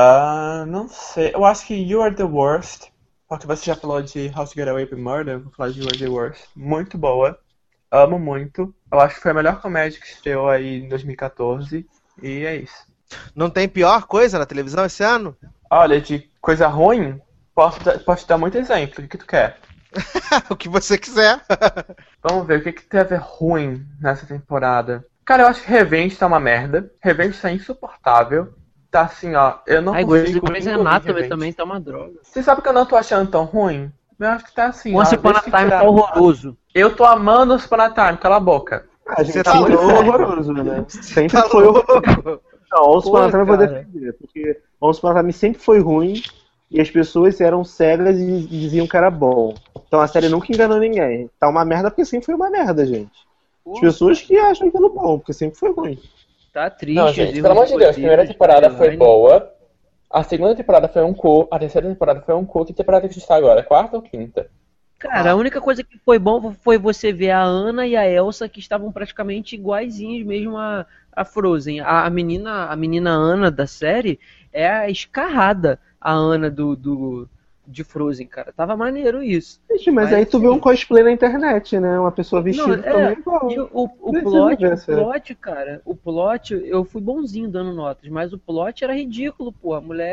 Não sei. Eu acho que You Are The Worst, porque você já falou de How to Get Away with Murder, vou falar de You Are The Worst. Muito boa. Amo muito. Eu acho que foi a melhor comédia que estreou aí em 2014. E é isso. Não tem pior coisa na televisão esse ano? Olha, de coisa ruim, posso te dar muito exemplo. O que tu quer? O que você quiser. Vamos ver, o que teve ruim nessa temporada? Cara, eu acho que Revenge tá uma merda. Revenge tá insuportável. Tá assim, ó, eu não consigo... Grey's Anatomy também tá uma droga. Você sabe que eu não tô achando tão ruim? Eu acho que tá assim, Once Upon a Time tá horroroso. Eu tô amando Once Upon a Time, cala a boca. Você tá muito horroroso, né? Sempre foi horroroso. Não, Once Upon a Time eu vou defender, porque Once Upon a Time sempre foi ruim e as pessoas eram cegas e diziam que era bom. Então a série nunca enganou ninguém. Tá uma merda porque sempre foi uma merda, gente. As pessoas que acham aquilo bom, porque sempre foi ruim. Tá triste. Não, gente, pelo amor de Deus, a primeira temporada foi boa. A segunda temporada foi um cu, a terceira temporada foi um cu. Que temporada que a gente está agora? Quarta ou quinta? Cara, a única coisa que foi bom foi você ver a Anna e a Elsa, que estavam praticamente iguaizinhos mesmo a Frozen. A menina Anna da série é a escarrada, a Anna de Frozen, cara. Tava maneiro isso. Gente, mas aí tu vê um cosplay na internet, né? Uma pessoa vestida também igual. E o plot, cara, eu fui bonzinho dando notas, mas o plot era ridículo, pô.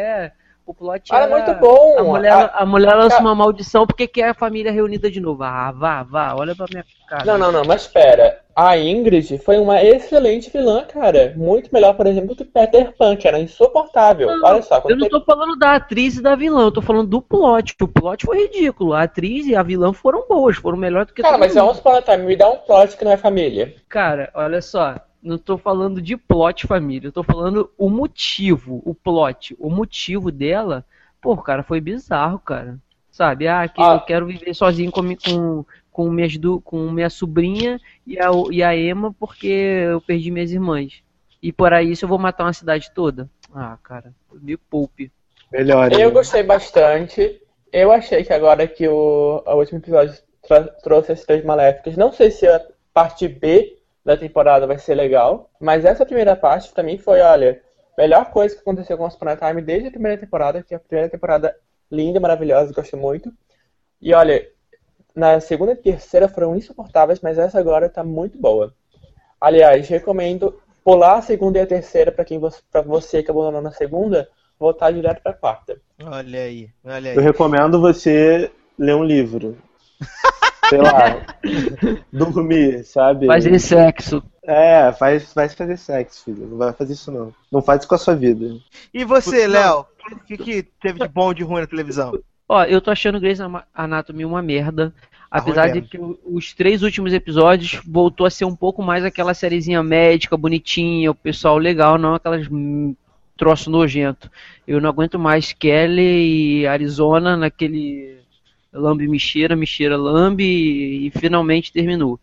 O plot era muito bom. A mulher lança uma maldição porque quer a família reunida de novo. Ah, vá, olha pra minha cara. Não, mas pera. A Ingrid foi uma excelente vilã, cara. Muito melhor, por exemplo, do que Peter Pan, que era insuportável. Olha só. Eu não tô falando da atriz e da vilã, eu tô falando do plot. O plot foi ridículo. A atriz e a vilã foram boas, foram melhores do que Cara, mas é Once Upon a Time, me dá um plot que não é família. Cara, olha só. Não tô falando de plot, família. Eu tô falando o motivo, o plot. O motivo dela, pô, cara, foi bizarro, cara. Sabe? Eu quero viver sozinho com minha sobrinha e a Emma porque eu perdi minhas irmãs. E por aí isso eu vou matar uma cidade toda. Ah, cara, me poupe. Melhor. Eu gostei bastante. Eu achei que agora que o último episódio trouxe as três maléficas, não sei se a parte B da temporada vai ser legal, mas essa primeira parte pra mim foi, olha, melhor coisa que aconteceu com o Once Upon a Time desde a primeira temporada, que é a primeira temporada linda, maravilhosa, gosto muito. E olha, na segunda e terceira foram insuportáveis, mas essa agora tá muito boa. Aliás, recomendo pular a segunda e a terceira pra você que abandonou na segunda, voltar direto pra quarta. Olha aí. Eu recomendo você ler um livro. Sei lá, dormir, sabe? Fazer sexo. Vai fazer sexo, filho. Não vai fazer isso não. Não faz isso com a sua vida. E você, Léo? O que teve de bom e de ruim na televisão? Ó, eu tô achando Grey's Anatomy uma merda. Apesar de que os 3 últimos episódios voltou a ser um pouco mais aquela sériezinha médica, bonitinha, o pessoal legal, não aquelas troço nojento. Eu não aguento mais Kelly e Arizona naquele lambe mexeira lambe e finalmente terminou.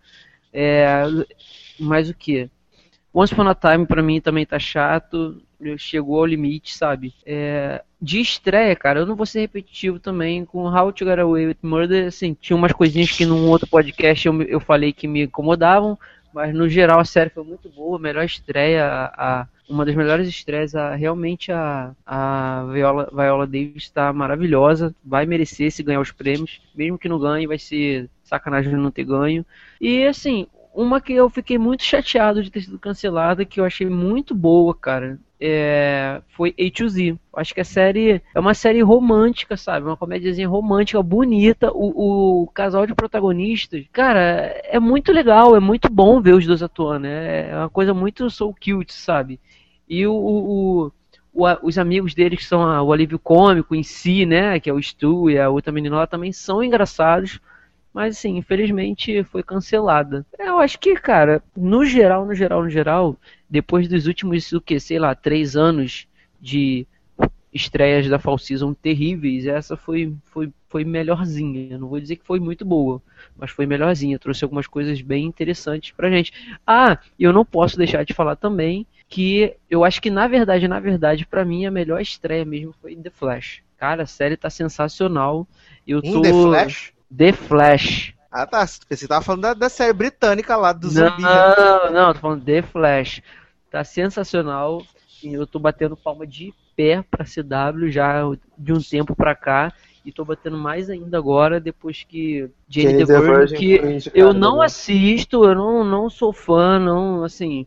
Mas o que? Once Upon a Time pra mim também tá chato, chegou ao limite, sabe? De estreia, cara, eu não vou ser repetitivo também com How to Get Away with Murder, assim, tinha umas coisinhas que num outro podcast eu falei que me incomodavam, mas no geral a série foi muito boa, melhor estreia, uma das melhores estreias, realmente a Viola Davis está maravilhosa, vai merecer se ganhar os prêmios, mesmo que não ganhe, vai ser sacanagem não ter ganho. E assim, uma que eu fiquei muito chateado de ter sido cancelada, que eu achei muito boa, cara, foi A2Z. Acho que a série é uma série romântica, sabe? Uma comédiazinha romântica, bonita. O casal de protagonistas, cara, é muito legal, é muito bom ver os dois atuando. É uma coisa muito so cute, sabe? E os amigos deles, que são o alívio cômico em si, né? Que é o Stu e a outra menina lá, também são engraçados. Mas, assim, infelizmente foi cancelada. Eu acho que, cara, no geral, depois dos últimos, 3 anos de estreias da Fall Season terríveis, essa foi melhorzinha. Eu não vou dizer que foi muito boa, mas foi melhorzinha. Trouxe algumas coisas bem interessantes pra gente. E eu não posso deixar de falar também que eu acho que, na verdade, pra mim, a melhor estreia mesmo foi The Flash. Cara, a série tá sensacional. The Flash? The Flash. Tá. Você tava falando da série britânica lá do zumbi. Não, tô falando The Flash. Tá sensacional. E eu tô batendo palma de pé pra CW já de um tempo pra cá. E tô batendo mais ainda agora, depois que Jane the Virgin, que eu não assisto, eu não sou fã, não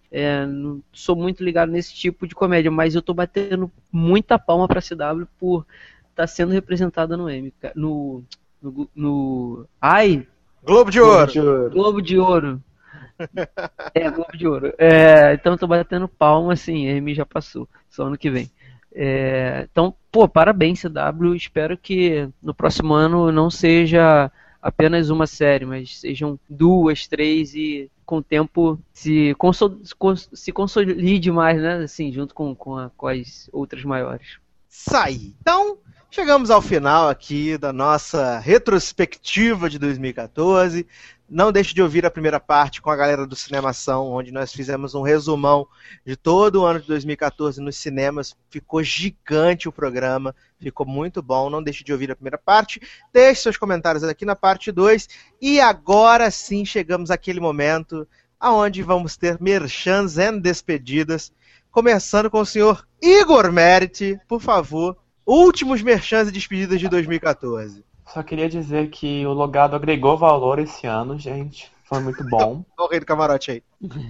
sou muito ligado nesse tipo de comédia, mas eu tô batendo muita palma pra CW por estar sendo representada no Emmy, Globo de Ouro. Globo de Ouro. Globo de Ouro. Então eu tô batendo palma, assim, Emmy já passou, só ano que vem. Então, parabéns, CW. Espero que no próximo ano não seja apenas uma série, mas sejam 2, 3 e com o tempo se consolide mais, né? Assim, junto com as outras maiores. Sai. Então, chegamos ao final aqui da nossa retrospectiva de 2014. Não deixe de ouvir a primeira parte com a galera do Cinemação, onde nós fizemos um resumão de todo o ano de 2014 nos cinemas. Ficou gigante o programa, ficou muito bom. Não deixe de ouvir a primeira parte. Deixe seus comentários aqui na parte 2. E agora sim chegamos àquele momento onde vamos ter merchans e despedidas. Começando com o senhor Igor Merit, por favor. Últimos merchans e despedidas de 2014. Só queria dizer que o Logado agregou valor esse ano, gente. Foi muito bom. Olha o rei do camarote aí.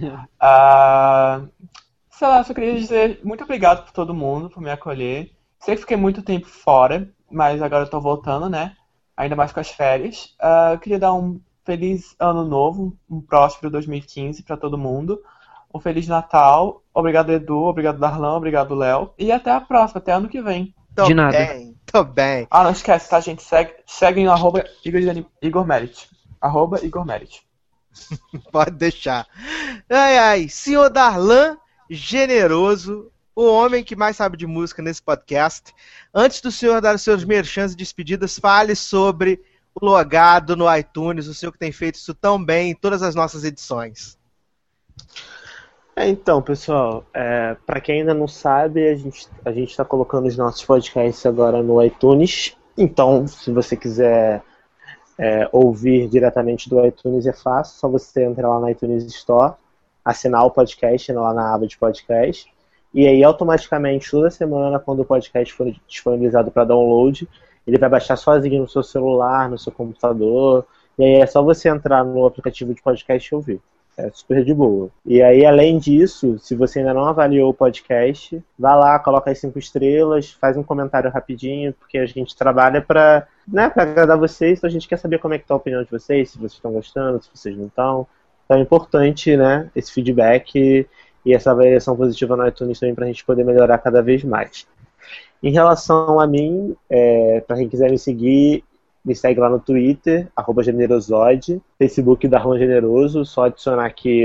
Só queria dizer muito obrigado por todo mundo, por me acolher. Sei que fiquei muito tempo fora, mas agora eu tô voltando, né? Ainda mais com as férias. Queria dar um feliz ano novo, um próspero 2015 pra todo mundo. Um feliz Natal. Obrigado, Edu. Obrigado, Darlan. Obrigado, Léo. E até a próxima, até ano que vem. De nada. Tô bem. Não esquece, tá, gente? Segue no @Igor Merit. @Igor Merit. Pode deixar. Senhor Darlan Generoso, o homem que mais sabe de música nesse podcast. Antes do senhor dar os seus merchans e despedidas, fale sobre o Logado no iTunes, o senhor que tem feito isso tão bem em todas as nossas edições. Então, pessoal, para quem ainda não sabe, a gente está colocando os nossos podcasts agora no iTunes. Então, se você quiser ouvir diretamente do iTunes, é fácil. Só você entrar lá na iTunes Store, assinar o podcast lá na aba de podcast. E aí, automaticamente, toda semana, quando o podcast for disponibilizado para download, ele vai baixar sozinho no seu celular, no seu computador, e aí é só você entrar no aplicativo de podcast e ouvir. É super de boa. E aí, além disso, se você ainda não avaliou o podcast, vá lá, coloca as 5 estrelas, faz um comentário rapidinho, porque a gente trabalha pra agradar vocês, então a gente quer saber como é que tá a opinião de vocês, se vocês estão gostando, se vocês não estão. Então é importante, né, esse feedback e essa avaliação positiva no iTunes também pra gente poder melhorar cada vez mais. Em relação a mim, pra quem quiser me seguir, me segue lá no Twitter, @generosode, Facebook Darlan Generoso, só adicionar que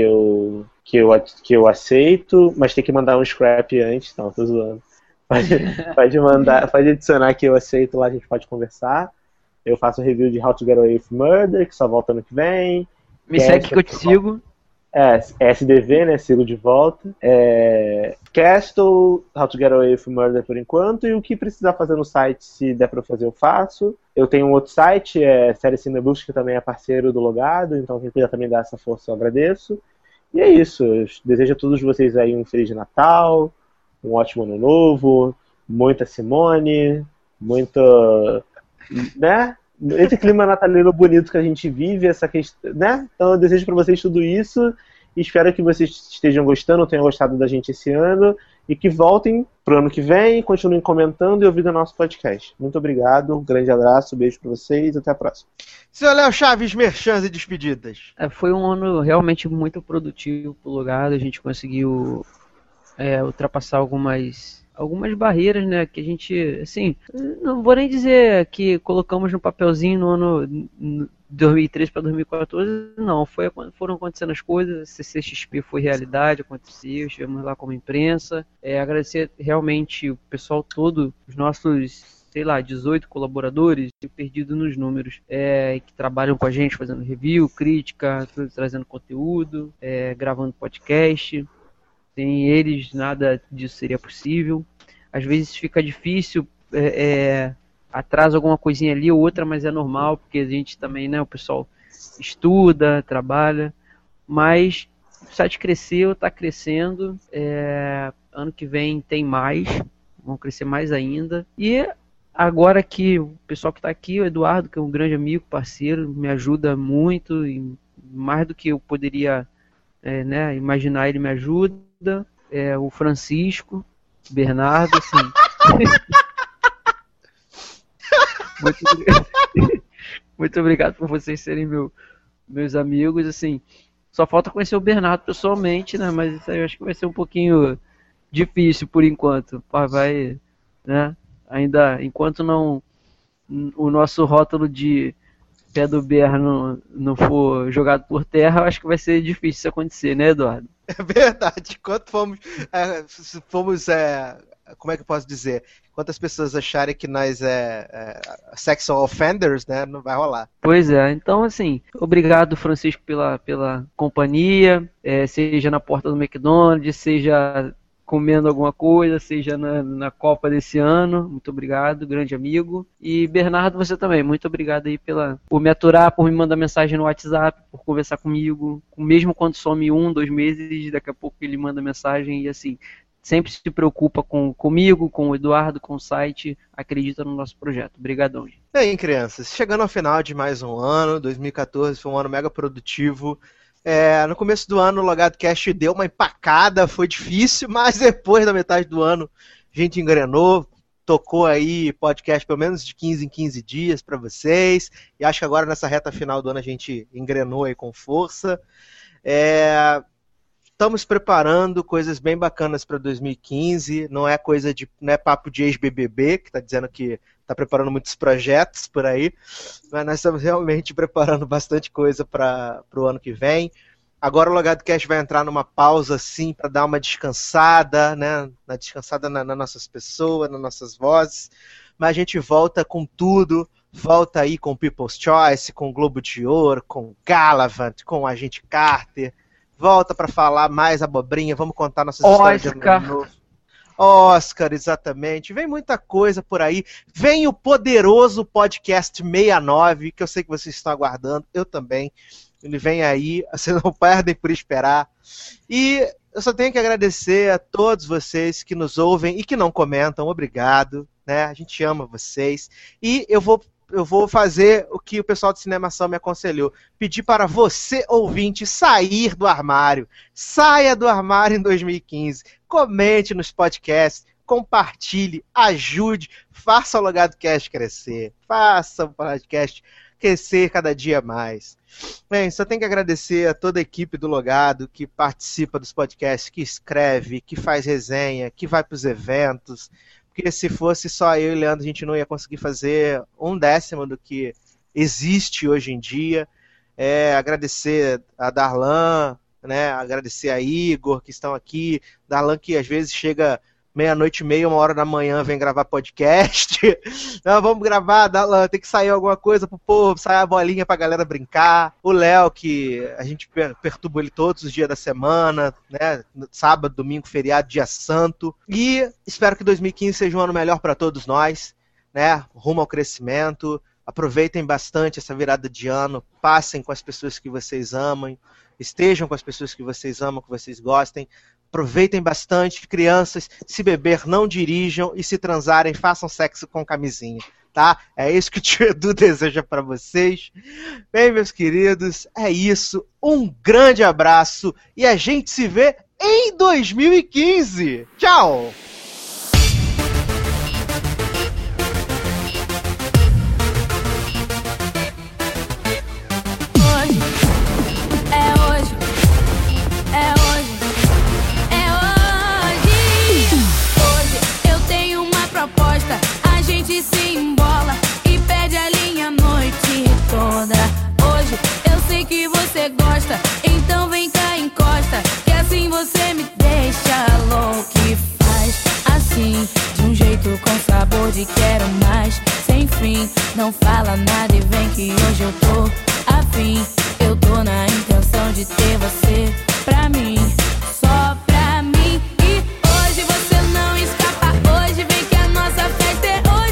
eu aceito, mas tem que mandar um scrap antes, não, tô zoando. Pode adicionar que eu aceito, lá a gente pode conversar. Eu faço review de How to Get Away with Murder, que só volta ano que vem. Me segue que eu te sigo. SDV, né? Sigo de volta. Castle, How to Get Away with Murder por enquanto. E o que precisar fazer no site, se der pra eu fazer, eu faço. Eu tenho um outro site, Série Cinebooks, que também é parceiro do Logado. Então quem quiser também dar essa força, eu agradeço. E é isso. Eu desejo a todos vocês aí um Feliz Natal, um ótimo Ano Novo, muita Simone, muito... né? Esse clima natalino bonito que a gente vive, essa questão, né? Então eu desejo para vocês tudo isso e espero que vocês estejam gostando, tenham gostado da gente esse ano e que voltem pro ano que vem, continuem comentando e ouvindo o nosso podcast. Muito obrigado, um grande abraço, beijo para vocês, até a próxima. Seu Léo Chaves, merchans e despedidas. Foi um ano realmente muito produtivo pro Logado, a gente conseguiu ultrapassar algumas barreiras, né, que a gente, assim, não vou nem dizer que colocamos no papelzinho no ano 2013 para 2014, não, foram acontecendo as coisas, a CCXP foi realidade, aconteceu, estivemos lá como imprensa, agradecer realmente o pessoal todo, os nossos, 18 colaboradores, perdido nos números, que trabalham com a gente, fazendo review, crítica, trazendo conteúdo, gravando podcast. Sem eles, nada disso seria possível. Às vezes fica difícil, atrasa alguma coisinha ali ou outra, mas é normal, porque a gente também, né, o pessoal estuda, trabalha. Mas o site cresceu, está crescendo. Ano que vem tem mais, vão crescer mais ainda. E agora que o pessoal que está aqui, o Eduardo, que é um grande amigo, parceiro, me ajuda muito, e mais do que eu poderia imaginar, ele me ajuda. O Francisco, Bernardo, assim. Muito obrigado por vocês serem meus amigos, assim. Só falta conhecer o Bernardo pessoalmente, né? Mas isso aí eu acho que vai ser um pouquinho difícil por enquanto. Vai, né? Ainda, enquanto não o nosso rótulo de pé do Berno não for jogado por terra, eu acho que vai ser difícil isso acontecer, né, Eduardo? É verdade. Enquanto fomos como é que eu posso dizer? Quantas pessoas acharem que nós sexual offenders, né? Não vai rolar. Pois é, então assim, obrigado, Francisco, pela companhia, seja na porta do McDonald's, seja comendo alguma coisa, seja na Copa desse ano. Muito obrigado, grande amigo. E Bernardo, você também, muito obrigado aí por me aturar, por me mandar mensagem no WhatsApp, por conversar comigo, mesmo quando some 1, 2 meses, daqui a pouco ele manda mensagem e assim, sempre se preocupa comigo, com o Eduardo, com o site, acredita no nosso projeto. Obrigadão, gente. Bem, crianças, chegando ao final de mais um ano, 2014 foi um ano mega produtivo. No começo do ano o Logado Cast deu uma empacada, foi difícil, mas depois da metade do ano a gente engrenou, tocou aí podcast pelo menos de 15 em 15 dias para vocês, e acho que agora nessa reta final do ano a gente engrenou aí com força. Estamos preparando coisas bem bacanas para 2015, não é papo de ex-BBB, que está dizendo que está preparando muitos projetos por aí, mas nós estamos realmente preparando bastante coisa para o ano que vem. Agora o Logado Cast vai entrar numa pausa assim para dar uma descansada, né? Descansada nas nossas pessoas, nas nossas vozes, mas a gente volta com tudo, volta aí com People's Choice, com Globo de Ouro, com Galavant, com Agente Carter, volta para falar mais abobrinha, vamos contar nossas histórias de ano novo. Oscar, exatamente. Vem muita coisa por aí. Vem o poderoso podcast 69, que eu sei que vocês estão aguardando, eu também. Ele vem aí, vocês não perdem por esperar. E eu só tenho que agradecer a todos vocês que nos ouvem e que não comentam. Obrigado. né? A gente ama vocês. E eu vou fazer o que o pessoal do Cinemação me aconselhou. Pedir para você, ouvinte, sair do armário. Saia do armário em 2015. Comente nos podcasts. Compartilhe. Ajude. Faça o Logado Cast crescer. Faça o podcast crescer cada dia mais. Bem, só tenho que agradecer a toda a equipe do Logado que participa dos podcasts, que escreve, que faz resenha, que vai para os eventos. Porque se fosse só eu e o Leandro, a gente não ia conseguir fazer 1/10 do que existe hoje em dia. Agradecer a Darlan, né? Agradecer a Igor, que estão aqui. Darlan que às vezes chega 00:30, 1h da manhã, vem gravar podcast. Não, vamos gravar, Darlan, tem que sair alguma coisa pro povo, sair a bolinha pra galera brincar. O Léo, que a gente perturba ele todos os dias da semana, né? Sábado, domingo, feriado, dia santo. E espero que 2015 seja um ano melhor para todos nós, né? Rumo ao crescimento. Aproveitem bastante essa virada de ano, passem com as pessoas que vocês amam, estejam com as pessoas que vocês amam, que vocês gostem. Aproveitem bastante, crianças, se beber, não dirijam e se transarem, façam sexo com camisinha, tá? É isso que o tio Edu deseja para vocês. Bem, meus queridos, é isso. Um grande abraço e a gente se vê em 2015. Tchau! Se embola e perde a linha a noite toda. Hoje eu sei que você gosta, então vem cá, encosta, que assim você me deixa louco e faz assim, de um jeito com sabor de quero mais, sem fim. Não fala nada e vem que hoje eu tô afim. Eu tô na intenção de ter você pra mim, só pra mim. E hoje você não escapa, hoje vem que a nossa festa é hoje.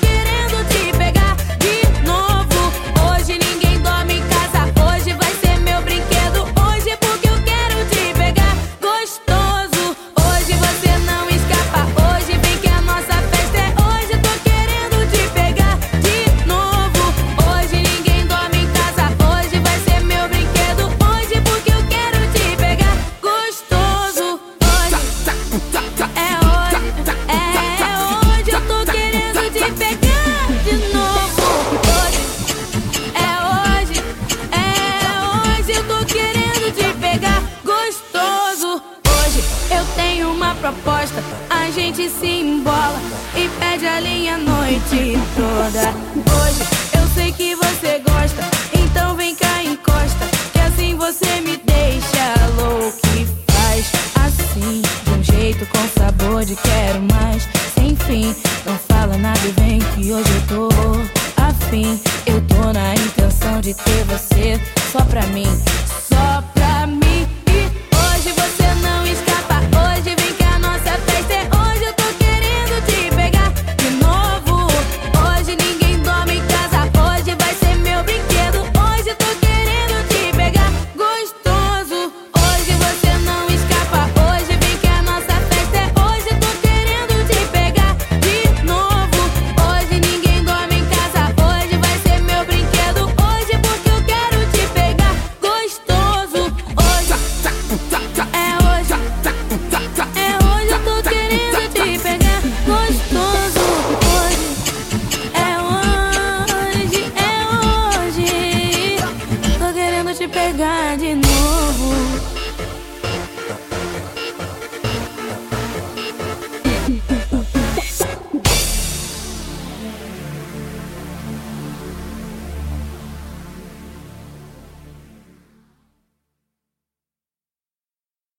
A gente se embola e perde a linha a noite toda. Hoje eu sei que você gosta, então vem cá, encosta, que assim você me deixa louco e faz assim, de um jeito com sabor de quero mais, sem fim. Não fala nada e vem que hoje eu tô afim. Eu tô na intenção de ter você só pra mim, só pra mim. E hoje você